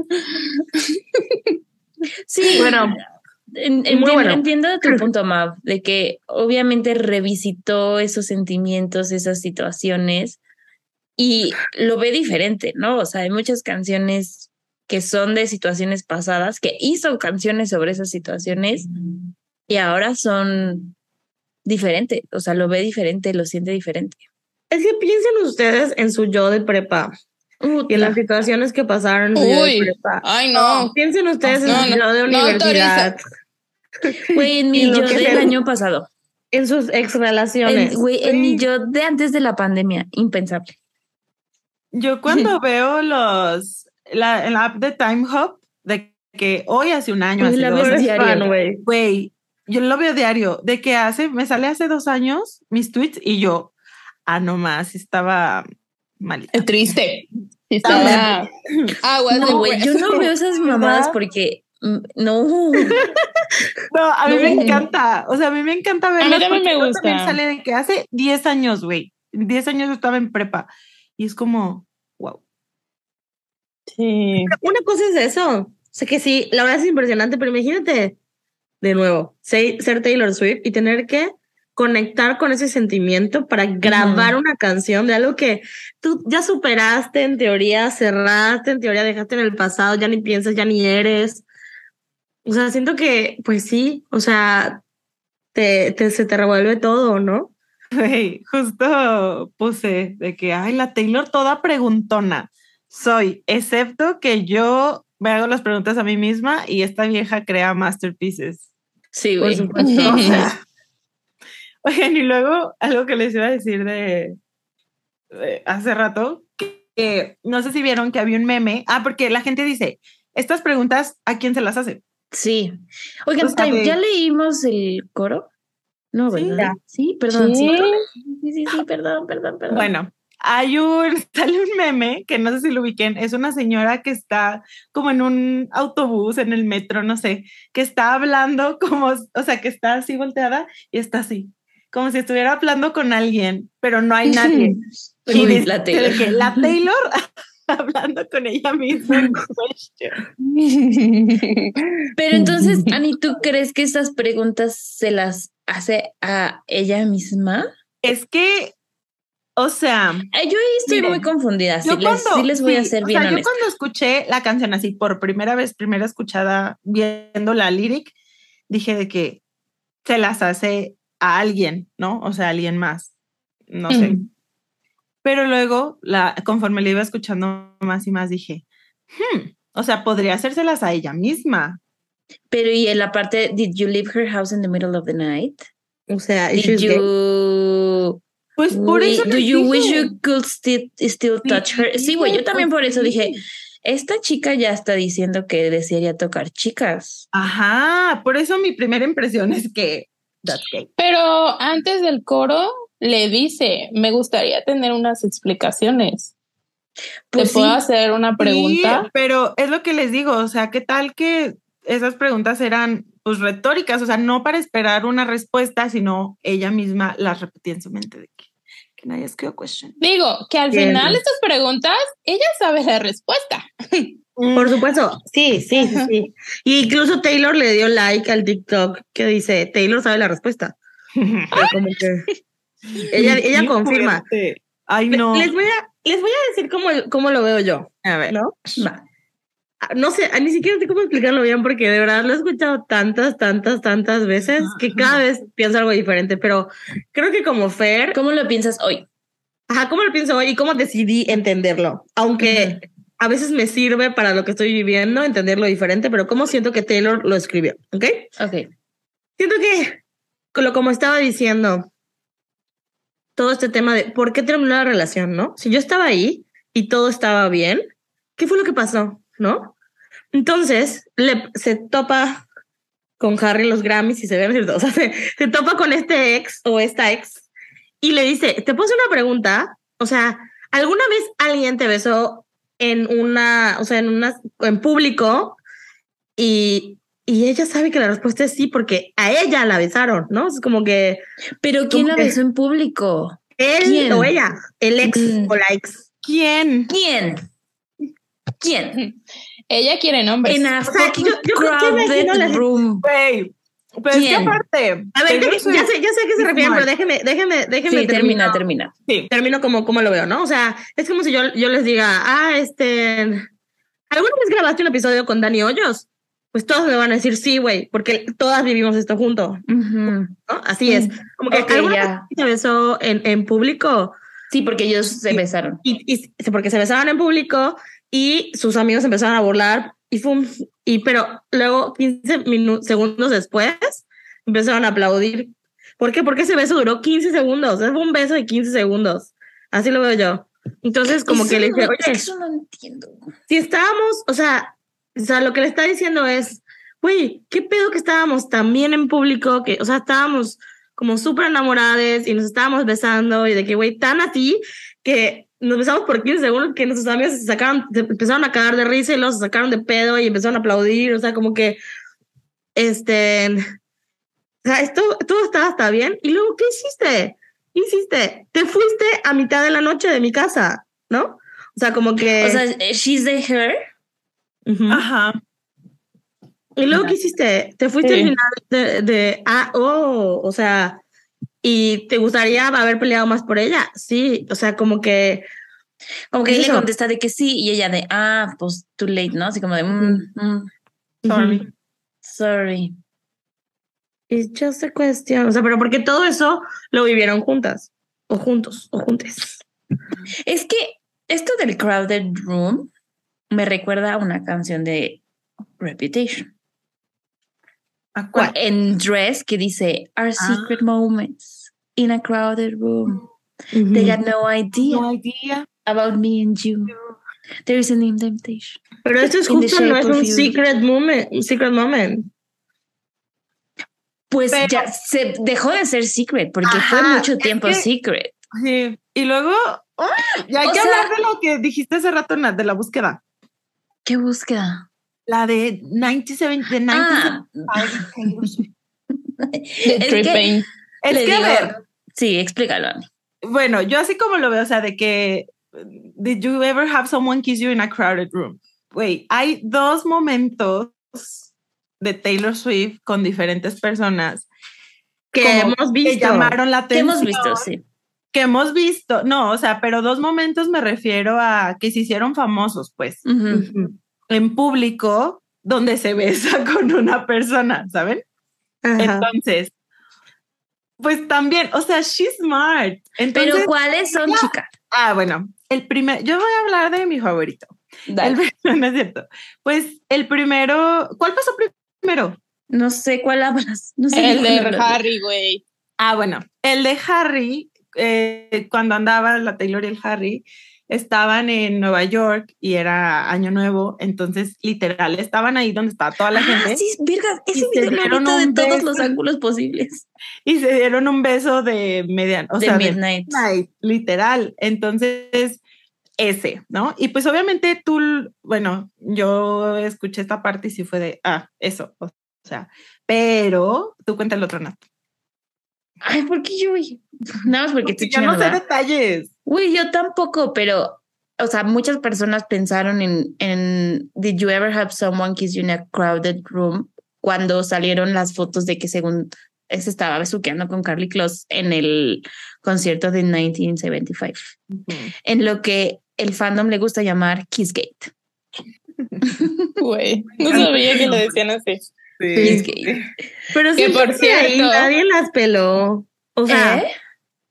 Sí, Bueno, muy bueno. entiendo tu punto, Mav, de que obviamente revisitó esos sentimientos, esas situaciones y lo ve diferente, ¿no? O sea, hay muchas canciones que son de situaciones pasadas, que hizo canciones sobre esas situaciones y ahora son diferentes, o sea, lo ve diferente, lo siente diferente. Es que piensen ustedes en su yo de prepa y en las situaciones que pasaron en su yo de prepa. Ay, no. Piensen ustedes en su yo de universidad. Güey, en mi yo del año pasado. En sus ex relaciones. Güey, en mi yo de antes de la pandemia, impensable. Yo cuando veo en la app de Time Hop, de que hoy hace un año, hace 2 años, güey, yo lo veo diario, de que me sale hace 2 años mis tweets y yo, no más, estaba malita. Triste. Estaba no, güey, yo no veo esas mamadas porque no, a mí me encanta, o sea, a mí me encanta verlas. A mí también me gusta. También sale de que hace 10 años, güey, 10 años yo estaba en prepa y es como, wow. Sí. Una cosa es eso, o sea que sí, la verdad es impresionante, pero imagínate, de nuevo, ser Taylor Swift y tener que conectar con ese sentimiento para grabar una canción de algo que tú ya superaste en teoría, cerraste en teoría, dejaste en el pasado, ya ni piensas, ya ni eres. O sea, siento que, pues sí, o sea, se te revuelve todo, ¿no? Hey, justo puse de que, la Taylor toda preguntona soy, excepto que yo me hago las preguntas a mí misma y esta vieja crea masterpieces. Sí, güey. O sea, oigan, y luego algo que les iba a decir de hace rato, que no sé si vieron que había un meme, porque la gente dice, estas preguntas, ¿a quién se las hace? Sí. Oigan, o sea, ¿ya leímos el coro? No, ¿verdad? Sí, perdón. Sí, perdón. Bueno, sale un meme que no sé si lo ubiquen, es una señora que está como en un autobús, en el metro, no sé, que está hablando como, o sea, que está así volteada y está así, como si estuviera hablando con alguien, pero no hay nadie. Y dice, la Taylor hablando con ella misma. Pero entonces, Ani, ¿tú crees que estas preguntas se las hace a ella misma? Es que, o sea, yo ahí estoy muy confundida. Sí les voy a hacer bien honesta. Yo cuando escuché la canción así por primera escuchada, viendo la lyric, dije de que se las hace a alguien, ¿no? O sea, a alguien más. No sé. Pero luego, conforme le iba escuchando más y más, dije, o sea, podría hacérselas a ella misma. Pero y en la parte, ¿did you leave her house in the middle of the night? O sea, ¿did you... Pues por eso do you wish you could still touch her? Sí, güey, yo también por eso dije, esta chica ya está diciendo que desearía tocar chicas. Ajá, por eso mi primera impresión es que that's gay. Pero antes del coro le dice, me gustaría tener unas explicaciones. Pues ¿te puedo hacer una pregunta? Sí, pero es lo que les digo, o sea, ¿qué tal que esas preguntas eran pues retóricas? O sea, no para esperar una respuesta, sino ella misma las repetía en su mente de que can I ask you a question? Digo, que al final estas preguntas, ella sabe la respuesta. Por supuesto, sí. Y incluso Taylor le dio like al TikTok que dice, Taylor sabe la respuesta. Como que ella confirma. Ay, no. Les voy a decir cómo lo veo yo. A ver. ¿No? No sé, ni siquiera sé cómo explicarlo bien porque de verdad lo he escuchado tantas veces que cada vez pienso algo diferente, pero creo que como Fer... ¿Cómo lo piensas hoy? Ajá, ¿cómo lo pienso hoy y cómo decidí entenderlo? Aunque a veces me sirve para lo que estoy viviendo entenderlo diferente, pero cómo siento que Taylor lo escribió, ¿ok? Siento que, como estaba diciendo, todo este tema de por qué terminó la relación, ¿no? Si yo estaba ahí y todo estaba bien, ¿qué fue lo que pasó? ¿No? Entonces, se topa con Harry en los Grammys y se ve, o sea, se topa con este ex o esta ex y le dice, te puedo hacer una pregunta, o sea, ¿alguna vez alguien te besó en público y ella sabe que la respuesta es sí porque a ella la besaron, ¿no? Es como que... ¿Pero quién la besó en público? Él ¿Quién? O ella, el ex o la ex. ¿Quién? Ella quiere nombres. En a fucking crowded room. Güey, pero es que aparte... A ver, ya sé a qué se refieren, pero déjeme sí, termina. Sí. Termino como lo veo, ¿no? O sea, es como si yo les diga, ¿alguna vez grabaste un episodio con Dani Hoyos? Pues todos me van a decir sí, güey, porque todas vivimos esto juntos, ¿no? Así es. Como que Ok, alguna ya. vez se besó en público Sí, porque ellos se besaron. y porque se besaban en público y sus amigos empezaron a burlar pero luego 15 segundos después empezaron a aplaudir. ¿Por qué? Porque ese beso duró 15 segundos. Fue un beso de 15 segundos. Así lo veo yo. Entonces, como Eso que le dije, no, es que oye, eso no entiendo. si estábamos, o sea, lo que le está diciendo es, güey, qué pedo que estábamos tan bien en público, que, o sea, estábamos como súper enamoradas y nos estábamos besando y de que, güey, tan así que nos besamos por 15 segundos que nuestros amigos se empezaron a cagar de risa y luego se sacaron de pedo y empezaron a aplaudir, o sea, como que, o sea, todo estaba hasta bien. Y luego, ¿qué hiciste? ¿Qué hiciste? Te fuiste a mitad de la noche de mi casa, ¿no? O sea, como que... O sea, she's the her. Ujú. Ajá. Y luego, ¿qué hiciste? Te fuiste al final o sea, ¿y te gustaría haber peleado más por ella? Sí, o sea, como que... Como que ¿qué él es le eso? contesta de que sí y ella de, pues too late, ¿no? Así como de, Sorry. sorry. It's just a question. O sea, pero porque todo eso lo vivieron juntas, o juntos, o juntes. Es que esto del crowded room me recuerda a una canción de Reputation. ¿A cuál? En Dress que dice, Our secret moments in a crowded room. Ujú. They got no idea No idea. about me and you. There is an invitation. Pero esto es In the justo, no shape es of un you. secret moment. Pues Pero- ya se dejó de ser secret porque Ajá, fue mucho es tiempo que- secret. Sí. Y luego, ya hay O que sea- hablar de lo que dijiste hace rato, Nat, de la búsqueda. ¿Qué búsqueda? La de 97, de 1975. De Es Trip que- Pain. Es Le que, digo- a ver, Sí, explícalo, Ani. bueno, yo así como lo veo, o sea, de que, did you ever have someone kiss you in a crowded room? Güey, hay dos momentos de Taylor Swift con diferentes personas Que como hemos visto. que llamaron la ¿Qué atención. hemos visto? Sí. Que hemos visto, no, o sea, pero dos momentos me refiero a que se hicieron famosos, pues, Ujú. Ujú. en público, donde se besa con una persona, ¿saben? Ajá. Entonces, pues también, o sea, she's smart. Entonces, Pero ¿cuáles son, chica? bueno, yo voy a hablar de mi favorito. Dale. No es cierto. Pues el primero, ¿cuál pasó primero? No sé cuál hablas. No sé El cuál de hablas. Harry, güey. Bueno, el de Harry, cuando andaba la Taylor y el Harry, estaban en Nueva York y era Año Nuevo, entonces literal estaban ahí donde estaba toda la gente Sí, verga, Y ese se video lo he dieron visto de un todos beso. los ángulos posibles. y se dieron un beso de mediano, o De sea, Midnight. midnight, literal. Entonces, ese, ¿no? Y pues obviamente bueno, yo escuché esta parte y sí fue de, eso, o sea, pero tú cuenta el otro, Nat. Ay, ¿por qué yo? Nada más porque estoy Yo no chingando, sé ¿verdad? detalles. Uy, yo tampoco, pero, o sea, muchas personas pensaron en Did you ever have someone kiss you in a crowded room? Cuando salieron las fotos de que según se estaba besuqueando con Carly Close en el concierto de 1975. En lo que el fandom le gusta llamar Kissgate. Güey. No sabía que le decían así. Kissgate. Pero Que sí, por porque ahí cierto- nadie las peló. O sea, ¿Eh?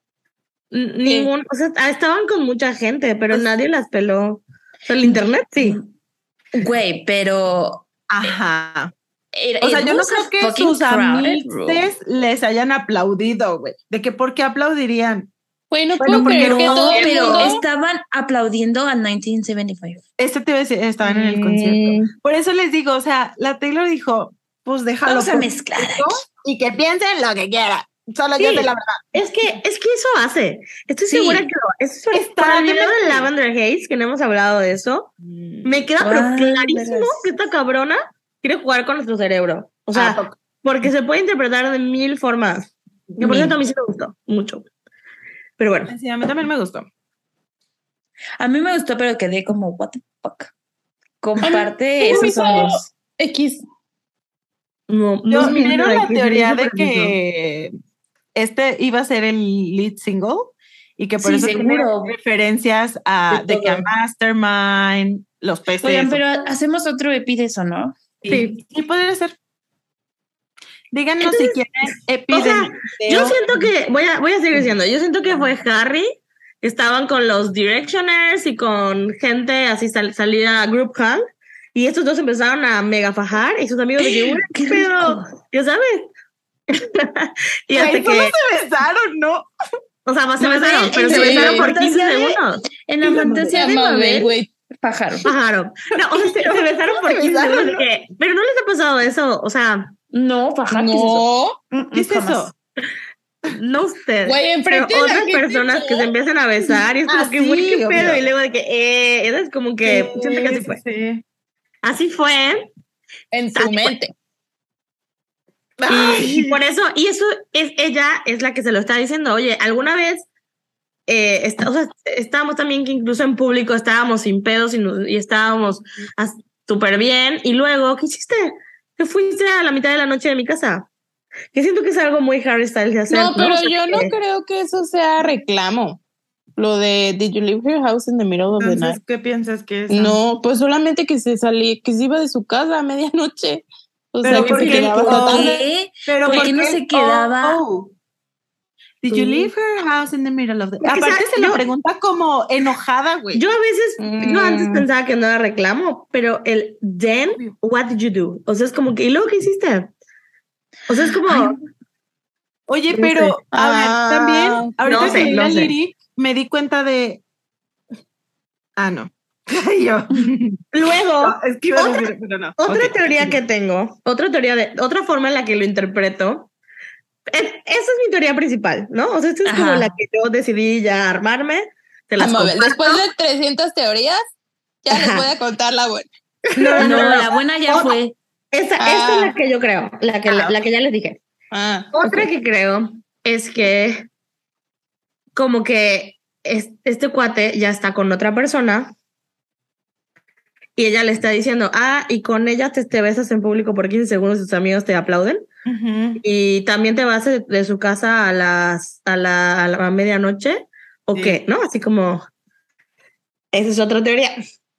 ningún, o sea, estaban con mucha gente, pero Pues- nadie las peló. O sea, el internet sí. Güey, pero... Ajá. it- O sea, it yo no was a creo que fucking sus crowded room. amixes les hayan aplaudido, güey. ¿De que por qué aplaudirían? Güey, no Bueno, puedo porque creer que No, todo el pero mundo... estaban aplaudiendo a 1975. Este te iba a decir, estaban en el concierto. Por eso les digo, o sea, la Taylor dijo, pues déjalo. Vamos a por mezclar esto y que piensen lo que quieran. Solo Sí. yo sé la verdad. Es que eso hace. Estoy Sí. segura que eso Está para el video bien. de Lavender Haze, que no hemos hablado de eso, me queda pero clarísimo verás. que esta cabrona quiere jugar con nuestro cerebro. O sea, porque se puede interpretar de 1000 formas. Que por Mil. cierto a mí sí me gustó mucho. Pero bueno. Sí, a mí también me gustó. A mí me gustó, pero quedé como, what the fuck. Comparte A mí me esos hizo ojos. X. No, Yo no vieron la que teoría se me de hizo preciso. que este iba a ser el lead single y que por Sí, eso tiene seguro. referencias a De de que a todo. Mastermind, los peces. Oigan, pero hacemos otro epi de eso, ¿no? Sí, podría ser. Díganos si quieren epi O sea, del yo video. siento que, voy a seguir diciendo, yo siento que fue Harry, estaban con los Directioners y con gente así salida group hug, y estos dos empezaron a mega fajar, y sus amigos de que, "Güey, ¡Qué pero, rico! ya sabes". Y hasta Güey, solo que, se besaron, ¿no? o sea, se Mabel, besaron, pero se sí, besaron por fantasía 15 de- segundos. En la fantasía de Mabel, güey. pájaro. Fajaron. No, o sea, se besaron por 15 besaron, segundos de que, pero no les ha pasado eso, o sea, No, pajar, ¿qué es eso? No, ¿Qué es Jamás. no ustedes, güey, pero enfrente de la otras gente, personas que se empiezan a besar y es como Ah, que, güey, sí, qué pedo, obvio. y luego de que, eso es como que, siento que así fue. Sí. Así fue, en tu mente. y por eso, y eso es, ella es la que se lo está diciendo, oye, alguna vez, o sea, estábamos también que incluso en público estábamos sin pedos y estábamos súper bien, y luego, ¿qué hiciste? Te fuiste a la mitad de la noche de mi casa. Que siento que es algo muy Harry Styles de hacer. No, pero O sea, yo no creo que eso sea reclamo. Lo de Did you leave your house in the middle of the Entonces, night? ¿qué piensas que es? No, pues solamente que se iba de su casa a medianoche. O Pero sea, que ¿por se qué? quedaba hasta ¿Por tarde. qué? Pero ¿Por ¿por qué no se quedaba? Oh. Did you leave her house in the middle of the... Porque, Aparte ¿sabes? se lo pregunta como enojada, güey. Yo a veces, yo antes pensaba que no era reclamo, pero el then, what did you do? O sea, es como que, ¿y luego qué hiciste? O sea, es como, Ay, Oye, no pero, sé. a ver, también, ahorita no sé, que leí no la sé. lyric, me di cuenta de... Ah, no. Yo. Luego, No, es que iba a decir, pero no. otra Ok, teoría continúa. que tengo, otra forma en la que lo interpreto, esa es mi teoría principal, ¿no? O sea, esta es como Ajá. la que yo decidí ya armarme, te las Mabel, comparto. después de 300 teorías, ya les Ajá. voy a contar la buena. No, la buena ya fue. Esta es la que yo creo, la que ya les dije. Otra que creo es que como que este cuate ya está con otra persona y ella le está diciendo, y con ella te besas en público por 15 segundos y tus amigos te aplauden. Ujú. Y también te vas de su casa a la medianoche, ¿o Sí. qué? ¿No? Así como, esa es otra teoría.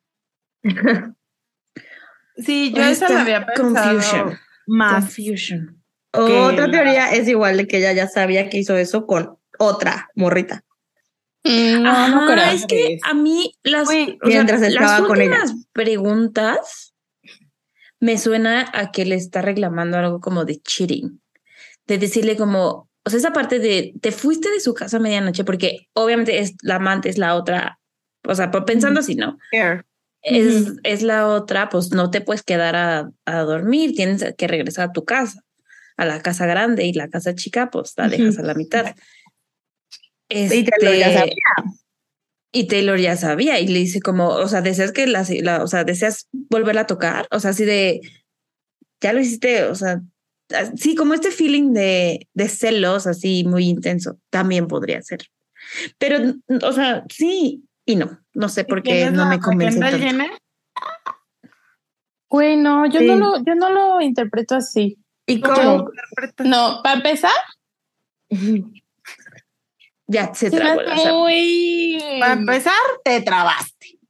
Sí, yo esa la había pensado Confusion. más. Confusion. Otra teoría es igual de que ella ya sabía que hizo eso con otra morrita. No, Ajá, no creo. es que a mí Güey, mientras estaba las con ella. últimas preguntas me suena a que le está reclamando algo como de cheating, de decirle como, o sea, esa parte de te fuiste de su casa a medianoche porque obviamente es la amante, es la otra, o sea, pensando así, ¿no? Care. Es la otra, pues no te puedes quedar a dormir, tienes que regresar a tu casa, a la casa grande, y la casa chica, pues la dejas a la mitad. Y Taylor ya sabía. Y Taylor ya sabía y le dice como, o sea, deseas que o sea, deseas volverla a tocar, o sea, así de, ya lo hiciste, o sea, sí, como este feeling de celos así muy intenso, también podría ser. Pero, o sea, sí y no sé por qué no me convence tanto. Güey, no, yo Sí. no lo interpreto así. ¿Y ¿Cómo cómo? lo interpretas? No, para empezar, Ya se se me trabó hace la sala. muy... Para empezar, te trabaste.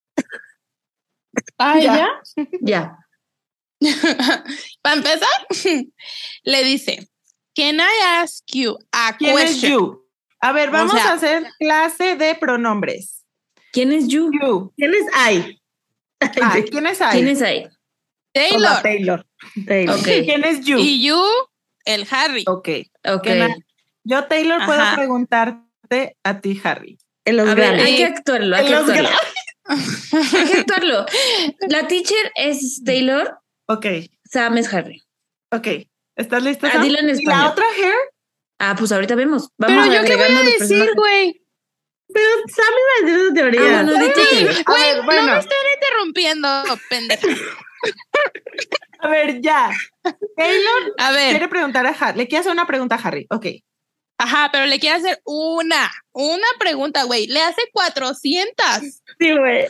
Ay, Ya. ¿ya? Ya. Para empezar, le dice, Can I ask you a ¿Quién es question? you? A ver, vamos sea- a hacer clase de pronombres. ¿Quién es you? You. ¿Quién es I? ¿Quién es ahí? ¿Quién es ahí? Taylor. Taylor. Ok, ¿Quién es you? Y you, el Harry. Ok. ok. Yo, Taylor, puedo Ajá. preguntarte a ti, Harry. En los A ver, Grammys. hay que actuarlo, hay En que los actuarlo. Hay que actuarlo. La teacher es Taylor, Ok, Sam es Harry. ok. ¿Estás lista? Ah, Sam? dilo en ¿Y español. la otra hair? Ah, pues ahorita vemos. Pero Vamos yo qué voy agregando a los decir, personajes. güey. Pero Sam iba a decir su teoría. Bueno, di tu teoría. A Güey, ver, bueno. no me estén interrumpiendo, pendeja. A ver, ya. Taylor A ver, quiere preguntar a Harry. Le quiere hacer una pregunta a Harry. Ok. ajá, pero le quiero hacer una pregunta, güey. Le hace 400. Sí, güey.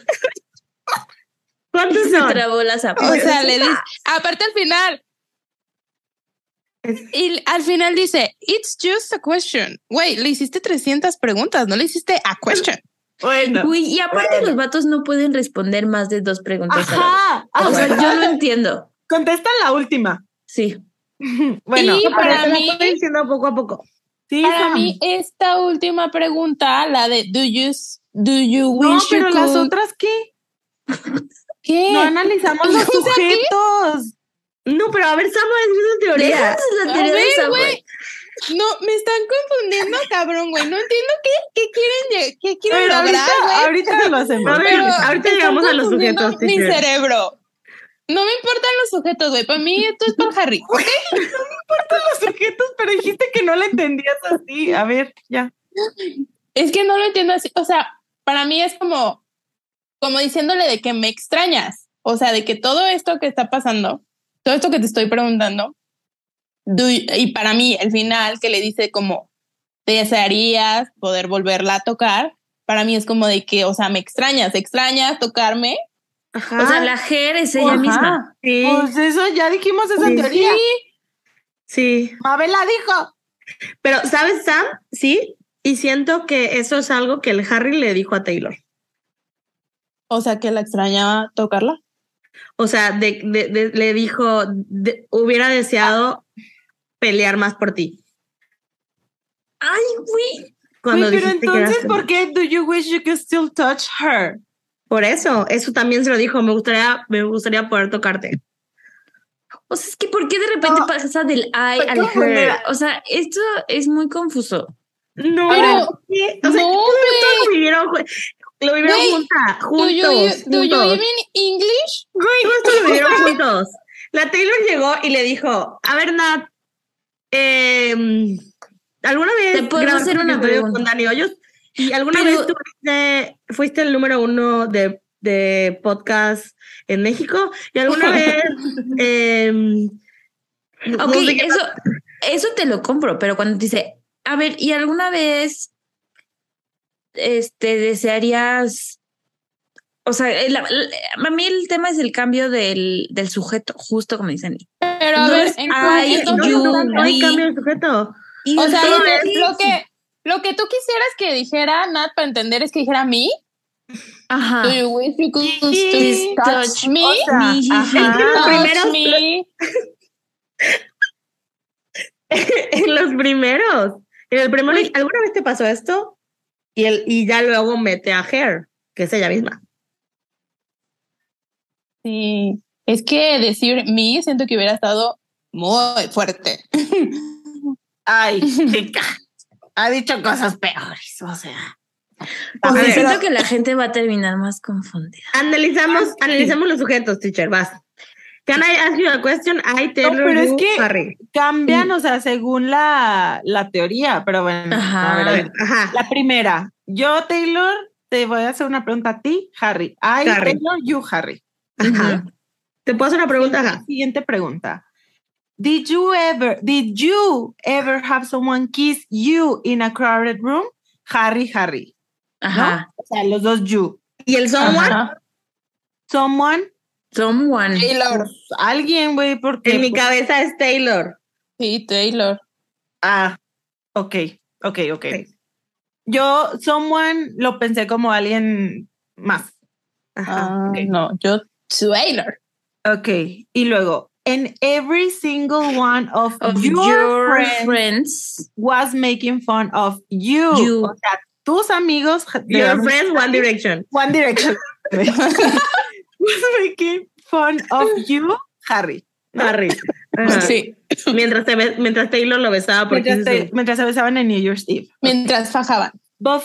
¿Cuántos Se son? trabó la Sam. O sea, le dice, aparte al final, Y al final dice, it's just a question. Güey, le hiciste 300 preguntas, no le hiciste a question. Bueno. Uy, y aparte los vatos no pueden responder más de 2 preguntas a la vez. O sea, yo no entiendo. Contestan la última. Sí. Bueno, y para te la mí, estoy diciendo poco a poco. sí, para Sam. mí, esta última pregunta, la de do you No, wish pero you las could... otras, ¿qué? ¿Qué? No analizamos los O sea, ¿qué? sujetos. No, pero a ver, Samo, es una teoría. Déjanos la A teoría de ver, esa, güey. güey. No, me están confundiendo, cabrón, güey. No entiendo qué quieren Pero lograr, güey. ahorita lo hacemos. A ver, Pero ahorita están llegamos a los confundiendo sujetos, mi teacher. cerebro. No me importan los sujetos, güey. Para mí esto es para Harry. ¿Ok? Los sujetos, pero dijiste que no la entendías así. A ver, ya. Es que no lo entiendo así. O sea, para mí es como diciéndole de que me extrañas. O sea, de que todo esto que está pasando, todo esto que te estoy preguntando, y para mí el final que le dice como te desearías poder volverla a tocar, para mí es como de que, o sea, me extrañas tocarme. Ajá. O sea, la Ger es ella Ajá. misma. Sí, Pues eso, ya dijimos esa Sí. teoría. sí. Mabel la dijo. Pero, ¿sabes, Sam? Sí. Y siento que eso es algo que el Harry le dijo a Taylor. O sea, que la extrañaba tocarla. O sea, le dijo, hubiera deseado pelear más por ti. Ay, güey. Cuando Güey, pero dijiste que entonces, eras- ¿por qué do you wish you could still touch her? Por eso también se lo dijo. Me gustaría poder tocarte. O sea, es que ¿por qué de repente No. pasa del I Estoy al confundida. her? O sea, esto es muy confuso. No, Pero- ¿qué? O sea, no, esto lo vivieron Güey, juntos. Do you even English? Justo lo vivieron juntos. La Taylor llegó y le dijo, a ver, Nat, ¿alguna vez Te puedo grabaste hacer un una episodio pregunta. con Dani Hoyos? ¿Y alguna Pero- vez fuiste el número 1 de podcast en México? ¿Y alguna vez... no Ok, sé qué eso te lo compro, pero cuando te dice, a ver, ¿y alguna vez desearías? O sea, a mí el tema es el cambio del sujeto, justo como dicen. Pero a ver, Entonces, I, entonces, you, no hay we. cambio de sujeto. Y o sea, después- lo que tú quisieras que dijera Nat para entender es que dijera me. Ajá. Do you wish you could Sí, touch me? O sea, Me, ajá. Los primeros- Touch me. En los primeros. En el primero, Uy. ¿alguna vez te pasó esto? Y ya luego mete a Hair, que es ella misma. Sí, es que decir me siento que hubiera estado muy fuerte. Ay, chica. Ha dicho cosas peores, o sea. O sea, ver, siento pero- que la gente va a terminar más confundida. Analizamos los sujetos, teacher, vas. Can I ask you a question? I, Taylor, pero es you, que- Harry. Cambian, o sea, según la teoría, pero bueno. Ajá. A ver, a ver. Ajá. La primera, yo, Taylor, te voy a hacer una pregunta a ti, Harry. I, Harry. Taylor, you, Harry. Ajá. ¿Te puedo hacer una pregunta? Ajá. Siguiente pregunta. Did you ever have someone kiss you in a crowded room? Harry, Ajá. ¿no? O sea, los dos you. ¿Y el someone? Ajá. Someone, Someone. Taylor. pues, alguien, güey, porque... En mi pues, cabeza es Taylor. Sí, Taylor. ok. Yo, someone, lo pensé como alguien más. Ajá. ok. No, yo Taylor. Ok, y luego, and every single one of Of your friends friends. was making fun of you. You. O sea, tus amigos de Your friends, One Direction. One Direction was making fun of you, Harry. Harry. Ajá. Sí, Mientras Taylor lo besaba porque Mientras se besaban en New Year's Eve. mientras fajaban. But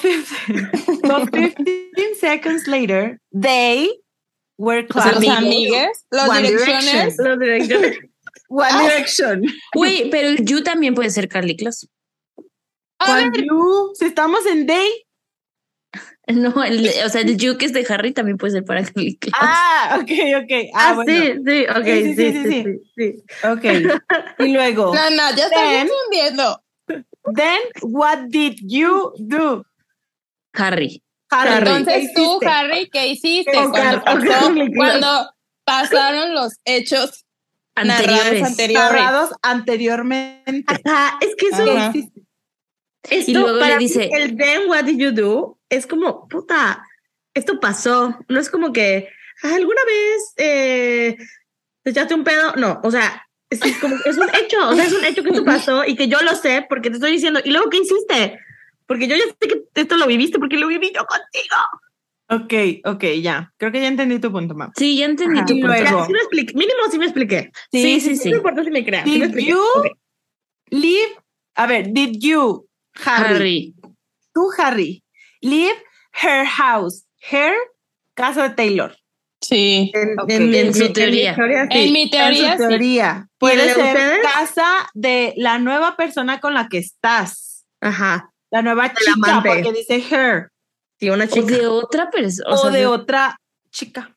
15 seconds later, they were O sea, los clapping. amigues, los One direcciones. Los Direction. One Direction. Güey, pero el you también puede ser Carly Claus. A ver, When you, si estamos en they. No, o sea, el you que es de Harry también puede ser para Carly Claus. Ok. Bueno. Sí, ok, Sí. sí. Ok. Y luego, no, ya estás Then- confundiendo. then, what did you do? Harry. Harry, Entonces ¿qué tú, hiciste? Harry, ¿qué histe Ok, cuando ok, claro. pasaron los hechos Narrados anteriormente. Ajá, es que eso... Ajá. Esto, Y luego para le dice... mí, el then what did you do es como, puta, esto pasó. No es como que alguna vez te echaste un pedo. No, o sea, es como, es un hecho. O sea, es un hecho que esto pasó y que yo lo sé porque te estoy diciendo. ¿Y luego qué hiciste? Porque yo ya sé que esto lo viviste porque lo viví yo contigo. Ok, ya. Creo que ya entendí tu punto, Mam. Sí, ya entendí Ajá. tu Y punto. luego- Sí me expliqué. Mínimo sí me expliqué. Sí. No me importa si me crean. Sí me Did expliqué. you Ok. leave? A ver, did you, Harry. tú, Harry, leave her house, her casa de Taylor? Sí. Ok. En su teoría. En mi teoría, En su sí. teoría. ¿Y Puede el de ser ustedes? casa de la nueva persona con la que estás. Ajá. La nueva Del chica, amante. porque dice her. Sí, una O chica. de otra persona. O de otra chica.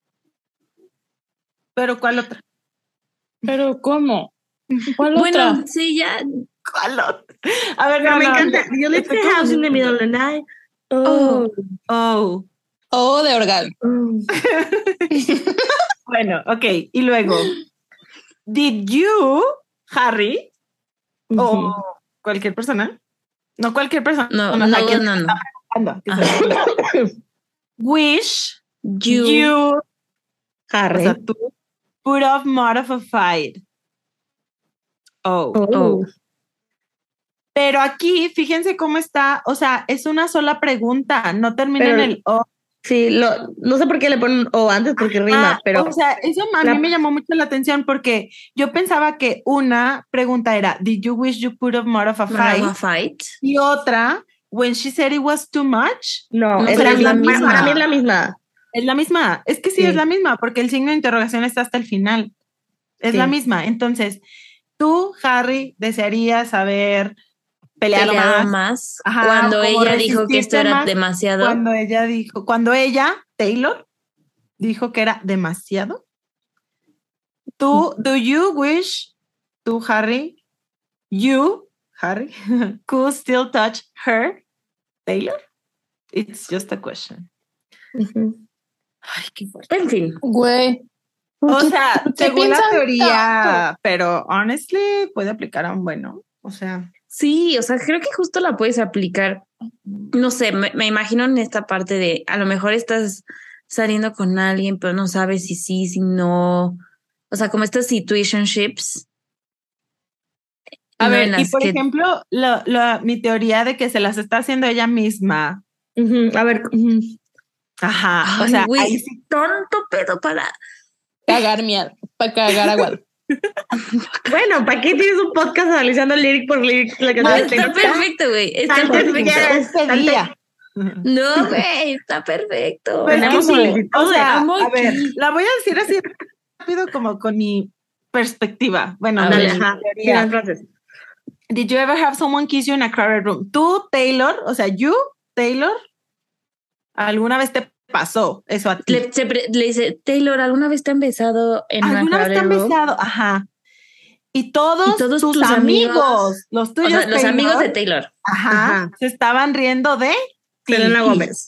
¿Pero cuál otra? Pero ¿cómo? ¿Cuál Bueno, otra? sí, ya. ¿Cuál otra? A ver, Pero no, me no, encanta. no. You left the Estoy house in the middle of the night. Oh. Oh. O de orgasmo. Bueno, ok. Y luego, did you, Harry, o cualquier persona? No cualquier persona. No, o sea, ¿quién no. está preguntando? ¿Quién está preguntando? Wish you, o Harry. sea, tú, put off modified. Oh. Pero aquí, fíjense cómo está, o sea, es una sola pregunta, no termina Pero- en el o. Sí, no sé por qué le ponen o antes porque rima, pero O sea, eso a mí me llamó mucho la atención porque yo pensaba que una pregunta era, did you wish you put off more of a fight? More of a fight. Y otra, when she said it was too much. no, No, es pero la es la misma. misma. Para mí es la misma. Es la misma, es que sí, Sí. es la misma, porque el signo de interrogación está hasta el final. Es Sí. la misma. Entonces, tú, Harry, desearías haber peleado más. Ajá, cuando como ella dijo que esto resistirte era más demasiado. Cuando ella, Taylor, dijo que era demasiado. Tú, do you wish, tú, Harry, could still touch her, Taylor? It's just a question. Ay, qué fuerte. En fin. Güey. O sea, ¿por qué según la piensan teoría, tanto? pero honestly puede aplicar a un bueno. O sea, Sí, o sea, creo que justo la puedes aplicar. No sé, me imagino en esta parte de a lo mejor estás saliendo con alguien, pero no sabes si sí, si no. O sea, como estas situationships. a no, ver, en y las por que- ejemplo, mi teoría de que se las está haciendo ella misma. A ver. Ajá, o Ay, sea, güey, ahí sí. tonto pedo para. Cagar miedo. Para cagar agua. Bueno, ¿para qué tienes un podcast analizando lyric por lyric? La No, canción de está Taylor? perfecto, güey. Está Tanto perfecto. quieres. Este día. No, güey, está perfecto. Pues Tenemos que sí, solicitud, o sea, amo a ver, aquí. la voy a decir así rápido como con mi perspectiva. Bueno, A Dale, ver, mi ajá. teoría. Sí, las frases. Did you ever have someone kiss you in a crowded room? Tú, Taylor, o sea, you, Taylor, ¿alguna vez te pasó eso a ti? le dice, Taylor, ¿alguna vez te han besado en una ¿Alguna vez te han crowded room? besado? Ajá. Y todos todos tus tus amigos, los O tuyos, sea, los Taylor, amigos de Taylor. ajá, Ajá. se estaban riendo de ti. Selena Gómez.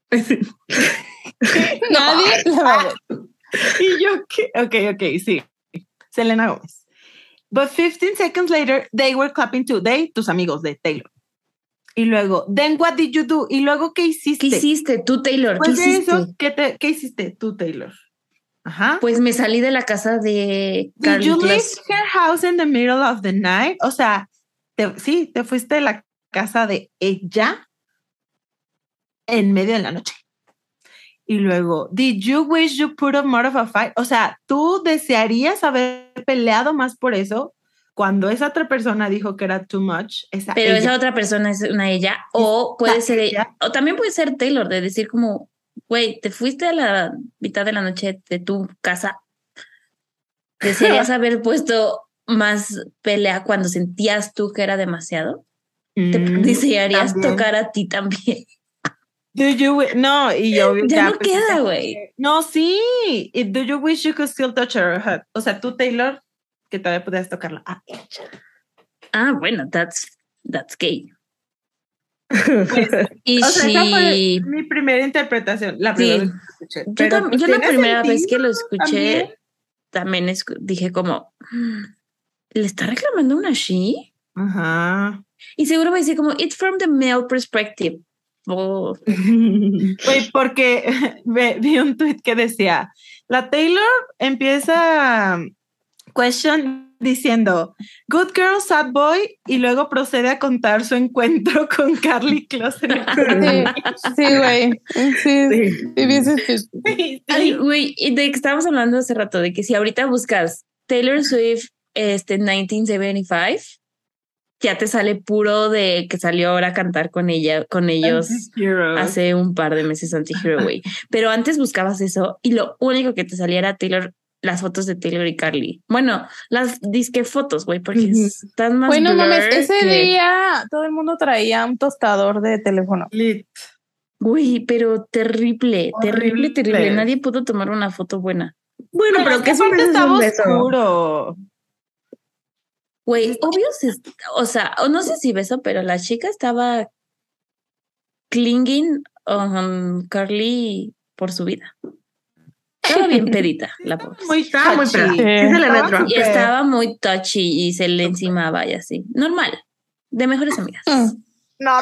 Nadie la va a ver. Y yo, ¿qué? Ok, sí. Selena Gómez. But 15 seconds later, they were clapping too. They, tus amigos de Taylor. Y luego, then what did you do? Y luego, ¿qué hiciste? ¿Qué hiciste tú, Taylor? ¿Qué Después de hiciste? eso, ¿qué hiciste tú, Taylor? Ajá. Pues me salí de la casa de Did you Carly leave Kloss. her house in the middle of the night? O sea, te fuiste de la casa de ella en medio de la noche. Y luego, did you wish you put up more of a fight? O sea, ¿tú desearías haber peleado más por eso cuando esa otra persona dijo que era too much? Pero ella. esa otra persona es una ella. O puede ser ella. O también puede ser Taylor, de decir como, güey, te fuiste a la mitad de la noche de tu casa. ¿Desearías haber puesto más pelea cuando sentías tú que era demasiado? ¿Te desearías también. tocar a ti también? No, y yo Ya no queda, güey. No, sí. Y do you wish you could still touch her? O sea, tú, Taylor, que todavía podías tocarla a ella. Ah, bueno, that's gay. Pues, Y o sea, esa fue she... mi primera interpretación, la Sí. primera vez que lo escuché. Yo la tiene primera vez que lo sentido escuché, también. también dije como, ¿le está reclamando una she? Ajá. Y seguro va a decir como, it's from the male perspective. Oh. Güey, porque vi un tweet que decía, la Taylor empieza question diciendo, good girl, sad boy, y luego procede a contar su encuentro con Karlie Kloss en el Sí, güey. Sí. Ay, güey, y de que estábamos hablando hace rato, de que si ahorita buscas Taylor Swift 1975, ya te sale puro de que salió ahora a cantar con ellos hace un par de meses, Anti-Hero, güey. Pero antes buscabas eso y lo único que te salía era Taylor, las fotos de Taylor y Carly. Bueno, las disque fotos, güey, porque están más bueno, blur mames, ese que... día todo el mundo traía un tostador de teléfono. Lit. Güey, pero terrible, Horrible. terrible. Nadie pudo tomar una foto buena. Bueno, pero que es un aparte beso, es estaba un beso. oscuro. Güey, obvio, o sea, no sé si beso, pero la chica estaba clinging on Carly por su vida. Estaba bien pedita, la pobre. Estaba muy touchy. peda. Sí se le ve otro. Y estaba muy touchy y se le encimaba y así. Normal, de mejores amigas. No,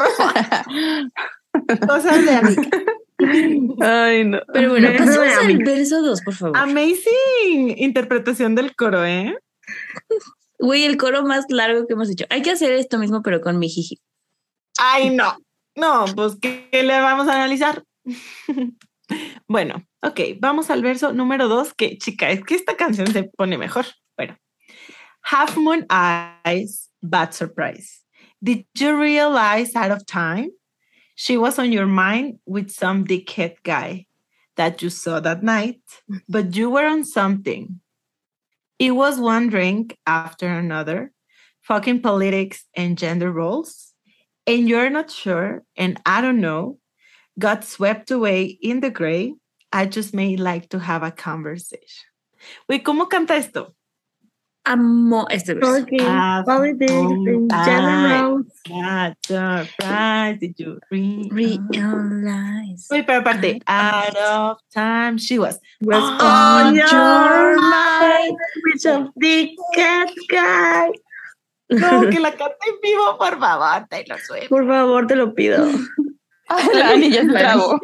cosas de amiga. Ay, no. Pero bueno, Verso de pasemos al amiga. verso 2, por favor. Amazing interpretación del coro, ¿eh? Güey, el coro más largo que hemos hecho. Hay que hacer esto mismo, pero con mi jiji. Ay, no. No, pues, ¿qué le vamos a analizar? Bueno, ok, vamos al verso número 2, que chica, es que esta canción se pone mejor. Bueno, Half Moon Eyes, Bad Surprise. Did you realize out of time she was on your mind with some dickhead guy that you saw that night, but you were on something. It was one drink after another, fucking politics and gender roles, and you're not sure, and I don't know, got swept away in the gray. I just may like to have a conversation. Wait, ¿cómo canta esto? Amo este verso. Okay. Politics and gender roles. Not surprised, did you Realize. Wait, pero aparte, out of time she was On your your mind with some dick cat guy. No, que la cante en vivo, por favor, Taylor Swift. Por favor, te lo pido. La niña se tragó.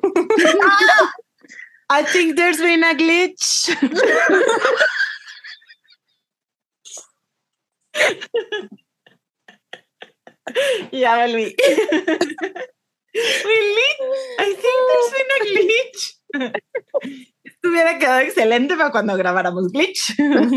I think there's been a glitch. Ya volví. Really? I think there's been a glitch. Esto hubiera quedado excelente para cuando grabáramos glitch.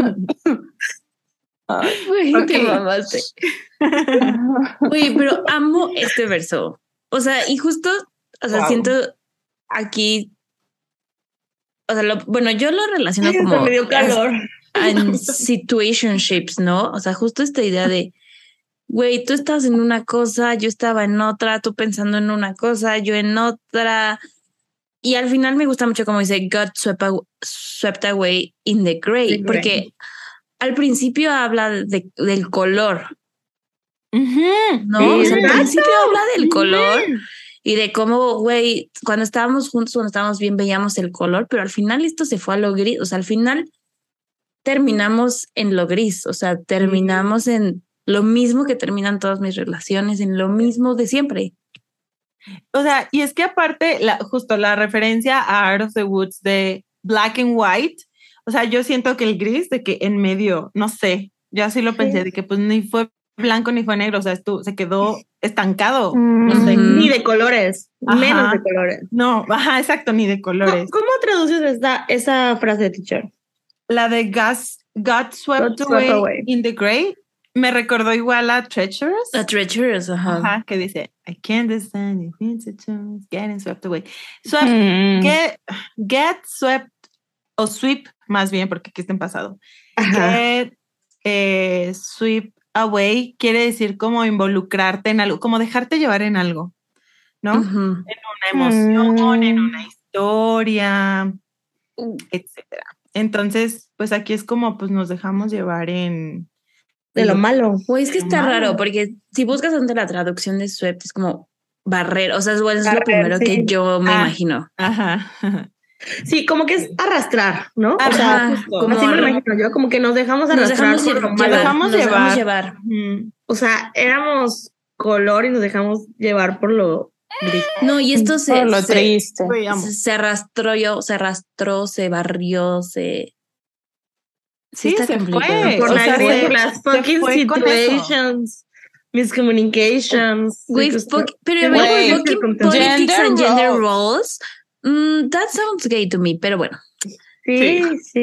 Güey, te Ok. mamaste. Güey, pero amo este verso. O sea, y justo, o sea, Wow. siento aquí, o sea, bueno, yo lo relaciono Ay, como hasta me dio calor. en situationships, ¿no? O sea, justo esta idea de, güey, tú estás en una cosa, yo estaba en otra, tú pensando en una cosa, yo en otra. Y al final me gusta mucho como dice, got swept away in the gray, The gray. porque al principio habla del color, ¿no? Sí, O sea, al exacto. principio habla del color y de cómo, güey, cuando estábamos juntos, cuando estábamos bien, veíamos el color, pero al final esto se fue a lo gris. O sea, al final terminamos en lo gris, o sea, terminamos en lo mismo que terminan todas mis relaciones, en lo mismo de siempre. O sea, y es que aparte, justo la referencia a Out of the Woods de Black and White, o sea, yo siento que el gris de que en medio, no sé, yo así lo pensé, de que pues ni fue blanco ni fue negro, o sea, esto se quedó estancado. No sé. Ni de colores, Ajá. menos de colores. No, ajá, exacto, ni de colores. ¿Cómo traduces esa frase, teacher? La de got swept away in the gray me recordó igual a Treacherous. A Treacherous, ajá. Ajá, que dice, I can't stand it, it's a chance, getting swept away. Swept, get swept, o sweep, más bien, porque aquí está en pasado. Ajá. Get sweep away quiere decir como involucrarte en algo, como dejarte llevar en algo, ¿no? Ujú. En una emoción, en una historia, etcétera. Entonces, pues aquí es como, pues nos dejamos llevar en... De lo malo. Güey, es que está Malo. raro, porque si buscas ante la traducción de swept, es como barrer, o sea, es lo Barrer, primero sí. que yo me imagino. Ajá. Sí, como que es arrastrar, ¿no? Ajá, o sea, justo. como así me lo imagino yo, como que nos dejamos arrastrar Nos por lo dejamos malo. llevar, nos dejamos llevar. llevar. O sea, éramos color y nos dejamos llevar por lo gris. No, y esto Por lo triste. Güey, amo. se arrastró, se barrió, sí, Sí, está se complicado. fue. Por o las sea, reglas, se fucking fue con eso. situations, miscommunications. Güey, pero Güey, fucking politics and gender roles, that sounds gay to me, pero bueno. Sí.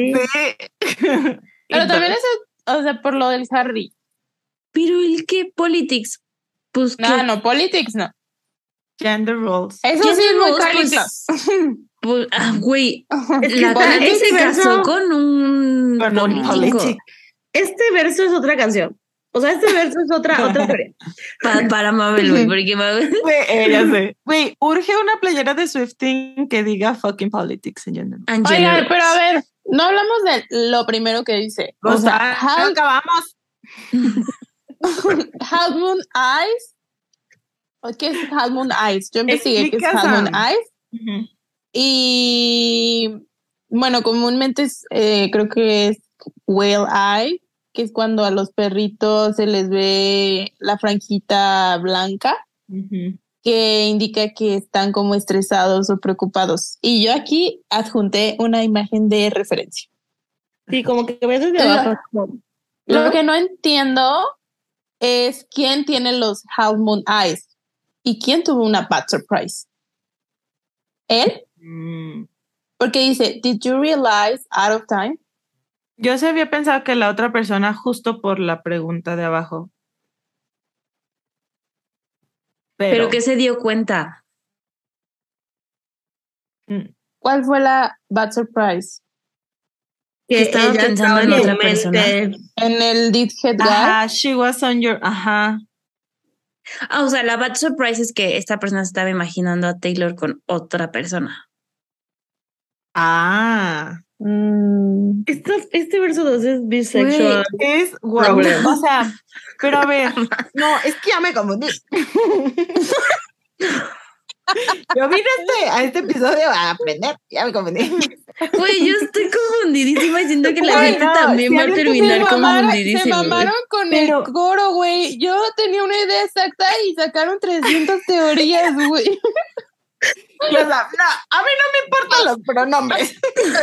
Pero también eso, o sea, por lo del Harry. Pero el que politics, pues No, politics no. Gender roles. Eso sí es muy Kylie Close. Pues, güey, Es que la está- Kylie este se casó verso- con un Con un político. político. Este verso es otra canción. O sea, este verso es otra historia. Para Mabel, güey, porque Mabel... Güey, ya sé. Güey, urge una playera de Swifting que diga fucking politics en gender. and Oigan, gender pero a roles. ver, no hablamos de lo primero que dice. O sea, Half acabamos. Moon Eyes. ¿Qué es Half Moon Eyes? Yo investigué qué es Explica, Half Moon Sam. Eyes. Y bueno, comúnmente es, creo que es Whale Eye, que es cuando a los perritos se les ve la franjita blanca, que indica que están como estresados o preocupados. Y yo aquí adjunté una imagen de referencia. Sí, como que ves desde abajo. como- Lo ¿no? que no entiendo es quién tiene los Half Moon Eyes y quién tuvo una bad surprise. ¿Él? Porque dice, did you realize out of time? Yo se había pensado que la otra persona justo por la pregunta de abajo. Pero que se dio cuenta. ¿Cuál fue la bad surprise? Que estaba ella pensando en estaba otra tu persona. mente. En el Did Head Guy. Ajá, she was on your... Ajá. O sea, la bad surprise es que esta persona se estaba imaginando a Taylor con otra persona. Ah. Este verso 2 es bisexual. Es guau. Problem. O sea, pero a ver, no, es que ya me confundí. Yo vine a este episodio a aprender, ya me confundí. Güey, yo estoy confundidísima y siento que la Güey, gente no, también si va a alguien terminar Se confundidísima. mamaron con Pero- el coro, güey. Yo tenía una idea exacta y sacaron 300 teorías, güey. O sea, no, a mí no me importan los pronombres.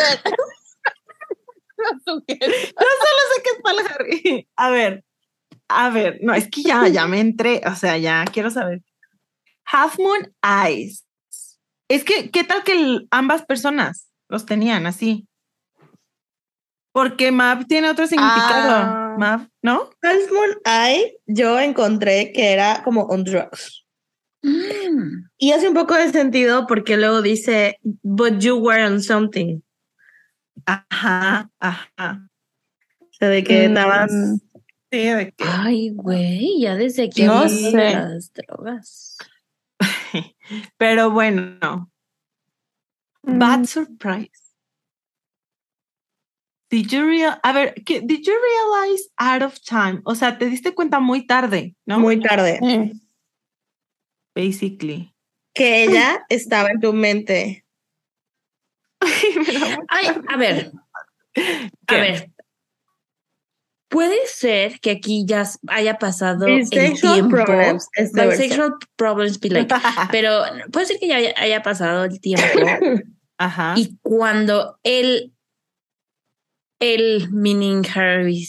Yo solo sé que es para Harry. A ver, no, es que ya me entré, o sea, ya quiero saber. Half Moon Eyes. Es que, ¿qué tal que ambas personas los tenían así? Porque Mav tiene otro significado. Ah. Mav, ¿no? Half Moon Eye, yo encontré que era como on drugs. Y hace un poco de sentido porque luego dice, but you were on something. Ajá. O sea, de que estabas... Sí, de que. Ay, güey, ya desde aquí No hablando de sé. las drogas. Pero bueno. Bad surprise. Did you realize out of time? O sea, te diste cuenta muy tarde, ¿no? Muy tarde. Basically. Que ella estaba en tu mente. Ay, a ver. ¿Qué? A ver. Puede ser que aquí ya haya pasado el Bisexual tiempo. problems, este verso. Bisexual problems be like. Pero puede ser que ya haya pasado el tiempo. Ajá. Y cuando él meaning Harry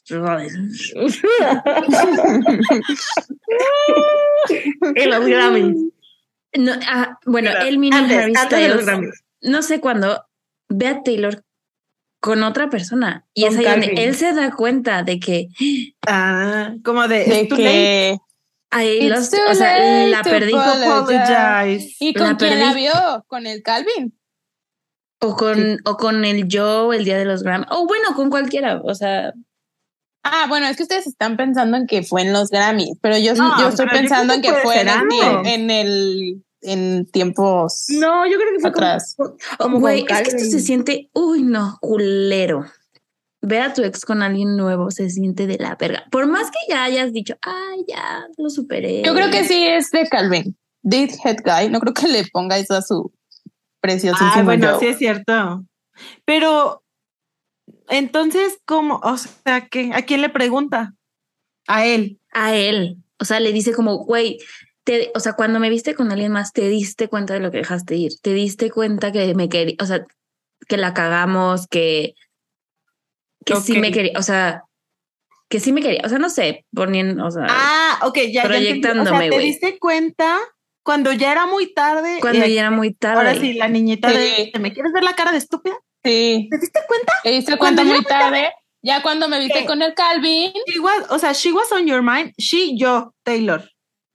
En los Grammys. no, bueno, él meaning Harry Antes de los Styles, Grammys. no sé cuándo ve a Taylor con otra persona y Con es ahí donde Calvin. él se da cuenta de que Como de De it's too late. que ahí It's too o sea, late la to perdí Apologize. ¿Y La con quién la perdí. vio? ¿Con el Calvin? o con el Joe el día de los Grammy o bueno con cualquiera, o sea, Ah, bueno, es que ustedes están pensando en que fue en los Grammys, pero yo No, estoy pero yo pensando en creo que que fue puede ser antes. en tiempos No, yo creo que fue atrás. como güey, con es que esto Calvin. se siente, uy, no, culero. Ver a tu ex con alguien nuevo se siente de la verga. Por más que ya hayas dicho, ay, ya lo superé. Yo creo que sí es de Calvin. Did Head Guy, no creo que le ponga eso a su preciosísimo. bueno, Joe. sí es cierto. Pero, entonces, ¿cómo? O sea, ¿a quién le pregunta? A él. A él. O sea, le dice como, güey, o sea, cuando me viste con alguien más, te diste cuenta de lo que dejaste ir. Te diste cuenta que me quería, o sea, que la cagamos, que sí me quería, o sea, que sí me quería. O sea, no sé, poniendo, o sea, Ok, ya entendí. O sea, proyectándome, ¿te güey. diste cuenta cuando ya era muy tarde? Cuando ya era muy tarde. Ahora sí, la niñita Sí. ¿me quieres ver la cara de estúpida? Sí. ¿Te diste cuenta? Te diste Cuando cuenta ya muy tarde. Ya cuando me viste ¿Qué? con el Calvin. She was on your mind. Yo, Taylor.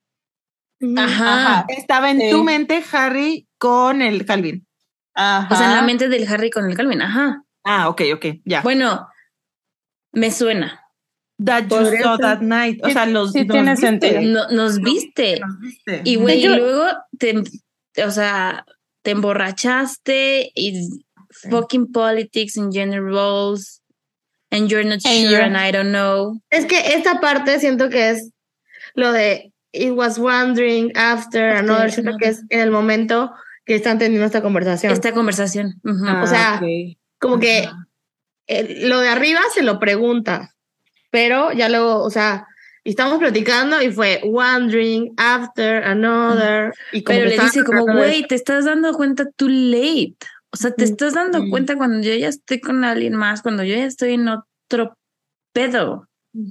Ajá. Estaba en tu mente Harry con el Calvin. Ajá. O sea, en la mente del Harry con el Calvin. Ajá. Ok, ya. Bueno, me suena. That you saw that night. O sea, sí tiene viste. sentido. Nos viste. Nos viste. Y güey, luego o sea, te emborrachaste y fucking politics and gender roles and you're not sure and I don't know. Es que esta parte siento que es lo de it was wondering after another, siento que es en el momento que están teniendo esta conversación. Uh-huh. O sea, como que lo de arriba se lo pregunta, pero ya luego, o sea, estamos platicando y fue wondering after another. Y como pero que le dice como, güey, te estás dando cuenta too late. O sea, te estás dando cuenta cuando yo ya estoy con alguien más, cuando yo ya estoy en otro pedo.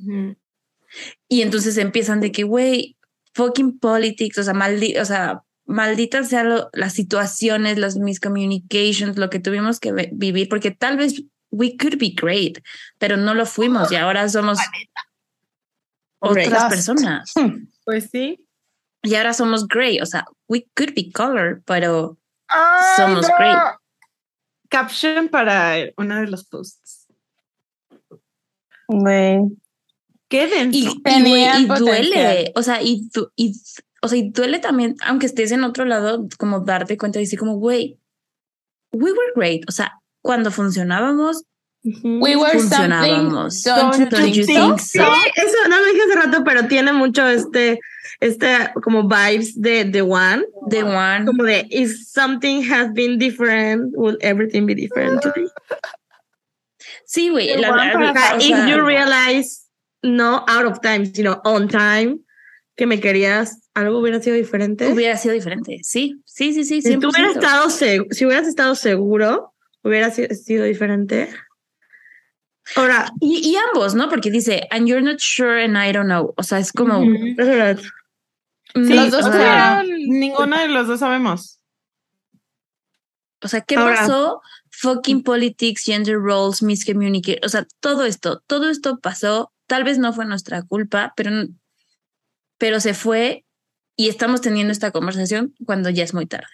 Y entonces empiezan de que, güey, fucking politics, o sea, malditas sean las situaciones, los miscommunications, lo que tuvimos que vivir, porque tal vez we could be great, pero no lo fuimos y ahora somos otras personas. Pues sí. Y ahora somos gray, o sea, we could be color, pero somos gray. Caption para uno de los posts. Güey. Qué denso. Y duele, o sea, y duele también, aunque estés en otro lado, como darte cuenta y decir como, güey, we were great, o sea, cuando funcionábamos, funcionábamos. Don't you think so? Sí, eso no lo dije hace rato, pero tiene mucho este como vibes de The One. The One. Como de, if something has been different, will everything be different today? Sí, güey. If you realize, no out of time, sino on time, que me querías, algo hubiera sido diferente. Hubiera sido diferente, sí. 100%. Si tú hubieras estado seguro, hubiera sido diferente. Ahora, y ambos, ¿no? Porque dice, and you're not sure and I don't know. O sea, es como. Es verdad. Sí, los dos ninguno de los dos sabemos. O sea, ¿qué pasó? Fucking politics, gender roles, miscommunication. O sea, todo esto pasó. Tal vez no fue nuestra culpa, pero se fue y estamos teniendo esta conversación cuando ya es muy tarde.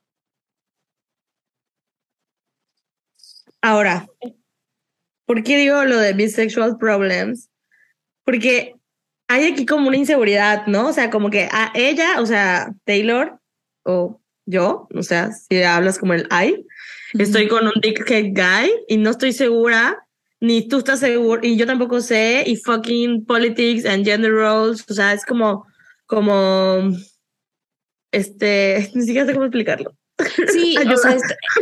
Ahora, ¿por qué digo lo de bisexual problems? Porque hay aquí como una inseguridad, ¿no? O sea, como que a ella, o sea, Taylor o yo, o sea, si hablas como el I, estoy con un dickhead guy y no estoy segura, ni tú estás seguro, y yo tampoco sé, y fucking politics and gender roles, o sea, es como, ni siquiera sé cómo explicarlo. Sí, o sea,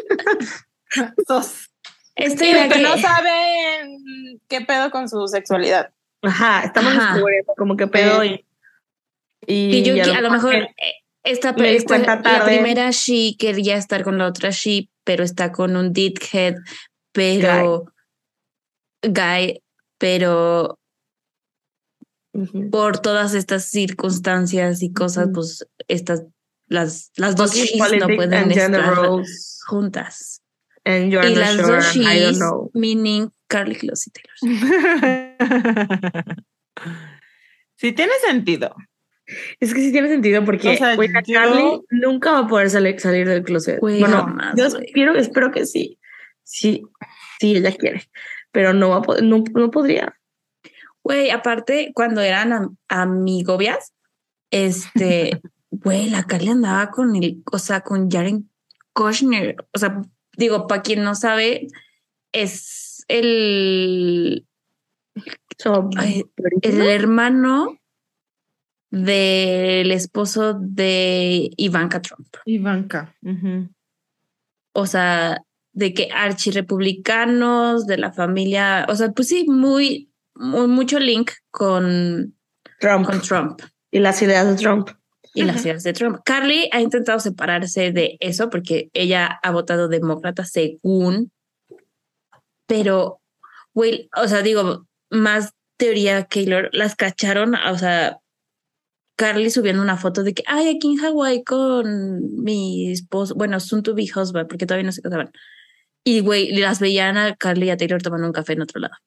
que no saben qué pedo con su sexualidad. Ajá, estamos descubriendo como que pedo y a lo mejor la primera she quería estar con la otra she, pero está con un dickhead, pero guy, pero por todas estas circunstancias y cosas, pues las dos she's no pueden estar juntas. And y las dos she's, meaning Carly Close y Taylor. Sí tiene sentido. Es que sí tiene sentido porque Carly nunca va a poder salir del closet. Jamás, yo espero que sí. Sí, ella quiere, pero no va a poder, no podría. Güey, aparte, cuando eran amigobias, güey, la Carly andaba con con Jared Kushner. O sea, digo, para quien no sabe, es el hermano del esposo de Ivanka Trump. Ivanka. o sea, de que archirrepublicanos, de la familia, o sea, pues sí, mucho link con Trump. Y las ideas de Trump. Y las ideas de Trump. Carly ha intentado separarse de eso porque ella ha votado demócrata según, pero, güey, o sea, digo, más teoría, Keylor, las cacharon, o sea, Carly subiendo una foto de que, ay, aquí en Hawái con mi esposo, bueno, soon to be husband, porque todavía no se casaban. Y, güey, las veían a Carly y a Taylor tomando un café en otro lado.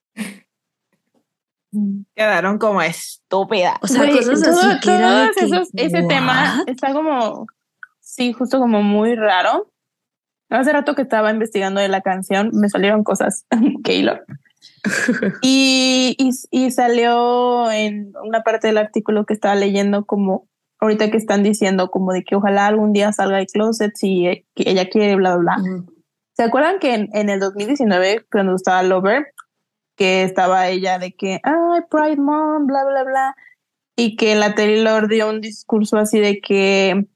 Quedaron como estúpidas. O sea, Güey, cosas así que era de que, ese tema está como, sí, justo como muy raro. Hace rato que estaba investigando de la canción, me salieron cosas, Keylor. y salió en una parte del artículo que estaba leyendo como, ahorita que están diciendo como de que ojalá algún día salga del closet si que ella quiere, bla, bla, bla. ¿Se acuerdan que en el 2019, cuando estaba Lover, que estaba ella de que, ay, Pride Mom, bla, bla, bla, y que la Taylor dio un discurso así de que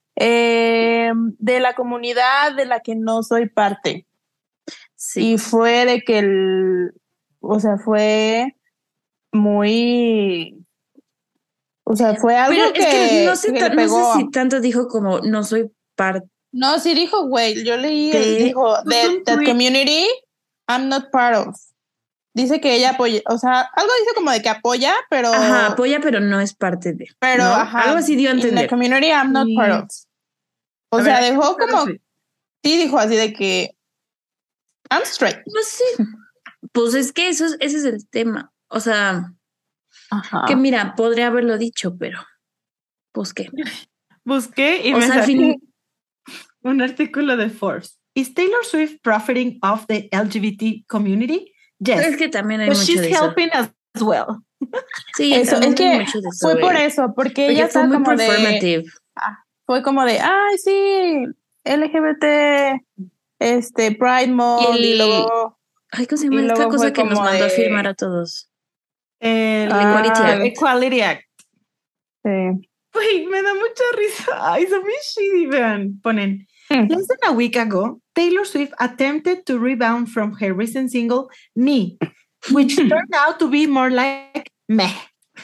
de la comunidad de la que no soy parte? Sí. Y fue de que o sea, fue muy, o sea, fue algo pero que es que no sé, no sé si tanto dijo como no soy parte. No, sí dijo, güey, yo leí, dijo, that community I'm not part of. Dice que ella apoya, o sea, algo dice como de que apoya, pero... Ajá, apoya, pero no es parte de. Pero, ¿no? ajá. Algo así dio a entender. In the community I'm not part of. O sea, dejó como... Sí, dijo así de que... I'm straight. Pues sí. Pues es que ese es el tema. O sea... Ajá. Que mira, podría haberlo dicho, pero... Busqué. Busqué y me salió un artículo de Forbes. ¿Is Taylor Swift profiting off the LGBT community? Yes. Pero es que también hay mucho she's de eso. helping as well. Sí, eso, es que mucho de eso, fue por eso, porque ella fue muy como performative. Fue como de, ay, sí, LGBT, Pride Month, y luego... Ay, ¿cómo se llama esta cosa que nos mandó a firmar a todos? El Equality Act. Sí. Uy, me da mucha risa. Ay, son bien shitty, vean. Ponen, less than a week ago, Taylor Swift attempted to rebound from her recent single, Me, which turned out to be more like meh.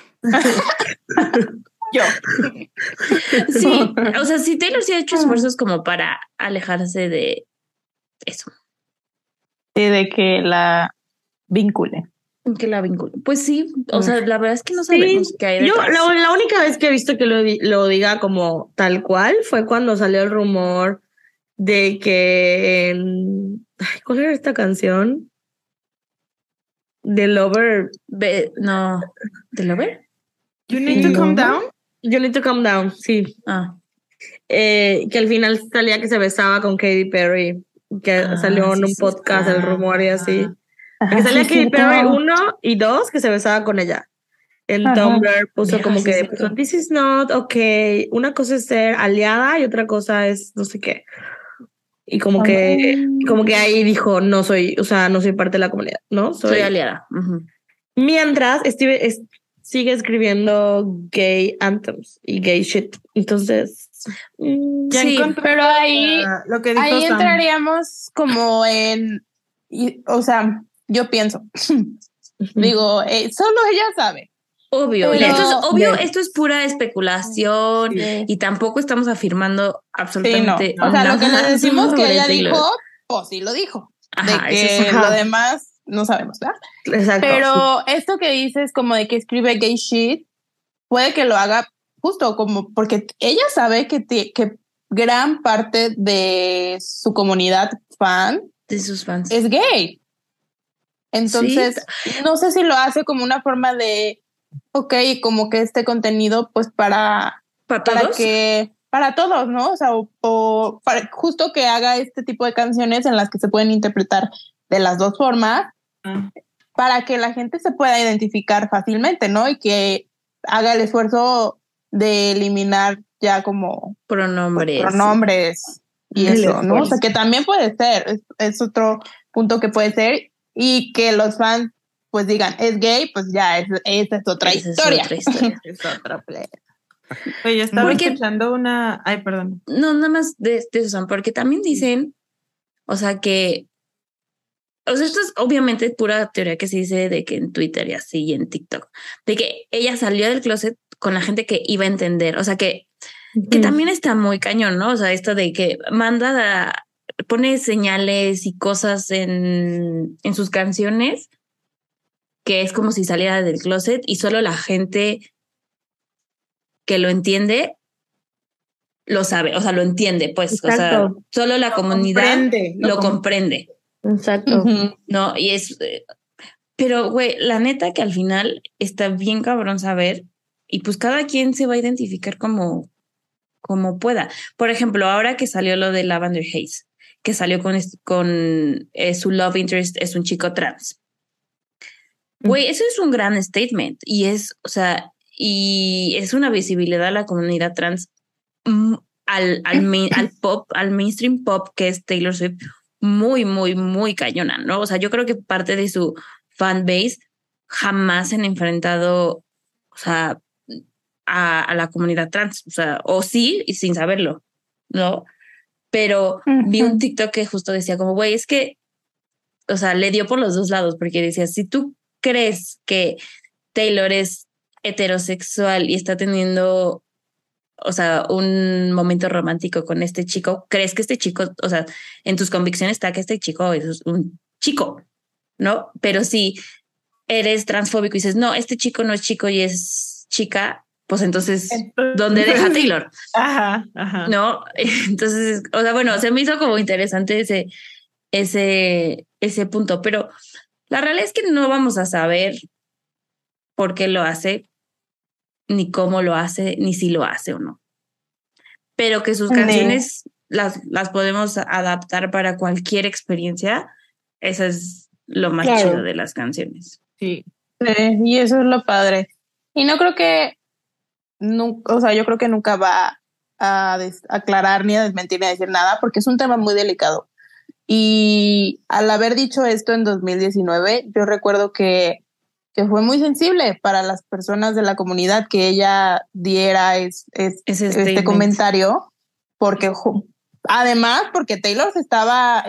Yo. Sí, o sea, sí, Taylor sí ha hecho esfuerzos como para alejarse de eso. Sí, de que la vincule. Que la vincule. Pues sí, o sea, la verdad es que no sabemos qué hay detrás. Yo la única vez que he visto que lo diga como tal cual fue cuando salió el rumor de que ¿cuál era esta canción? The Lover. No, ¿The Lover? You Need to Calm Down. You Need to Calm Down, sí. Que al final salía que se besaba con Katy Perry, que salió en un podcast el rumor y así. Que salía Katy Perry 1 y 2 que se besaba con ella. En Tumblr puso como que this is not okay. Una cosa es ser aliada y otra cosa es no sé qué. Y como que ahí dijo, no soy parte de la comunidad, ¿no? Soy aliada. Mientras sigue escribiendo gay anthems y gay shit. Entonces, sí, pero ahí, lo que dijo ahí entraríamos como en, o sea, yo pienso, digo, solo ella sabe. Obvio, esto es pura especulación y tampoco estamos afirmando absolutamente nada. O sea, lo que le decimos que ella dijo, pues sí lo dijo. Ajá, de que lo demás no sabemos, ¿verdad? Exacto. Pero esto que dices como de que escribe gay shit, puede que lo haga justo como porque ella sabe que gran parte de su comunidad de sus fans es gay. Entonces, no sé si lo hace como una forma de como que este contenido pues para todos, ¿no? O sea, o para justo que haga este tipo de canciones en las que se pueden interpretar de las dos formas para que la gente se pueda identificar fácilmente, ¿no? Y que haga el esfuerzo de eliminar ya como pronombres y eso, ¿no? O sea, que también puede ser, es otro punto que puede ser y que los fans pues digan, es gay, pues ya, esa es otra historia. Es otra play. Oye, yo estaba escuchando una... Ay, perdón. No, nada más de eso, porque también dicen O sea, esto es obviamente pura teoría que se dice de que en Twitter y así y en TikTok, de que ella salió del closet con la gente que iba a entender. O sea, que también está muy cañón, ¿no? O sea, esto de que pone señales y cosas en sus canciones que es como si saliera del closet y solo la gente que lo entiende lo sabe, o sea, lo entiende, pues. Exacto. O sea, solo la comunidad lo comprende. Exacto. No, y pero güey, la neta que al final está bien cabrón saber y pues cada quien se va a identificar como pueda. Por ejemplo, ahora que salió lo de Lavender Haze, que salió con su love interest es un chico trans. Güey, eso es un gran statement y o sea, y es una visibilidad a la comunidad trans al pop, al mainstream pop que es Taylor Swift, muy, muy, muy cañona, ¿no? O sea, yo creo que parte de su fan base jamás se han enfrentado, o sea, a la comunidad trans, o sea, o sí, y sin saberlo, ¿no? Pero vi un TikTok que justo decía como, güey, es que, o sea, le dio por los dos lados, porque decía, si tú crees que Taylor es heterosexual y está teniendo, o sea, un momento romántico con este chico, crees que este chico, o sea, en tus convicciones está que este chico es un chico, ¿no? Pero si eres transfóbico y dices, no, este chico no es chico y es chica, pues entonces, ¿dónde deja Taylor? Ajá. ¿No? Entonces, o sea, bueno, se me hizo como interesante ese punto, pero la realidad es que no vamos a saber por qué lo hace, ni cómo lo hace, ni si lo hace o no. Pero que sus canciones las podemos adaptar para cualquier experiencia, eso es lo más chido de las canciones. Sí, y eso es lo padre. Y no creo que o sea, yo creo que nunca va a aclarar ni a desmentir ni a decir nada, porque es un tema muy delicado. Y al haber dicho esto en 2019, yo recuerdo que fue muy sensible para las personas de la comunidad que ella diera este comentario, porque además porque Taylor estaba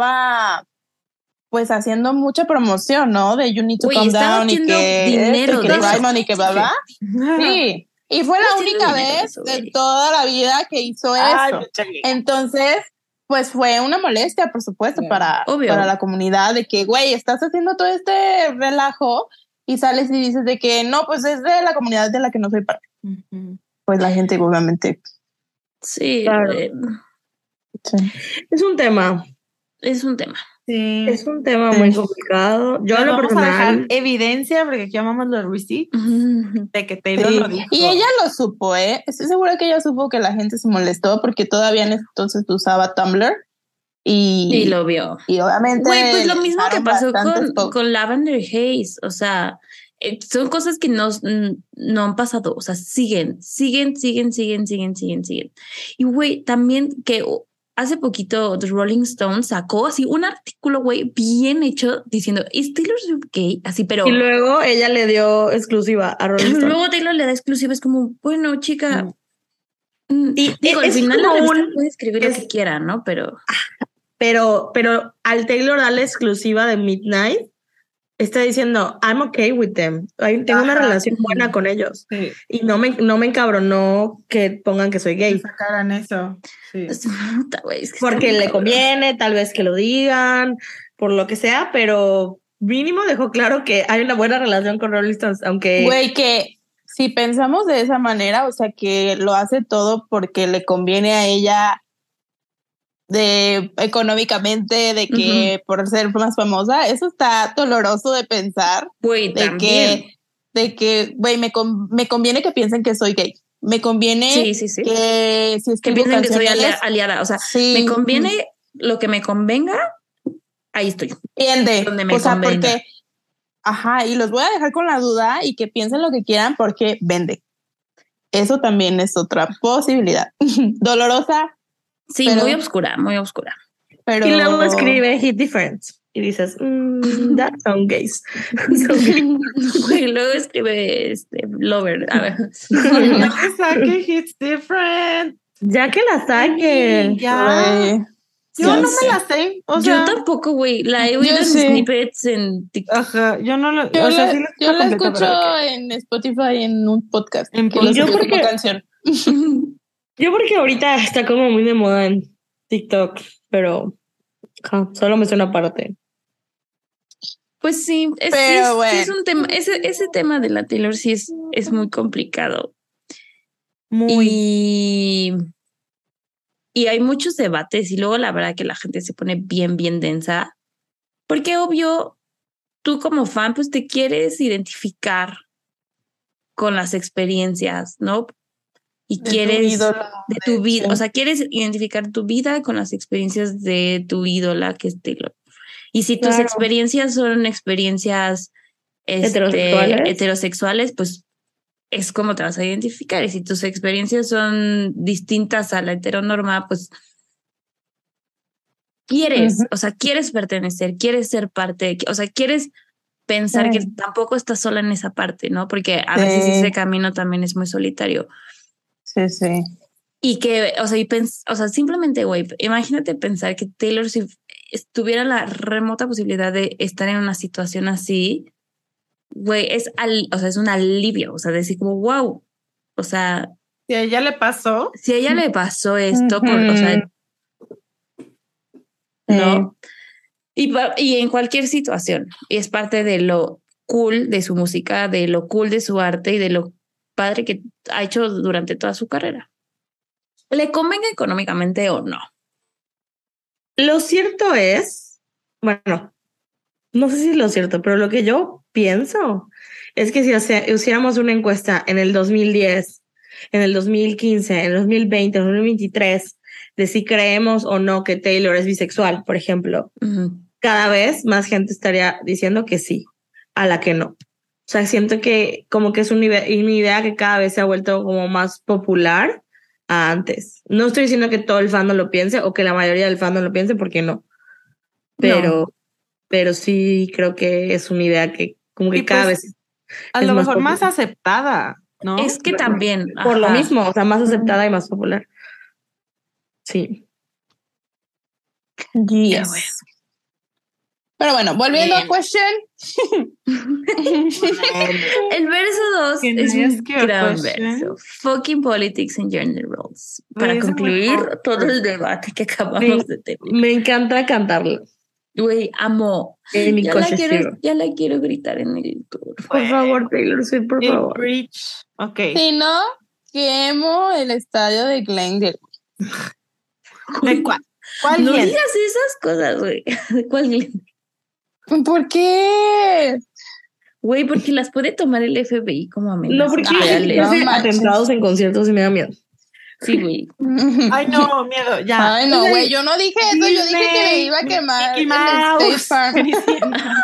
pues haciendo mucha promoción, ¿no? De You Need to Calm Down y que dinero que Raymond y que bla. Sí. Y fue la única vez de toda la vida que hizo eso. Entonces, pues fue una molestia, por supuesto, para la comunidad de que, güey, estás haciendo todo este relajo y sales y dices de que no, pues es de la comunidad de la que no soy parte. Pues la gente obviamente. Sí, claro. Sí. Es un tema. Sí. Es un tema muy complicado. Yo a lo vamos personal, a dejar evidencia, porque aquí llamamos los receipts, de que Taylor lo dijo. Y ella lo supo, estoy segura que ella supo que la gente se molestó porque todavía en entonces usaba Tumblr y lo vio. Y obviamente güey, pues lo mismo que pasó con Lavender Haze, o sea, son cosas que no han pasado, o sea, siguen. Y güey, también que hace poquito The Rolling Stone sacó así un artículo, güey, bien hecho diciendo, ¿es Taylor Swift gay? Así, pero... Y luego ella le dio exclusiva a Rolling Stone. Luego Taylor le da exclusiva, es como, bueno, chica... Y digo, al final la revista puede escribir lo que quiera, ¿no? Pero al Taylor darle exclusiva de Midnight, está diciendo, I'm okay with them. Tengo una relación buena con ellos. Sí. Y no me encabronó que pongan que soy gay. Que sacaran eso. Sí. Porque le conviene, tal vez que lo digan, por lo que sea, pero mínimo dejó claro que hay una buena relación con Rolling Stones, aunque... Güey, que si pensamos de esa manera, o sea, que lo hace todo porque le conviene a ella económicamente, de que por ser más famosa, eso está doloroso de pensar. Güey, de que güey, me conviene que piensen que soy gay. Me conviene que si que piensen que soy aliada. O sea, me conviene lo que me convenga, ahí estoy. Donde me convenga. Porque y los voy a dejar con la duda y que piensen lo que quieran porque vende. Eso también es otra posibilidad. Dolorosa. Sí, pero, muy oscura. Pero... Y luego escribe Hit Different y dices, that sound gays. Y luego escribe Lover. A ver. Ya que saque Hits Different. Ya que la saque. Ya. Yo Ya no sé. me la sé. O Yo sea, tampoco, güey. La he oído Yo en sí. snippets en TikTok. ajá, yo no lo. Yo O sea, la, sí yo la completa, escucho pero de en Spotify en un podcast En que lo yo subió como porque, canción. yo porque ahorita está como muy de moda en TikTok, pero solo me suena aparte. Pues sí, Pero sí es bueno. un tema. Ese tema de la Taylor sí es muy complicado. muy. Y hay muchos debates y luego la verdad que la gente se pone bien, bien densa. Porque obvio, tú como fan, pues te quieres identificar con las experiencias, ¿no? Y De tu quieres ídolo. de tu vida, Sí. o sea, quieres identificar tu vida con las experiencias de tu ídola, que es Taylor. Y si tus Claro. experiencias son experiencias Heterosexuales. heterosexuales, pues es como te vas a identificar. Y si tus experiencias son distintas a la heteronorma, pues quieres, Ujú. o sea, quieres pertenecer, quieres ser parte, o sea, quieres pensar que Sí. tampoco estás sola en esa parte, ¿no? Porque a veces ese camino también es muy solitario. Sí, sí. Y que, o sea, o sea, simplemente, güey, imagínate pensar que Taylor Swift tuviera la remota posibilidad de estar en una situación así, güey, o sea, es un alivio, o sea, decir como, wow, o sea, Si a ella le pasó, si a ella le pasó esto, o sea, Sí. ¿no? Y en cualquier situación, y es parte de lo cool de su música, de lo cool de su arte y de lo padre que ha hecho durante toda su carrera. Le convenga económicamente o no. Lo cierto es, bueno, no sé si es lo cierto, pero lo que yo pienso es que si hiciéramos una encuesta en el 2010, en el 2015, en el 2020, en el 2023, de si creemos o no que Taylor es bisexual, por ejemplo, cada vez más gente estaría diciendo que sí, a la que no. O sea, siento que como que es una idea que cada vez se ha vuelto como más popular a antes. No estoy diciendo que todo el fandom lo piense o que la mayoría del fandom lo piense, porque no. No. Pero sí creo que es una idea que como que y cada pues vez a es lo más mejor más popular. aceptada, ¿no? Es que también, Por lo ajá. mismo, o sea, más aceptada y más popular. Sí. Ya, güey. Yes. Pero bueno, volviendo a question. El verso 2 Can es I un ask you a gran question? verso. Fucking politics and gender roles. Para Es el concluir mejor todo el verso. debate que acabamos de tener. Me encanta cantarlo Güey, amo. en mi Ya coche. Ciro. la quiero gritar en el tour. Por favor, Taylor Swift, por El favor. bridge. Ok. Si no, quemo el estadio de Glendale. ¿De cuál? ¿Cuál No bien? digas esas cosas, güey. ¿De cuál? ¿Por qué? Güey, porque las puede tomar el FBI como No, amenazas porque reales. no hace manches. atentados en conciertos y me da miedo. Sí, güey. Ay, no, miedo, ya. Ay, no, güey, yo no dije eso, yo dije que le iba a quemar Mickey el Mouse, State Farm. Cenicienta.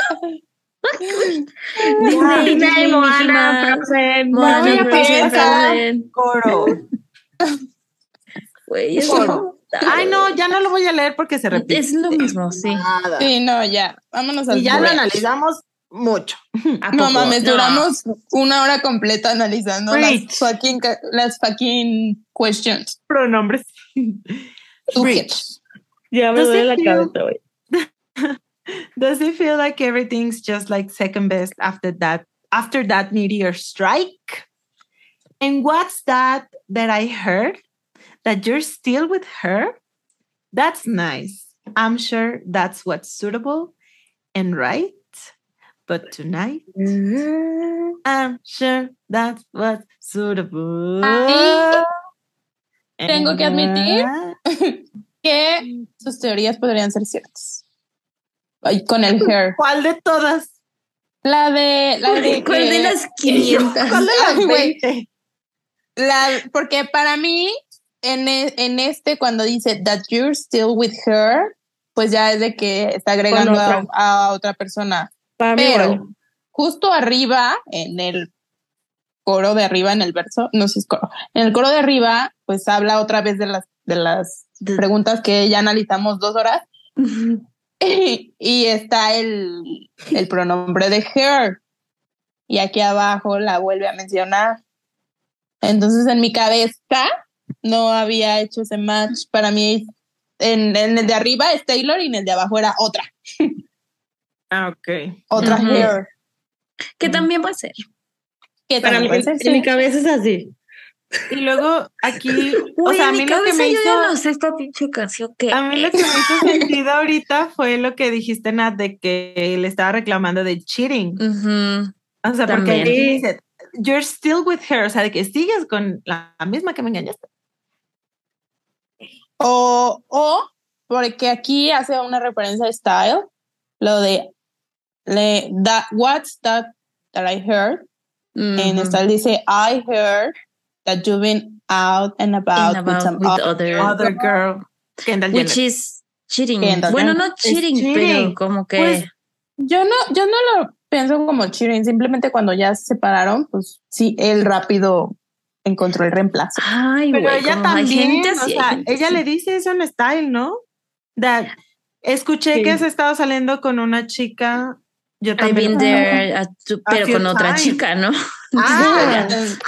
Disney, Moana, Mickey Mouse, Frozen, Moana, voy a Frozen, pasar. Frozen. Coro. Güey, eso Coro. Ay, no, ya no lo voy a leer porque se repite. es lo mismo, sí. Nada. Sí, no, ya, vámonos al Y ya lo bridge. analizamos mucho. ¿A No poco? mames, No. duramos una hora completa analizando Bridge. las fucking questions. Pronombres. Bridge. Ya me Does duele it la feel- cabeza, güey. Does it feel like everything's just like second best after that meteor strike? And what's that I heard? That you're still with her? That's nice. I'm sure that's what's suitable and right. But tonight, I'm sure that's what's suitable. Ahí tengo que admitir And- que sus teorías podrían ser ciertas. Ay, con el hair. ¿Cuál de todas? La de ¿Cuál de que- las 500? ¿Cuál de las Ay, güey. 20? Porque para mí, en este, cuando dice that you're still with her, pues ya es de que está agregando Con otra. a otra persona. Para mí Pero igual. justo arriba, en el coro de arriba, en el verso, no sé si es coro, en el coro de arriba, pues habla otra vez de las preguntas que ya analizamos 2 horas. Y está el pronombre de her. Y aquí abajo la vuelve a mencionar. Entonces en mi cabeza no había hecho ese match. Para mí en el de arriba es Taylor y en el de abajo era otra. Ok. Otra Ujú. hair. Que también puede ser. Que Para mí, también puede ser, en mi sí. cabeza es así. Y luego aquí, o Uy, sea, a en mí mi lo que cabeza me yo hizo, ya no sé esta pinche canción que a mí lo que me hizo sentido ahorita fue lo que dijiste, Nat, de que le estaba reclamando de cheating. Ujú. O sea, porque También. aquí dice, you're still with her, o sea, de que sigues con la misma que me engañaste. O porque aquí hace una referencia a Style, lo de what's that I heard. En Ujú. Style dice, I heard that you've been out and about, And with about some with other, Other girl. Kendall which Jenner. is cheating. Kendall Bueno, Jenner. no cheating, cheating. pero como que Pues, Yo no lo pienso como cheating, simplemente cuando ya se separaron, pues sí, él rápido encontró el reemplazo. ay, pero güey, ella como hay también, gente o así, hay sea, gente ella así. le dice eso en Style, ¿no? That, escuché Sí. que has estado saliendo con una chica, yo I've también. been there, pero few con otra times. chica, ¿no? Ah.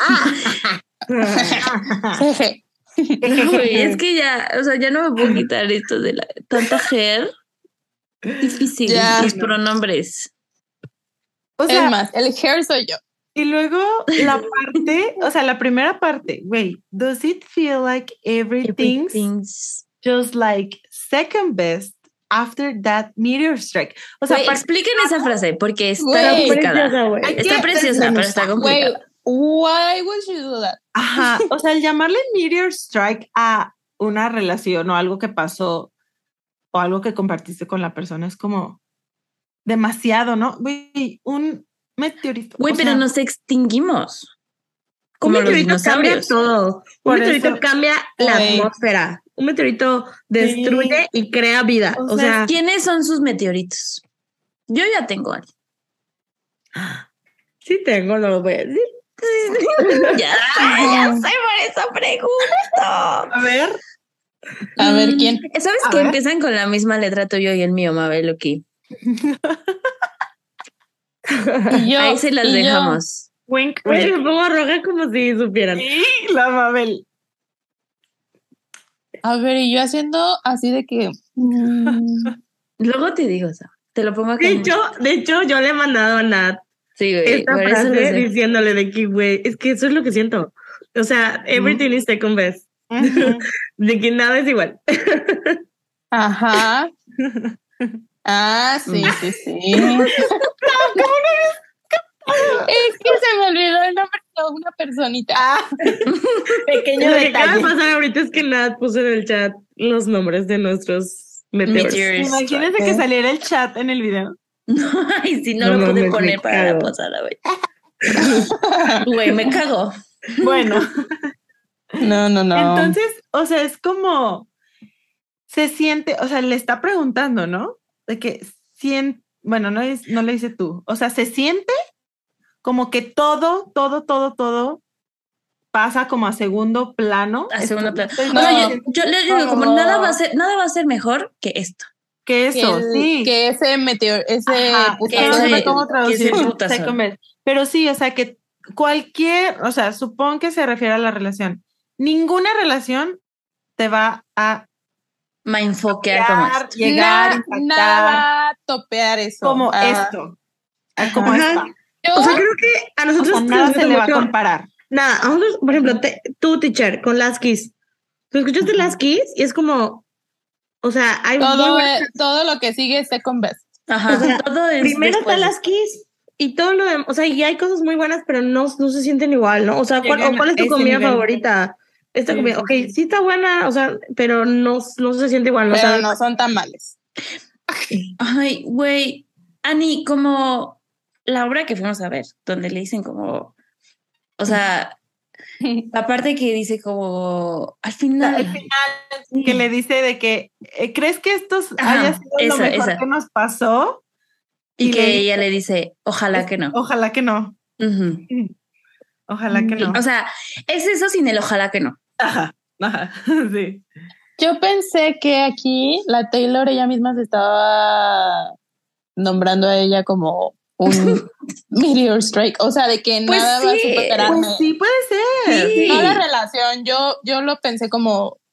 No, güey, es que ya, o sea, ya no me puedo quitar esto de tanta hair. Difícil, Ya. los pronombres. O Es sea, más, el hair soy yo. y luego la parte, o sea, la primera parte, güey, does it feel like everything's Everything's... just like second best after that meteor strike? O sea, Güey, expliquen esa frase porque está Güey, complicada. preciosa, güey. Hay Está que preciosa, pero está Güey, complicada. why would you do that? ajá, o sea, el llamarle meteor strike a una relación o algo que pasó o algo que compartiste con la persona es como demasiado, ¿no? Güey, un meteorito. Güey, o pero sea, nos extinguimos. Un Como los meteorito cambia dinosaurios. todo. Un Por meteorito eso. cambia la Güey. atmósfera. Un meteorito destruye y crea vida. O O sea, ¿Quiénes son sus meteoritos? Yo ya tengo algo. sí tengo, no lo voy a decir. Ya sé por eso pregunto. a ver, A ver quién. ¿Sabes A que ver. empiezan con la misma letra tuyo y el mío, Mabel? Aquí. Y yo, Ahí se las y yo- dejamos. wink, Oye, wink. me pongo roja como si supieran. Y la Mabel. A ver, y yo haciendo así de que. Luego te digo, o sea, te lo pongo acá. De hecho, yo le he mandado a Nat Sí, güey, esta por eso lo frase sé. diciéndole de que, güey, es que eso es lo que siento. O sea, everything is second best. Ujú. De que nada es igual. Ajá. Ah, sí, sí, sí. Es que se me olvidó el nombre de una personita. Ah, pequeño Lo que acaba de detalle. pasar ahorita es que Nat puso en el chat los nombres de nuestros meteoros. Meteors. Imagínense que saliera el chat en el video. Ay, si no, No lo pude mames, poner me para la cago. posada, güey. Güey, me cago. Bueno, No. entonces, o sea, es como se siente, o sea, le está preguntando, ¿no? De que bueno, no le dice tú, o sea, se siente como que todo pasa como a segundo plano. A segundo plano. Estoy- O sea, No. yo le digo, como No. nada va a ser mejor que esto. que eso, sí. Que ese meteor, ese Ajá, putazo. que no ese- sé cómo que traducir ese putazo. second best. Pero sí, o sea, que o sea, supongo que se refiere a la relación. Ninguna relación te va a Mindfuckear como llegar, esto. llegar, impactar Nada a topear eso. como Ah, esto. Como Ajá. esta. yo- O sea, creo que a O nosotros sea, nada nos se le va a mucho- comparar. Nada, a nosotros, por ejemplo, tú, teacher, con Last Kiss. Tú escuchaste Last Kiss y es como, o sea, hay muy buenas- todo lo que sigue es second best. Ajá, o sea, todo es primero después. está Last Kiss y todo lo demás, o sea, y hay cosas muy buenas, pero no se sienten igual, ¿no? O sea, ¿cuál Llegan es a tu ese comida nivel. favorita? Esta Sí, comida, sí, ok, sí. sí está buena, o sea, pero no se siente igual, ¿no? O Pero sea, no son tamales. Ay, güey. Ani, como la obra que fuimos a ver, donde le dicen como, o sea, la parte que dice como, al final. Al final, que le dice de que, ¿crees que esto Ajá, haya sido lo esa, mejor esa. que nos pasó? Y que le ella le dice, ojalá que no. Ojalá que no. Ujú. Ojalá que no. O sea, es eso sin el ojalá que no. Ajá, sí. Yo pensé que aquí la Taylor ella misma se estaba nombrando a ella como un meteor strike, o sea, de que Pues nada va a sí, superarme. Pues sí, puede ser. Sí. No la relación, yo lo pensé como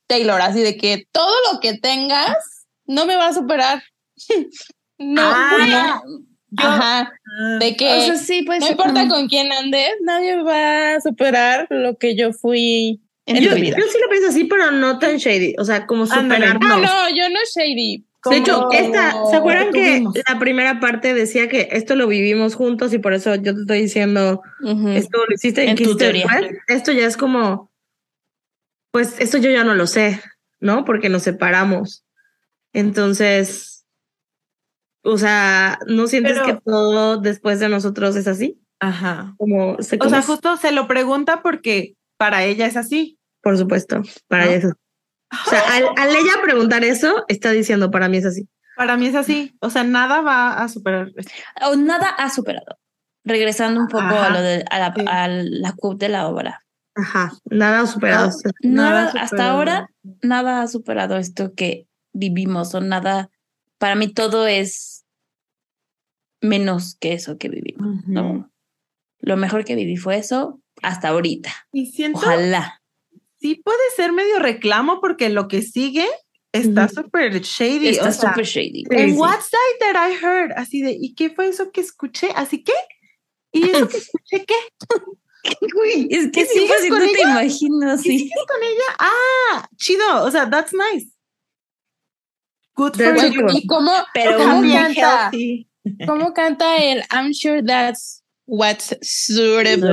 Taylor, así de que todo lo que tengas no me va a superar. No, ajá, de que o sea, sí, pues, no importa con quién andes, nadie va a superar lo que yo fui en tu vida. Yo sí lo pienso así, pero no tan shady. O sea, como superarnos. No, yo no shady. De hecho, ¿se acuerdan que tuvimos. la primera parte decía que esto lo vivimos juntos y por eso yo te estoy diciendo, esto lo hiciste En tu teoría. después? Esto ya es como, pues esto yo ya no lo sé, ¿no? Porque nos separamos. Entonces, o sea, ¿no sientes Pero- que todo después de nosotros es así? Ajá. Como, O sea, justo se lo pregunta porque para ella es así. por supuesto, para ¿No? eso. O sea, al ella preguntar eso, está diciendo, para mí es así. Para mí es así. O sea, nada va a superar esto. O nada ha superado. Regresando un poco Ajá, a lo de sí. a la quote de la obra. Ajá, nada superado. Nada, Nada hasta superado. ahora, nada ha superado esto que vivimos, o nada, para mí todo es menos que eso que vivimos, ¿no? Lo mejor que viví fue eso hasta ahorita. Y siento, Ojalá. sí puede ser medio reclamo porque lo que sigue está súper shady. Está o sea, súper shady. En Sí. what side that I heard, así de, ¿y qué fue eso que escuché? ¿Así qué? ¿Y eso que escuché qué? Güey, es que ¿Y sigues 100% con te ella? imagino ¿Y así. sigues con ella? Ah, chido, o sea, that's nice. Good for That's you. ¿Y cómo, Pero cómo muy canta? healthy. ¿Cómo canta el I'm sure that's what's suitable?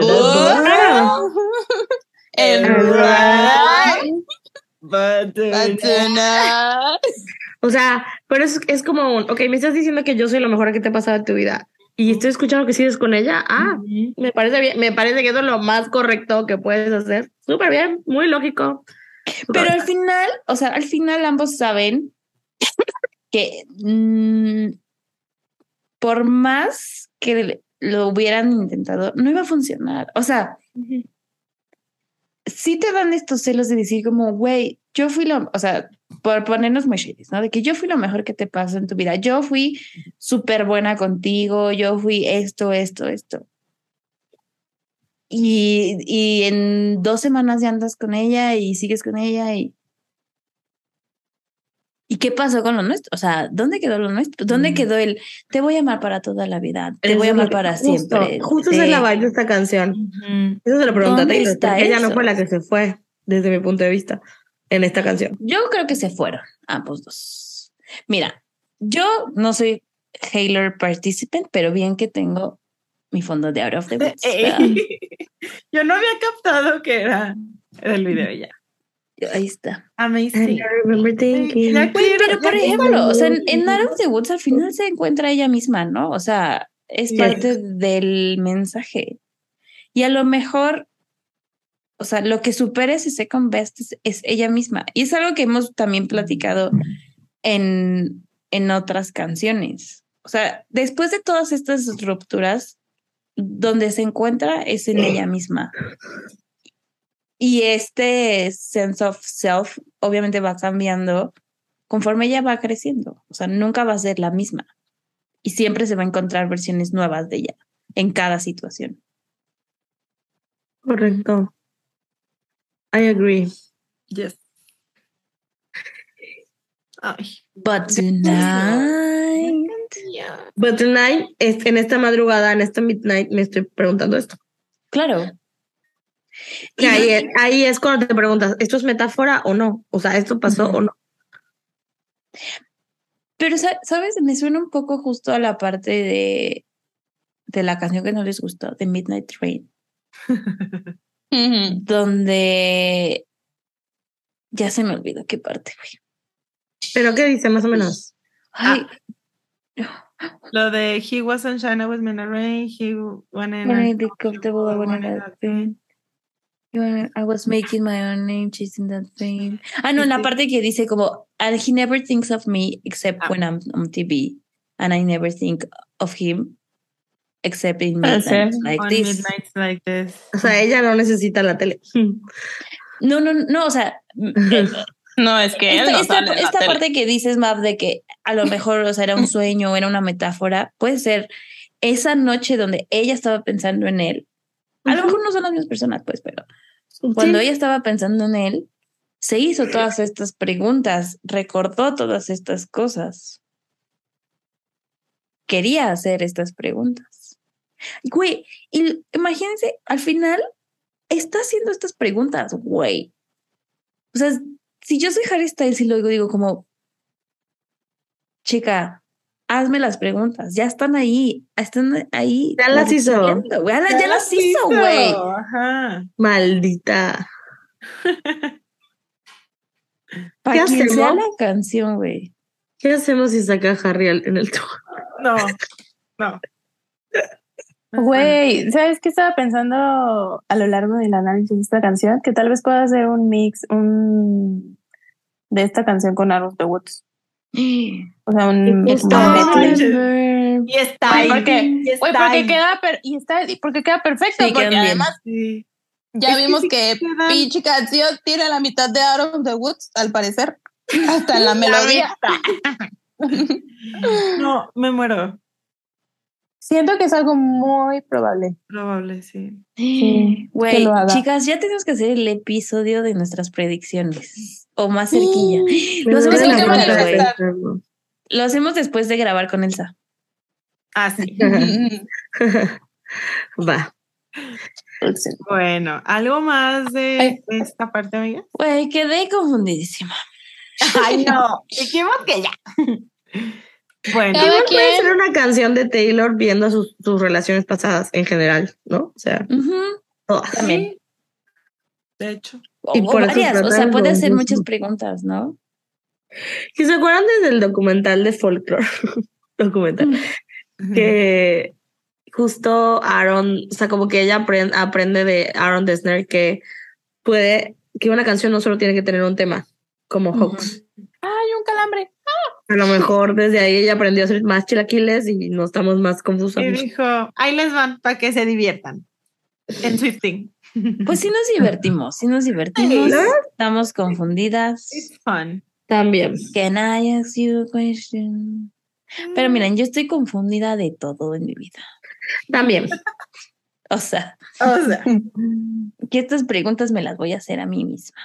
And right, But but tonight. O sea, pero es como un, ok, me estás diciendo que yo soy lo mejor que te ha pasado en tu vida y estoy escuchando que sigues con ella. Ah, me parece bien, me parece que eso es lo más correcto que puedes hacer. Súper bien, muy lógico. Pero al final, o sea, al final ambos saben que por más que lo hubieran intentado, no iba a funcionar. O sea, sí te dan estos celos de decir como, güey, yo fui o sea, por ponernos muy shady, ¿no? De que yo fui lo mejor que te pasó en tu vida. Yo fui súper buena contigo, yo fui esto. Y en 2 semanas ya andas con ella y sigues con ella ¿Y qué pasó con lo nuestro? O sea, ¿dónde quedó lo nuestro? ¿Dónde quedó el te voy a amar para toda la vida? Te voy a amar para siempre. Justo esa es la vibe de esta canción. Eso se lo pregunta a ¿Dónde Taylor, está porque ella no eso? fue la que se fue, desde mi punto de vista, en esta canción. Yo creo que se fueron ambos dos. Mira, yo no soy Taylor participant, pero bien que tengo mi fondo de Out of the Woods. Yo no había captado que era el video ya. Ahí está. Amazing. I remember thinking. Ya Güey, quiero- pero ya por quiero- ejemplo, o sea, en Out of the Woods al final se encuentra ella misma, ¿no? O sea, es Yes. parte del mensaje. Y a lo mejor, o sea, lo que supera ese second best es ella misma. Y es algo que hemos también platicado en otras canciones. O sea, después de todas estas rupturas, donde se encuentra es en ella misma. Y este sense of self obviamente va cambiando conforme ella va creciendo. O sea, nunca va a ser la misma. Y siempre se va a encontrar versiones nuevas de ella en cada situación. Correcto. I agree. Yes. Ay. But tonight... But tonight, en esta madrugada, en esta midnight, me estoy preguntando esto. Claro. Y ahí es cuando te preguntas, ¿esto es metáfora o no? O sea, ¿esto pasó o no? Pero, ¿sabes? Me suena un poco justo a la parte de la canción que no les gustó, de Midnight Train, donde ya se me olvidó qué parte, güey. ¿Pero qué dice más o menos? Ay, Lo de he was sunshine, I was in a rain, he wanted when I be comfortable, I wanted that thing. I was making my own name, chasing that fame. Ah, no, en la parte que dice como, and he never thinks of me except when I'm on TV, and I never think of him except in midnights like on this. midnights like this. O sea, ella no necesita la tele. No, o sea, No, es que él no sale en la esta tele. parte que dices, Mav, de que a lo mejor, o sea, era un sueño, era una metáfora, puede ser esa noche donde ella estaba pensando en él. A lo mejor no son las mismas personas, pues, pero cuando ella estaba pensando en él, se hizo todas estas preguntas, recordó todas estas cosas. Quería hacer estas preguntas. Güey, y imagínense, al final está haciendo estas preguntas, güey. O sea, si yo soy Harry Styles y luego digo como, chica, hazme las preguntas, ya están ahí. Ya las hizo. Ya las hizo, güey. Ajá. Maldita. Para ¿Qué quien sea hacemos? la canción, güey. ¿Qué hacemos si saca a Harry en el tour? No. Güey, ¿sabes qué estaba pensando a lo largo del análisis de esta canción? Que tal vez pueda hacer un mix de esta canción con Out of the Woods. O sea, un medley. Y está ahí. Porque queda perfecto, Sí, porque quedan bien. además ya Es que vimos sí que quedan- pinche canción tiene la mitad de Out of the Woods, al parecer. Hasta en la melodía. No, me muero. Siento que es algo muy probable. Probable, sí. Sí, Güey, que lo haga. chicas, ya tenemos que hacer el episodio de nuestras predicciones. O más cerquilla. Lo Me hacemos duele en la juntas, panza güey. pensarlo. Lo hacemos después de grabar con Elsa. Ah, sí. Va. Bueno, ¿algo más de esta parte, amiga? Güey, quedé confundidísima. Ay, no. Dijimos que ya. Bueno, Cada Igual puede quien- ser una canción de Taylor viendo sus relaciones pasadas en general, ¿no? O sea, Ujú. todas. También. de hecho. Y O por eso varias. O trata sea, el puede hacer confuso. muchas preguntas, ¿no? ¿Y se acuerdan del documental de Folklore? Documental. Que justo Aaron, o sea, como que ella aprende de Aaron Dessner que una canción no solo tiene que tener un tema, como Hawks. Ay, un calambre. A lo mejor desde ahí ella aprendió a hacer más chilaquiles y no estamos más confusos. Y dijo, ahí les van para que se diviertan. En Swifting. Pues sí nos divertimos, Sí. Estamos confundidas. It's fun. También. Can I ask you a question? Pero miren, yo estoy confundida de todo en mi vida. También. O sea, O sea. que estas preguntas me las voy a hacer a mí misma.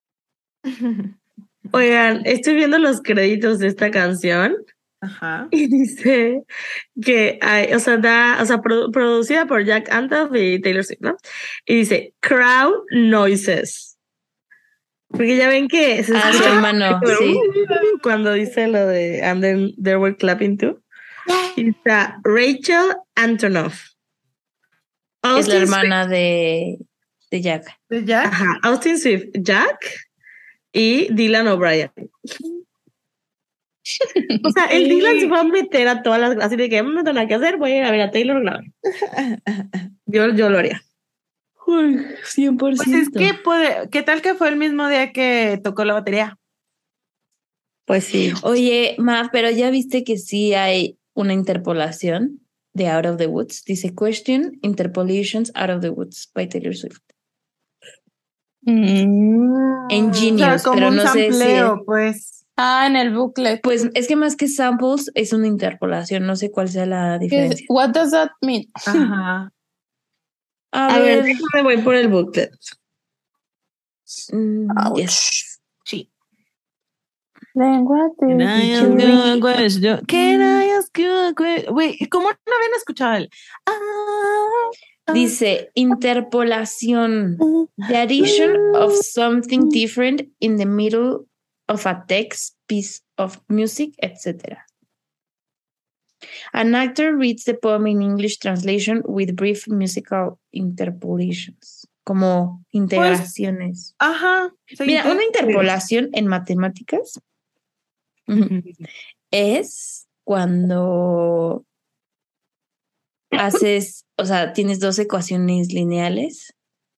Oigan, estoy viendo los créditos de esta canción Ajá. y dice que hay, producida por Jack Antonoff y Taylor Swift, ¿no? Y dice crowd noises. Porque ya ven que se Ah, su escucha hermano, como, sí. cuando dice lo de and then they were clapping too. Y está Rachel Antonoff. Es la Austin hermana de Jack. ¿De Jack? Ajá, Austin Swift, Jack y Dylan O'Brien. O sea, el Dylan se va a meter a todas las... Así de que no tengo nada que hacer, voy a ir a ver a Taylor grabar. Yo lo haría. Uy, 100%. Pues es que ¿qué tal que fue el mismo día que tocó la batería? Pues sí. Oye, Ma, pero ya viste que sí hay una interpolación de Out of the Woods. Dice Question, Interpolations Out of the Woods by Taylor Swift. En O sea, Genius, como pero un no sé si... sampleo, pues. Ah, en el booklet. Pues es que más que samples es una interpolación, no sé cuál sea la diferencia. What does that mean? Ajá. A A ver, ver, déjame voy por el booklet. Ouch. yes. Sí. Then what did Can I you ask do? you a question? Can I ask you a question? Güey, ¿cómo no habían escuchado el? Dice interpolación, the addition of something different in the middle of a text, piece of music, etc. An actor reads the poem in English translation with brief musical interpolations, como integraciones. Ajá. Mira, una interpolación en matemáticas es cuando haces, o sea, tienes dos ecuaciones lineales.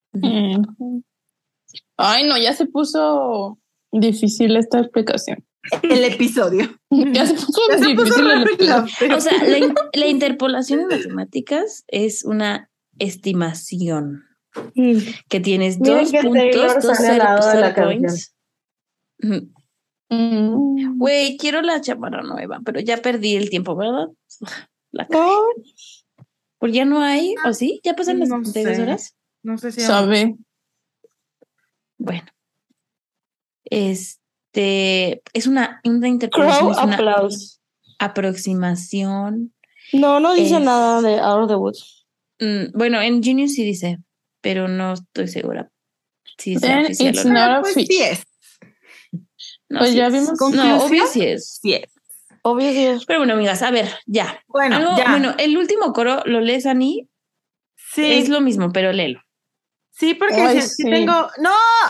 Ay, no, ya se puso difícil esta explicación. El episodio. Ya se puso Ya se difícil puso la rápido. explicación. O sea, la interpolación en matemáticas es una estimación que tienes Miren dos que puntos, Taylor dos sale al zero, lado de la zero points. Ujú. Mm. Güey, quiero la chamarra nueva, pero ya perdí el tiempo, ¿verdad? La cagué. Oh, Porque ya no hay, ¿o sí? ¿Ya pasan las No 72 sé. horas? No sé si. sabe. Bueno. Es una interpretación, es una applause. aproximación. No dice nada de Out of the Woods. Bueno, en Genius sí dice, pero no estoy segura si es Then oficial it's o no. not a Pues fish. sí es. No, Pues sí ya es. vimos. No, ¿Conclusión? obvio sí es. Sí es. Obvio sí es. Pero bueno, amigas, a ver, ya. Bueno, ya. Bueno, el último coro, ¿lo lees, Ani? Sí, Es lo mismo, pero léelo. sí, porque Ay, sí sí. tengo... ¡No!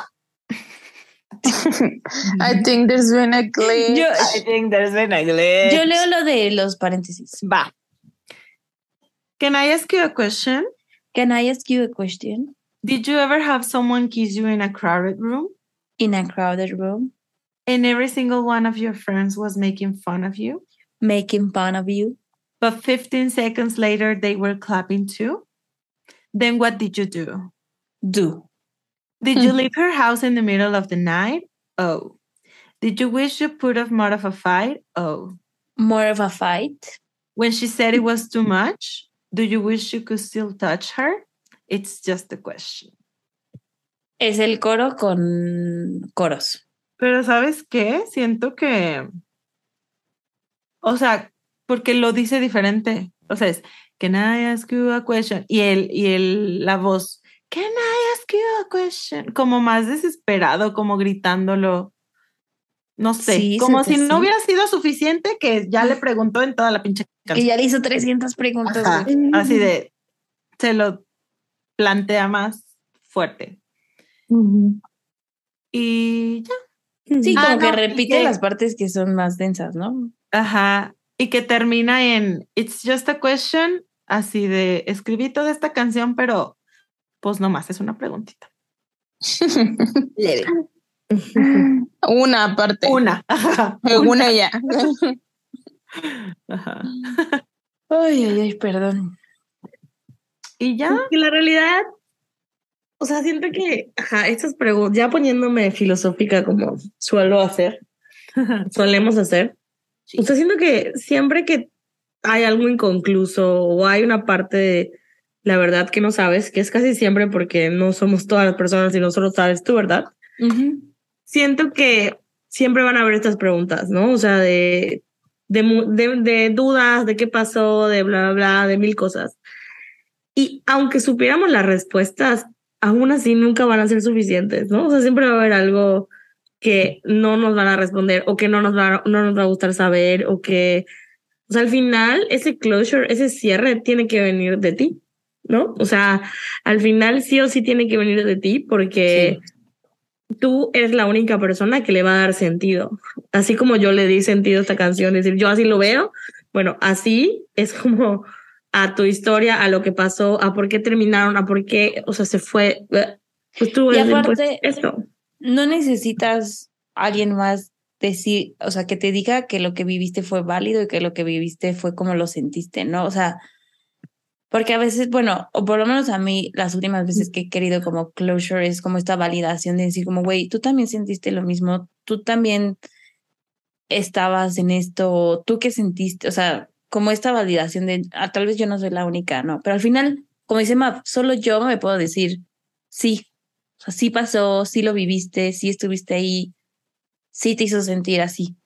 I think there's been a glitch. I think there's been a glitch. Yo leo lo de los paréntesis. Va. Can I ask you a question? Can I ask you a question? Did you ever have someone kiss you in a crowded room In a crowded room, and every single one of your friends was making fun of you, making fun of you? but 15 seconds later they were clapping too? Then what did you do? Do. Did you leave her house in the middle of the night? Oh. Did you wish you put off more of a fight? Oh. More of a fight? When she said it was too much, do you wish you could still touch her? It's just a question. Es el coro con coros. Pero ¿sabes qué? Siento que... O sea, porque lo dice diferente. O sea, es, can I ask you a question? Y la voz, can I ask you a question? Como más desesperado, como gritándolo. No sé, Sí, como sí, si no sí. hubiera sido suficiente que ya le preguntó en toda la pinche Que canción. ya le hizo 300 preguntas. Ajá, güey. así de, se lo plantea más fuerte. Y ya. Sí, como que no, y repite las partes que son más densas, ¿no? Ajá, y que termina en It's just a question, así de escribí toda esta canción, pero pues nomás es una preguntita. Leve. Una parte. Una. Ajá. Según ella. Ajá. Ay, perdón. Y ya. Y la realidad, o sea, siento que, estas preguntas, ya poniéndome filosófica como solemos hacer, o sea, siento que siempre que hay algo inconcluso o hay una parte de la verdad que no sabes, que es casi siempre porque no somos todas las personas y no solo sabes tú, ¿verdad? Siento que siempre van a haber estas preguntas, ¿no? O sea, de dudas, de qué pasó, de bla, bla, bla, de mil cosas. Y aunque supiéramos las respuestas, aún así nunca van a ser suficientes, ¿no? O sea, siempre va a haber algo que no nos van a responder o que no nos va a gustar saber o que, o sea, al final ese closure, ese cierre tiene que venir de ti, ¿no? O sea, al final sí o sí tiene que venir de ti porque tú eres la única persona que le va a dar sentido. Así como yo le di sentido a esta canción, es decir, yo así lo veo, bueno, así es como a tu historia, a lo que pasó, a por qué terminaron, a por qué, o sea, se fue. Pues tú Y decir, aparte, pues, esto. No necesitas a alguien más decir, o sea, que te diga que lo que viviste fue válido y que lo que viviste fue como lo sentiste, ¿no? O sea, porque a veces, bueno, o por lo menos a mí, las últimas veces que he querido como closure es como esta validación de decir como, güey, tú también sentiste lo mismo, tú también estabas en esto, tú qué sentiste, o sea, como esta validación de, tal vez yo no soy la única, ¿no? Pero al final, como dice Map, solo yo me puedo decir, sí, o sea, sí pasó, sí lo viviste, sí estuviste ahí, sí te hizo sentir así.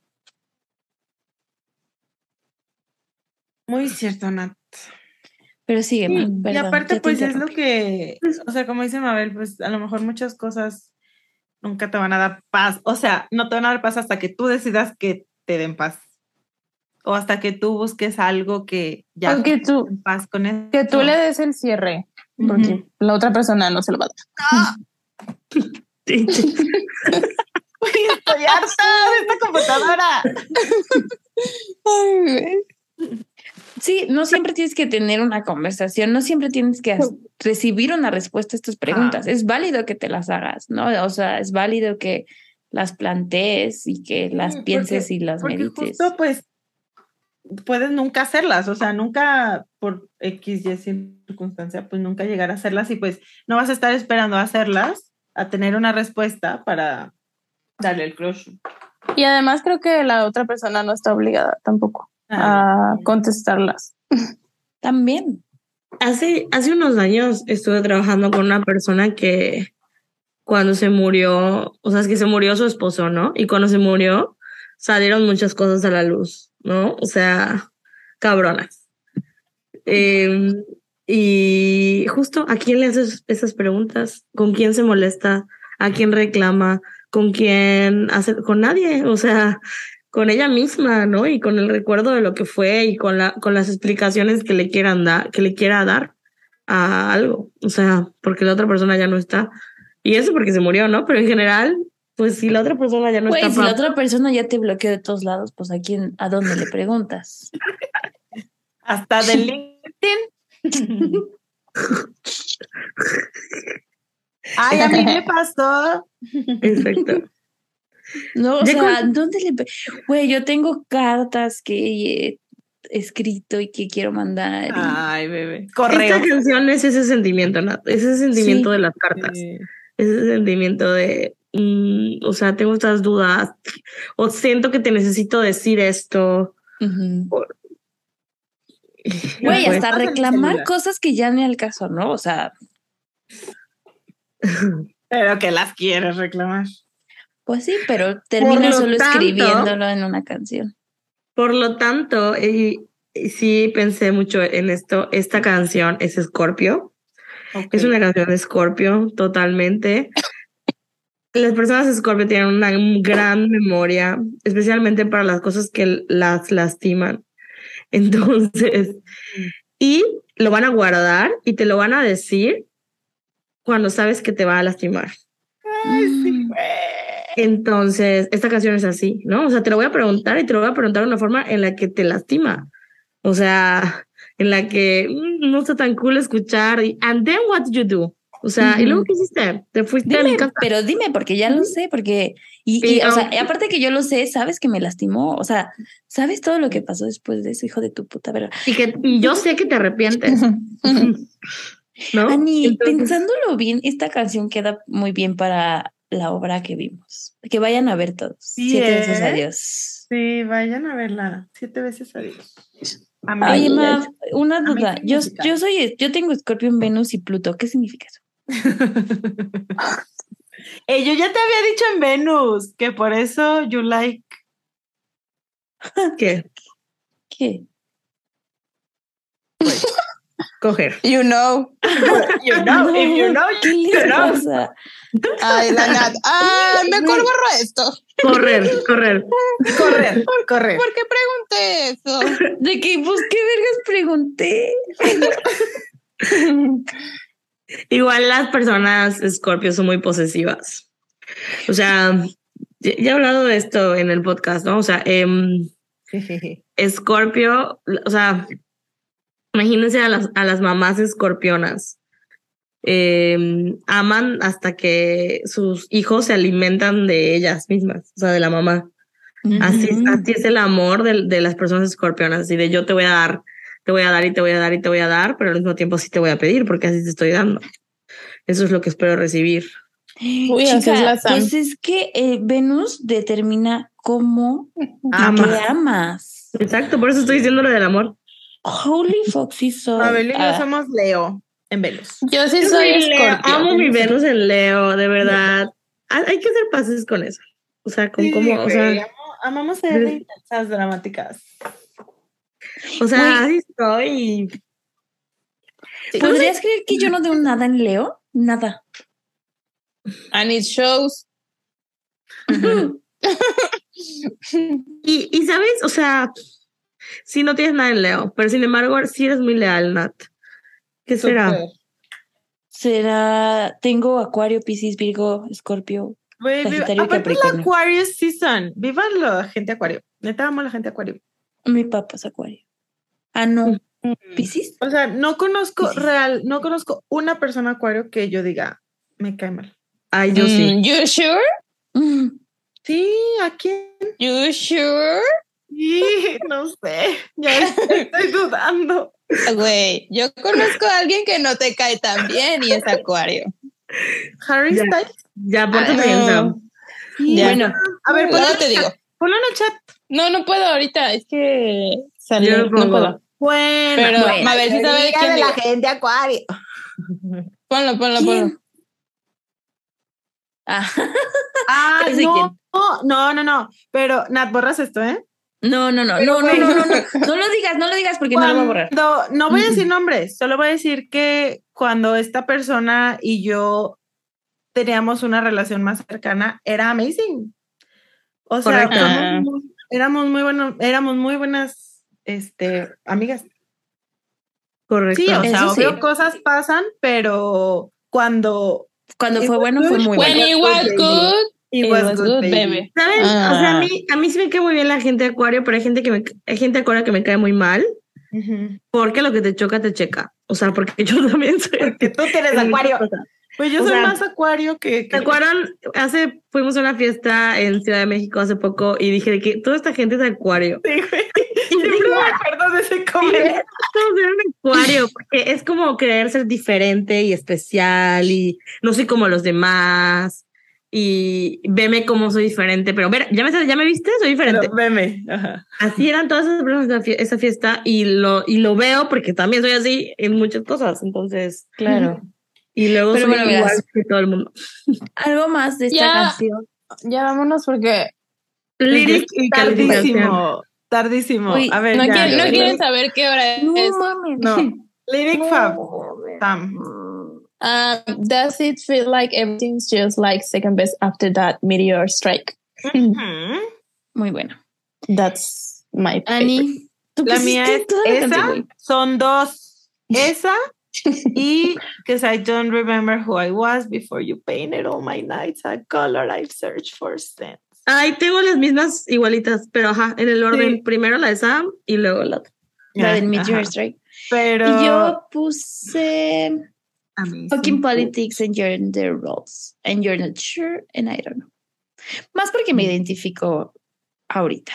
Muy cierto, Nat. Pero sigue, Map, Y perdón, aparte, ya te pues es lo interrumpí. que, o sea, como dice Mabel, pues a lo mejor muchas cosas nunca te van a dar paz. O sea, no te van a dar paz hasta que tú decidas que te den paz. O hasta que tú busques algo que ya O que estés tú- en paz con eso. Que tú le des el cierre, porque la otra persona no se lo va a dar. Uy, estoy harta de esta computadora. Sí, no siempre tienes que tener una conversación, no siempre tienes que recibir una respuesta a estas preguntas. Es válido que te las hagas, ¿no? O sea, es válido que las plantees y que las pienses y las medites. Porque justo, pues, puedes nunca hacerlas, o sea, nunca por X, Y circunstancia, pues nunca llegar a hacerlas y pues no vas a estar esperando a hacerlas, a tener una respuesta para darle el closure. Y además creo que la otra persona no está obligada tampoco a contestarlas. También. Hace unos años estuve trabajando con una persona que cuando se murió, o sea, es que se murió su esposo, ¿no? Y cuando se murió, salieron muchas cosas a la luz, ¿no? O sea, cabronas. Y justo, ¿a quién le haces esas preguntas? ¿Con quién se molesta? ¿A quién reclama? ¿Con quién hace? Con nadie, o sea, con ella misma, ¿no? Y con el recuerdo de lo que fue y con las explicaciones que le quieran dar, que le quiera dar a algo, o sea, porque la otra persona ya no está. Y eso porque se murió, ¿no? Pero en general, pues si la otra persona ya no Güey, está. si la otra persona ya te bloqueó de todos lados, pues a dónde le preguntas. Hasta de LinkedIn. Ay, a mí me pasó. Exacto. No, o sea, ¿dónde le... Güey, yo tengo cartas que he escrito y que quiero mandar. Ay, bebé. Correo. Esta canción es ese sentimiento, ¿no? Ese sentimiento de las cartas. Ese sentimiento de, o sea, tengo estas dudas, o siento que te necesito decir esto. Güey, hasta reclamar cosas que ya ni al caso, ¿no? O sea. Pero que las quieres reclamar. Pues sí, pero termina solo escribiéndolo en una canción. Por lo tanto, sí pensé mucho en esto. Esta canción es Scorpio. Okay. Es una canción de Scorpio, totalmente. Las personas Scorpio tienen una gran memoria, especialmente para las cosas que las lastiman. Entonces, y lo van a guardar y te lo van a decir cuando sabes que te va a lastimar. Ay, sí, güey. Entonces, esta canción es así, ¿no? O sea, te lo voy a preguntar y te lo voy a preguntar de una forma en la que te lastima. O sea, en la que no está tan cool escuchar. And then what did you do? O sea, ¿y luego qué hiciste? Te fuiste a mi casa. Pero dime, porque ya lo sé, porque... Y o sea, aparte que yo lo sé, sabes que me lastimó. O sea, sabes todo lo que pasó después de eso, hijo de tu puta, ¿verdad? Y yo sé que te arrepientes. ¿No? Ani, entonces, pensándolo bien, esta canción queda muy bien para la obra que vimos. Que vayan a ver todos. Sí, 7 veces a Dios. Sí, vayan a verla. 7 veces a Dios. Oye, Ma, una duda. Yo tengo Escorpio en Venus y Pluto. ¿Qué significa eso? Yo ya te había dicho en Venus que por eso you like. ¿Qué? ¿Qué? Pues, coger. You know. You know, if you know, you know. Pasa? Ay, la Nat. Mejor borro esto. Correr. ¿Por qué pregunté eso? ¿De qué? Pues, ¿qué vergas pregunté? Igual las personas Scorpio son muy posesivas. O sea, ya he hablado de esto en el podcast, ¿no? O sea, Scorpio, o sea, imagínense a las mamás escorpionas. Aman hasta que sus hijos se alimentan de ellas mismas, o sea, de la mamá. Así es el amor de las personas escorpionas, así de yo te voy a dar y te voy a dar y te voy a dar, pero al mismo tiempo sí te voy a pedir porque así te estoy dando. Eso es lo que espero recibir. Uy, chica, pues es que Venus determina cómo te amas. Exacto, por eso estoy diciendo lo del amor. Holy Foxy Abel y yo somos Leo en Venus. Yo sí soy Scorpio. Amo mi Venus en Leo, de verdad. Hay que hacer pases con eso. O sea, con cómo, o sea, amamos ser intensas, dramáticas. O sea, así estoy. Sí. ¿Podrías creer que yo no doy nada en Leo? Nada. And it shows. y sabes, o sea, sí no tienes nada en Leo, pero sin embargo sí eres muy leal, Nat. ¿Qué será? Tengo Acuario, Piscis, Virgo, Escorpio, Sagitario y Capricornio. La Aquarius season. Viva la gente Acuario. Neta amo a la gente Acuario. Mi papá es Acuario. No. ¿Piscis? O sea, no conozco una persona Acuario que yo diga, me cae mal. Ay, yo sí. You sure? Sí, ¿a quién? You sure? Sí, no sé. Ya estoy dudando. Güey, yo conozco a alguien que no te cae tan bien y es Acuario. Harry Styles. Ya, ponte bien. Bueno, a ver, te digo. Ponlo en el chat. No puedo ahorita, es que salió, no puedo. Bueno, pero a ver si sabes quién de la gente Acuario. Ponlo. Ah, Ah, ¿ese quién? no. Pero, Nat, borras esto, ¿eh? No. No lo digas porque no lo voy a borrar. No voy a decir nombres, solo voy a decir que cuando esta persona y yo teníamos una relación más cercana, era amazing. O sea, Correcto. éramos muy buenas amigas. Correcto. Sí, o sea, Eso sí. obvio cosas pasan, pero cuando Fue bueno, fue muy When bueno. it was good, it was good, baby. ¿Saben? O sea, a mí sí me cae muy bien la gente de Acuario, pero hay gente de Acuario que me cae muy mal, porque lo que te choca, te checa. O sea, porque yo también soy. Porque tú tienes en Acuario. muchas cosas. Pues yo O soy sea, más Acuario que... ¿te acuerdan? Fuimos a una fiesta en Ciudad de México hace poco y dije de que toda esta gente es de Acuario. Sí, güey. Siempre me acuerdo de ese comentario. Todos eran de Acuario, porque es como querer ser diferente y especial y no soy como los demás y veme como soy diferente, pero ver, ¿ya me viste? Soy diferente. Pero veme. Ajá. Así eran todas esas personas de esa fiesta y lo veo porque también soy así en muchas cosas, entonces... Claro. Y luego Pero soy bueno, igual verás. que todo el mundo. Algo más de esta Ya. canción. Ya vámonos porque Lyric y calificación. Tardísimo. Uy, A ver, no ya. quieren saber qué hora es. No mames. No. Lyric Fab. Sam. Does it feel like everything's just like second best after that meteor strike? Muy bueno. That's my favorite. Ani, tú La mía es pusiste toda la esa. canción, güey. Son dos. Esa y Because I don't remember who I was before you painted all my nights a color I search for sense. Ay, tengo las mismas igualitas, pero ajá, en el orden. Sí. Primero la de Sam y luego la otra. La del Ajá. Meteor Strike. Pero Y yo puse Amazing. fucking politics and gender roles. And you're not sure and I don't know. Más porque me identifico ahorita.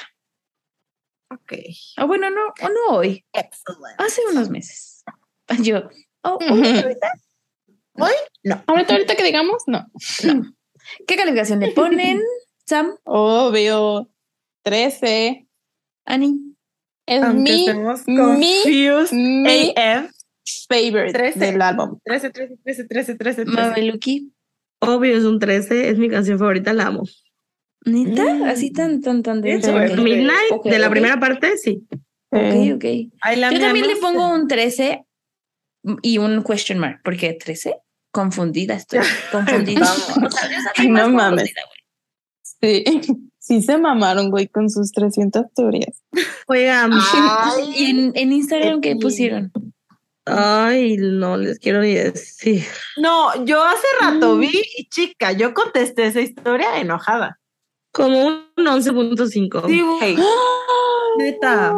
Ok. O bueno, no hoy. Excellent. Hace unos meses. Yo, ahorita. ¿Hoy? No. Ahorita que digamos, no. ¿Qué calificación le ponen? Sam, Obvio. 13. Ani. Es Aunque mi estemos confused mi AF. favorite 13. del álbum. 13. Mameluki. Obvio, es un 13, es mi canción favorita, la amo. ¿Neta? Así tan de Eso es. Midnight, Ok, de la ok. primera parte, sí. Ok. Ahí la Yo también le amamos. pongo un 13 y un question mark, porque 13, confundida estoy. Confundida. Vamos. O sea, yo soy No más mames. confundida, güey. Sí. Sí se mamaron, güey, con sus 300 teorías. Oigan, Y en Instagram, ¿qué pusieron? ay, no les quiero ni decir. No, yo hace rato vi y chica, yo contesté esa historia enojada. Como un 11.5. Sí, güey. Neta.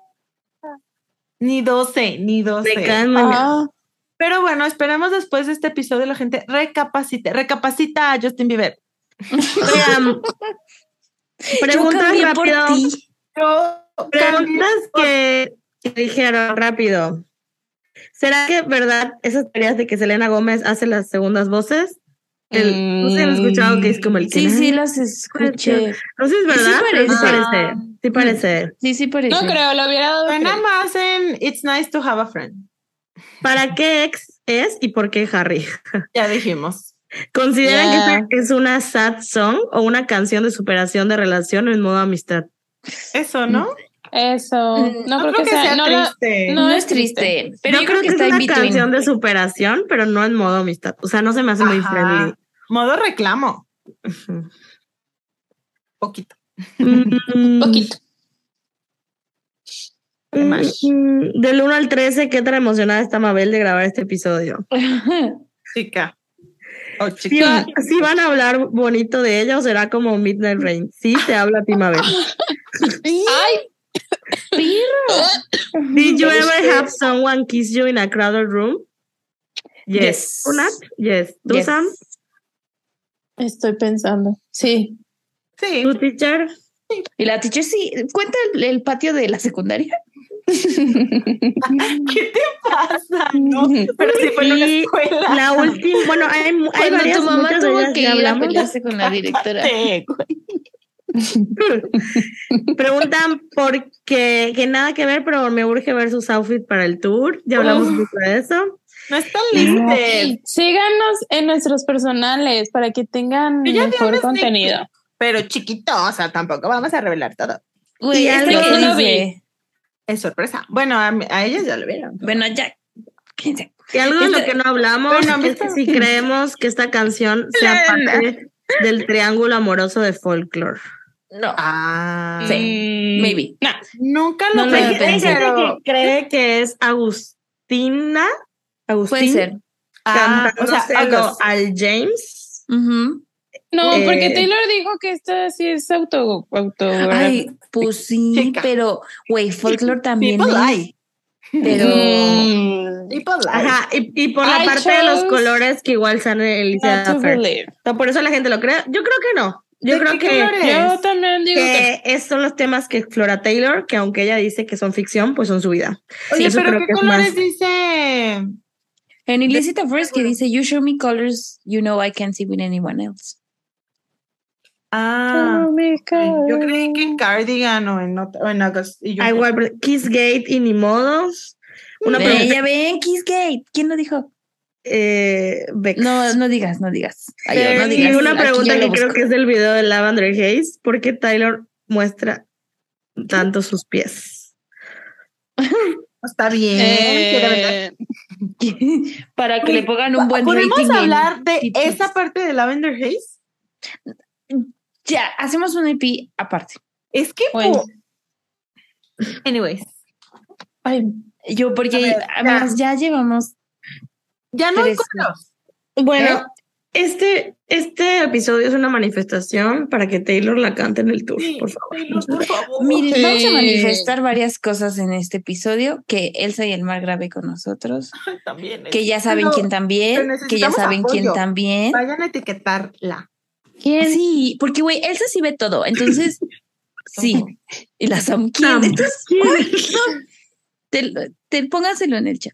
Ni 12. Me caen muy bien. Pero bueno, esperemos después de este episodio la gente recapacite. Recapacita a Justin Bieber. Oigan, Yo preguntas cambié por rápido. ti. Preguntas que dijeron rápido. ¿Será que verdad esas teorías de que Selena Gómez hace las segundas voces? No se han escuchado que es como el que Sí, las escuché. no sé si es verdad, pero sí parece. parece. Sí parece. Sí, parece. No creo, lo hubiera dado. Suena crédito. más en It's Nice to Have a Friend. ¿Para qué ex es y por qué Harry? Ya dijimos. ¿Consideran Yeah. que es una sad song o una canción de superación de relación en modo amistad? Eso, ¿no? Eso. No, No creo que sea. triste. No es triste, pero yo creo que es está en una between. canción de superación, pero no en modo amistad. O sea, no se me hace muy Ajá. friendly. Modo reclamo. Ujú. Poquito. Poquito. Del 1 al 13, ¿qué tan emocionada está Mabel de grabar este episodio? Chica. O ¿Sí, chica. sí van a hablar bonito de ella o será como Midnight Rain? Sí, te habla a ti, Mabel. Ay, Did you ever have someone kiss you in a crowded room? Yes. Yes. ¿Tú, Nat? Yes. ¿Tú, Yes. Sam? estoy pensando. Sí. Sí. ¿Tu teacher? Y la teacher sí, cuenta el patio de la secundaria. ¿Qué te pasa? No, pero sí fue en una Y escuela. la última, bueno, hay Cuando varias, tu mamá muchas de tuvo ellas que ya ir a hablamos. pelearse con la directora. Sí, güey. Preguntan por qué, que nada que ver, pero me urge ver sus outfits para el tour. Ya hablamos un poco de eso. No están listos. Síganos en nuestros personales para que tengan mejor contenido. Pero chiquito, o sea, tampoco vamos a revelar todo. Güey, algo que no dice. Es sorpresa. Bueno, a ellas ya lo vieron. Bueno, ya. Fíjense. Y algo de lo que no hablamos es que si creemos que esta canción sea parte del triángulo amoroso de Folklore. No. Sí, maybe. No. Nunca No lo lo pensé, pensé. pero... Cree que es Agustina. Puede ser. Cantándoselo August. al James. Ujú. No, porque Taylor dijo que esta sí es auto. Ay, pues sí, Chica. pero, güey, Folklore también People es. lie. Pero. People lie. Ajá, y por la I parte de los chose colores que igual sale Alicia Not to Fair. believe. So, por eso la gente lo cree. Yo creo que no. Yo ¿De creo qué que, colores? Yo también digo que estos son los temas que explora Taylor, que aunque ella dice que son ficción, pues son su vida. Oye, eso pero creo ¿qué que es colores más- dice? En Illicit Affairs que dice, you show me colors you know I can't see with anyone else. Ah, yo creí que en Cardigan o en August. Y yo, Ah, igual, pero Kissgate y ni modos. Una pregunta, Ya ven, Kissgate. ¿Quién lo dijo? Bex. No digas. Ay, no Y digas. una Aquí pregunta yo que lo creo busco. que es del video de Lavender Haze. ¿Por qué Taylor muestra tanto sus pies? está bien. quiere vender. Para que le pongan un buen ¿Podemos rating. en hablar de TikTok? esa parte de Lavender Haze? Ya, hacemos un EP aparte. Es que... Bueno. Anyways. Ay, Yo, porque, A ver, amigas, ya llevamos Ya no hay 3. coros. Bueno, este episodio es una manifestación para que Taylor la cante en el tour, por favor. Taylor, por favor. Miren, Sí. vamos a manifestar varias cosas en este episodio, que Elsa y el mar grave con nosotros, También. que ya saben Pero- quién también, pero que ya necesitamos saben quién apoyo. también. Vayan a etiquetarla. Sí, porque güey, Elsa sí ve todo, entonces sí. Y la Sam, ¿quién? Sam, Entonces, póngaselo en el chat.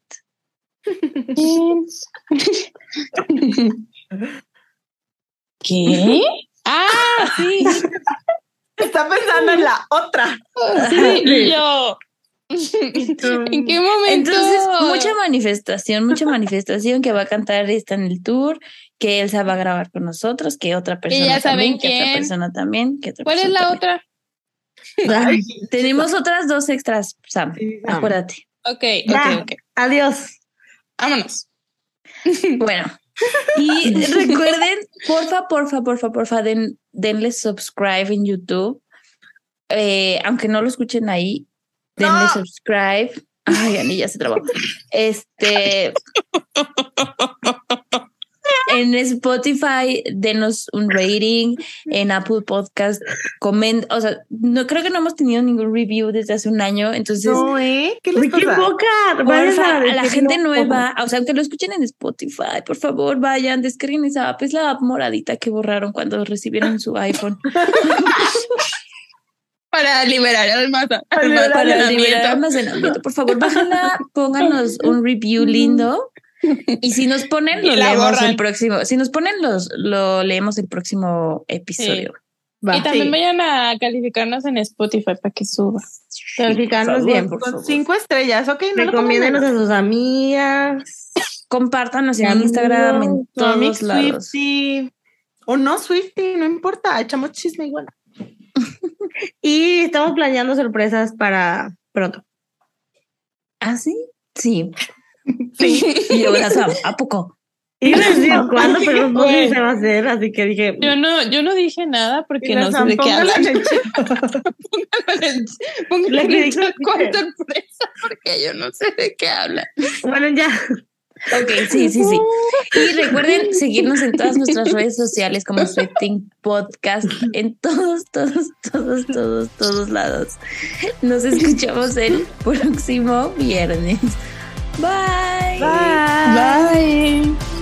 ¿qué? Ah, sí. Está pensando en la otra. Sí, y yo. ¿En qué momento? Entonces, mucha manifestación que va a cantar esta en el tour, que Elsa va a grabar con nosotros, que otra persona ya saben también, que otra quién. persona también, que otra ¿Cuál es persona la también. otra? Ay, Tenemos otras 2 extras, Sam, Sí, Sam. acuérdate. Ok. Adiós. Vámonos. Bueno, y recuerden, porfa, denle subscribe en YouTube. Aunque no lo escuchen ahí, denle No. subscribe. Ay, Ani, ya se trabó. En Spotify, denos un rating. En Apple Podcast, o sea, no creo que no hemos tenido ningún review desde hace un año. Entonces, No, ¿eh? ¿Qué les Uy, qué pasa? poca. Vayan porfa, a la decirlo. gente nueva, o sea, aunque lo escuchen en Spotify, por favor, vayan, descarguen esa app. Es la app moradita que borraron cuando recibieron su iPhone. Para liberar Para almacenamiento. liberar almacenamiento. Por favor, bájenla, pónganos un review lindo. Y si nos ponen, Y lo la leemos borran. el próximo. Si nos ponen, lo leemos el próximo episodio. Va. Y también Sí. vayan a calificarnos en Spotify para que suba. Calificarnos Por bien, favor, por Con favor. 5 estrellas, ok. No lo pongan Recomiéndenos a menos. sus amigas. Compártanos en Amigos, Instagram, en Tu amigo todos lados. Swiftie. O no Swiftie, no importa. Echamos chisme igual. Y estamos planeando sorpresas para pronto. ¿Ah, sí? Sí. Sí. Y yo, la Sam, ¿a poco? Iba a decir cuándo, pero no sé Güey. si se va a hacer, así que dije. Yo no dije nada porque Y la no sé Sam, de qué póngala hablan. en el chat. Pónganle La en que el dijo chat que- cuál sorpresa porque yo no sé de qué hablan. Bueno, ya. Ok, sí. Y recuerden seguirnos en todas nuestras redes sociales como Sweating Podcast, en todos lados. Nos escuchamos el próximo viernes. Bye. Bye. Bye.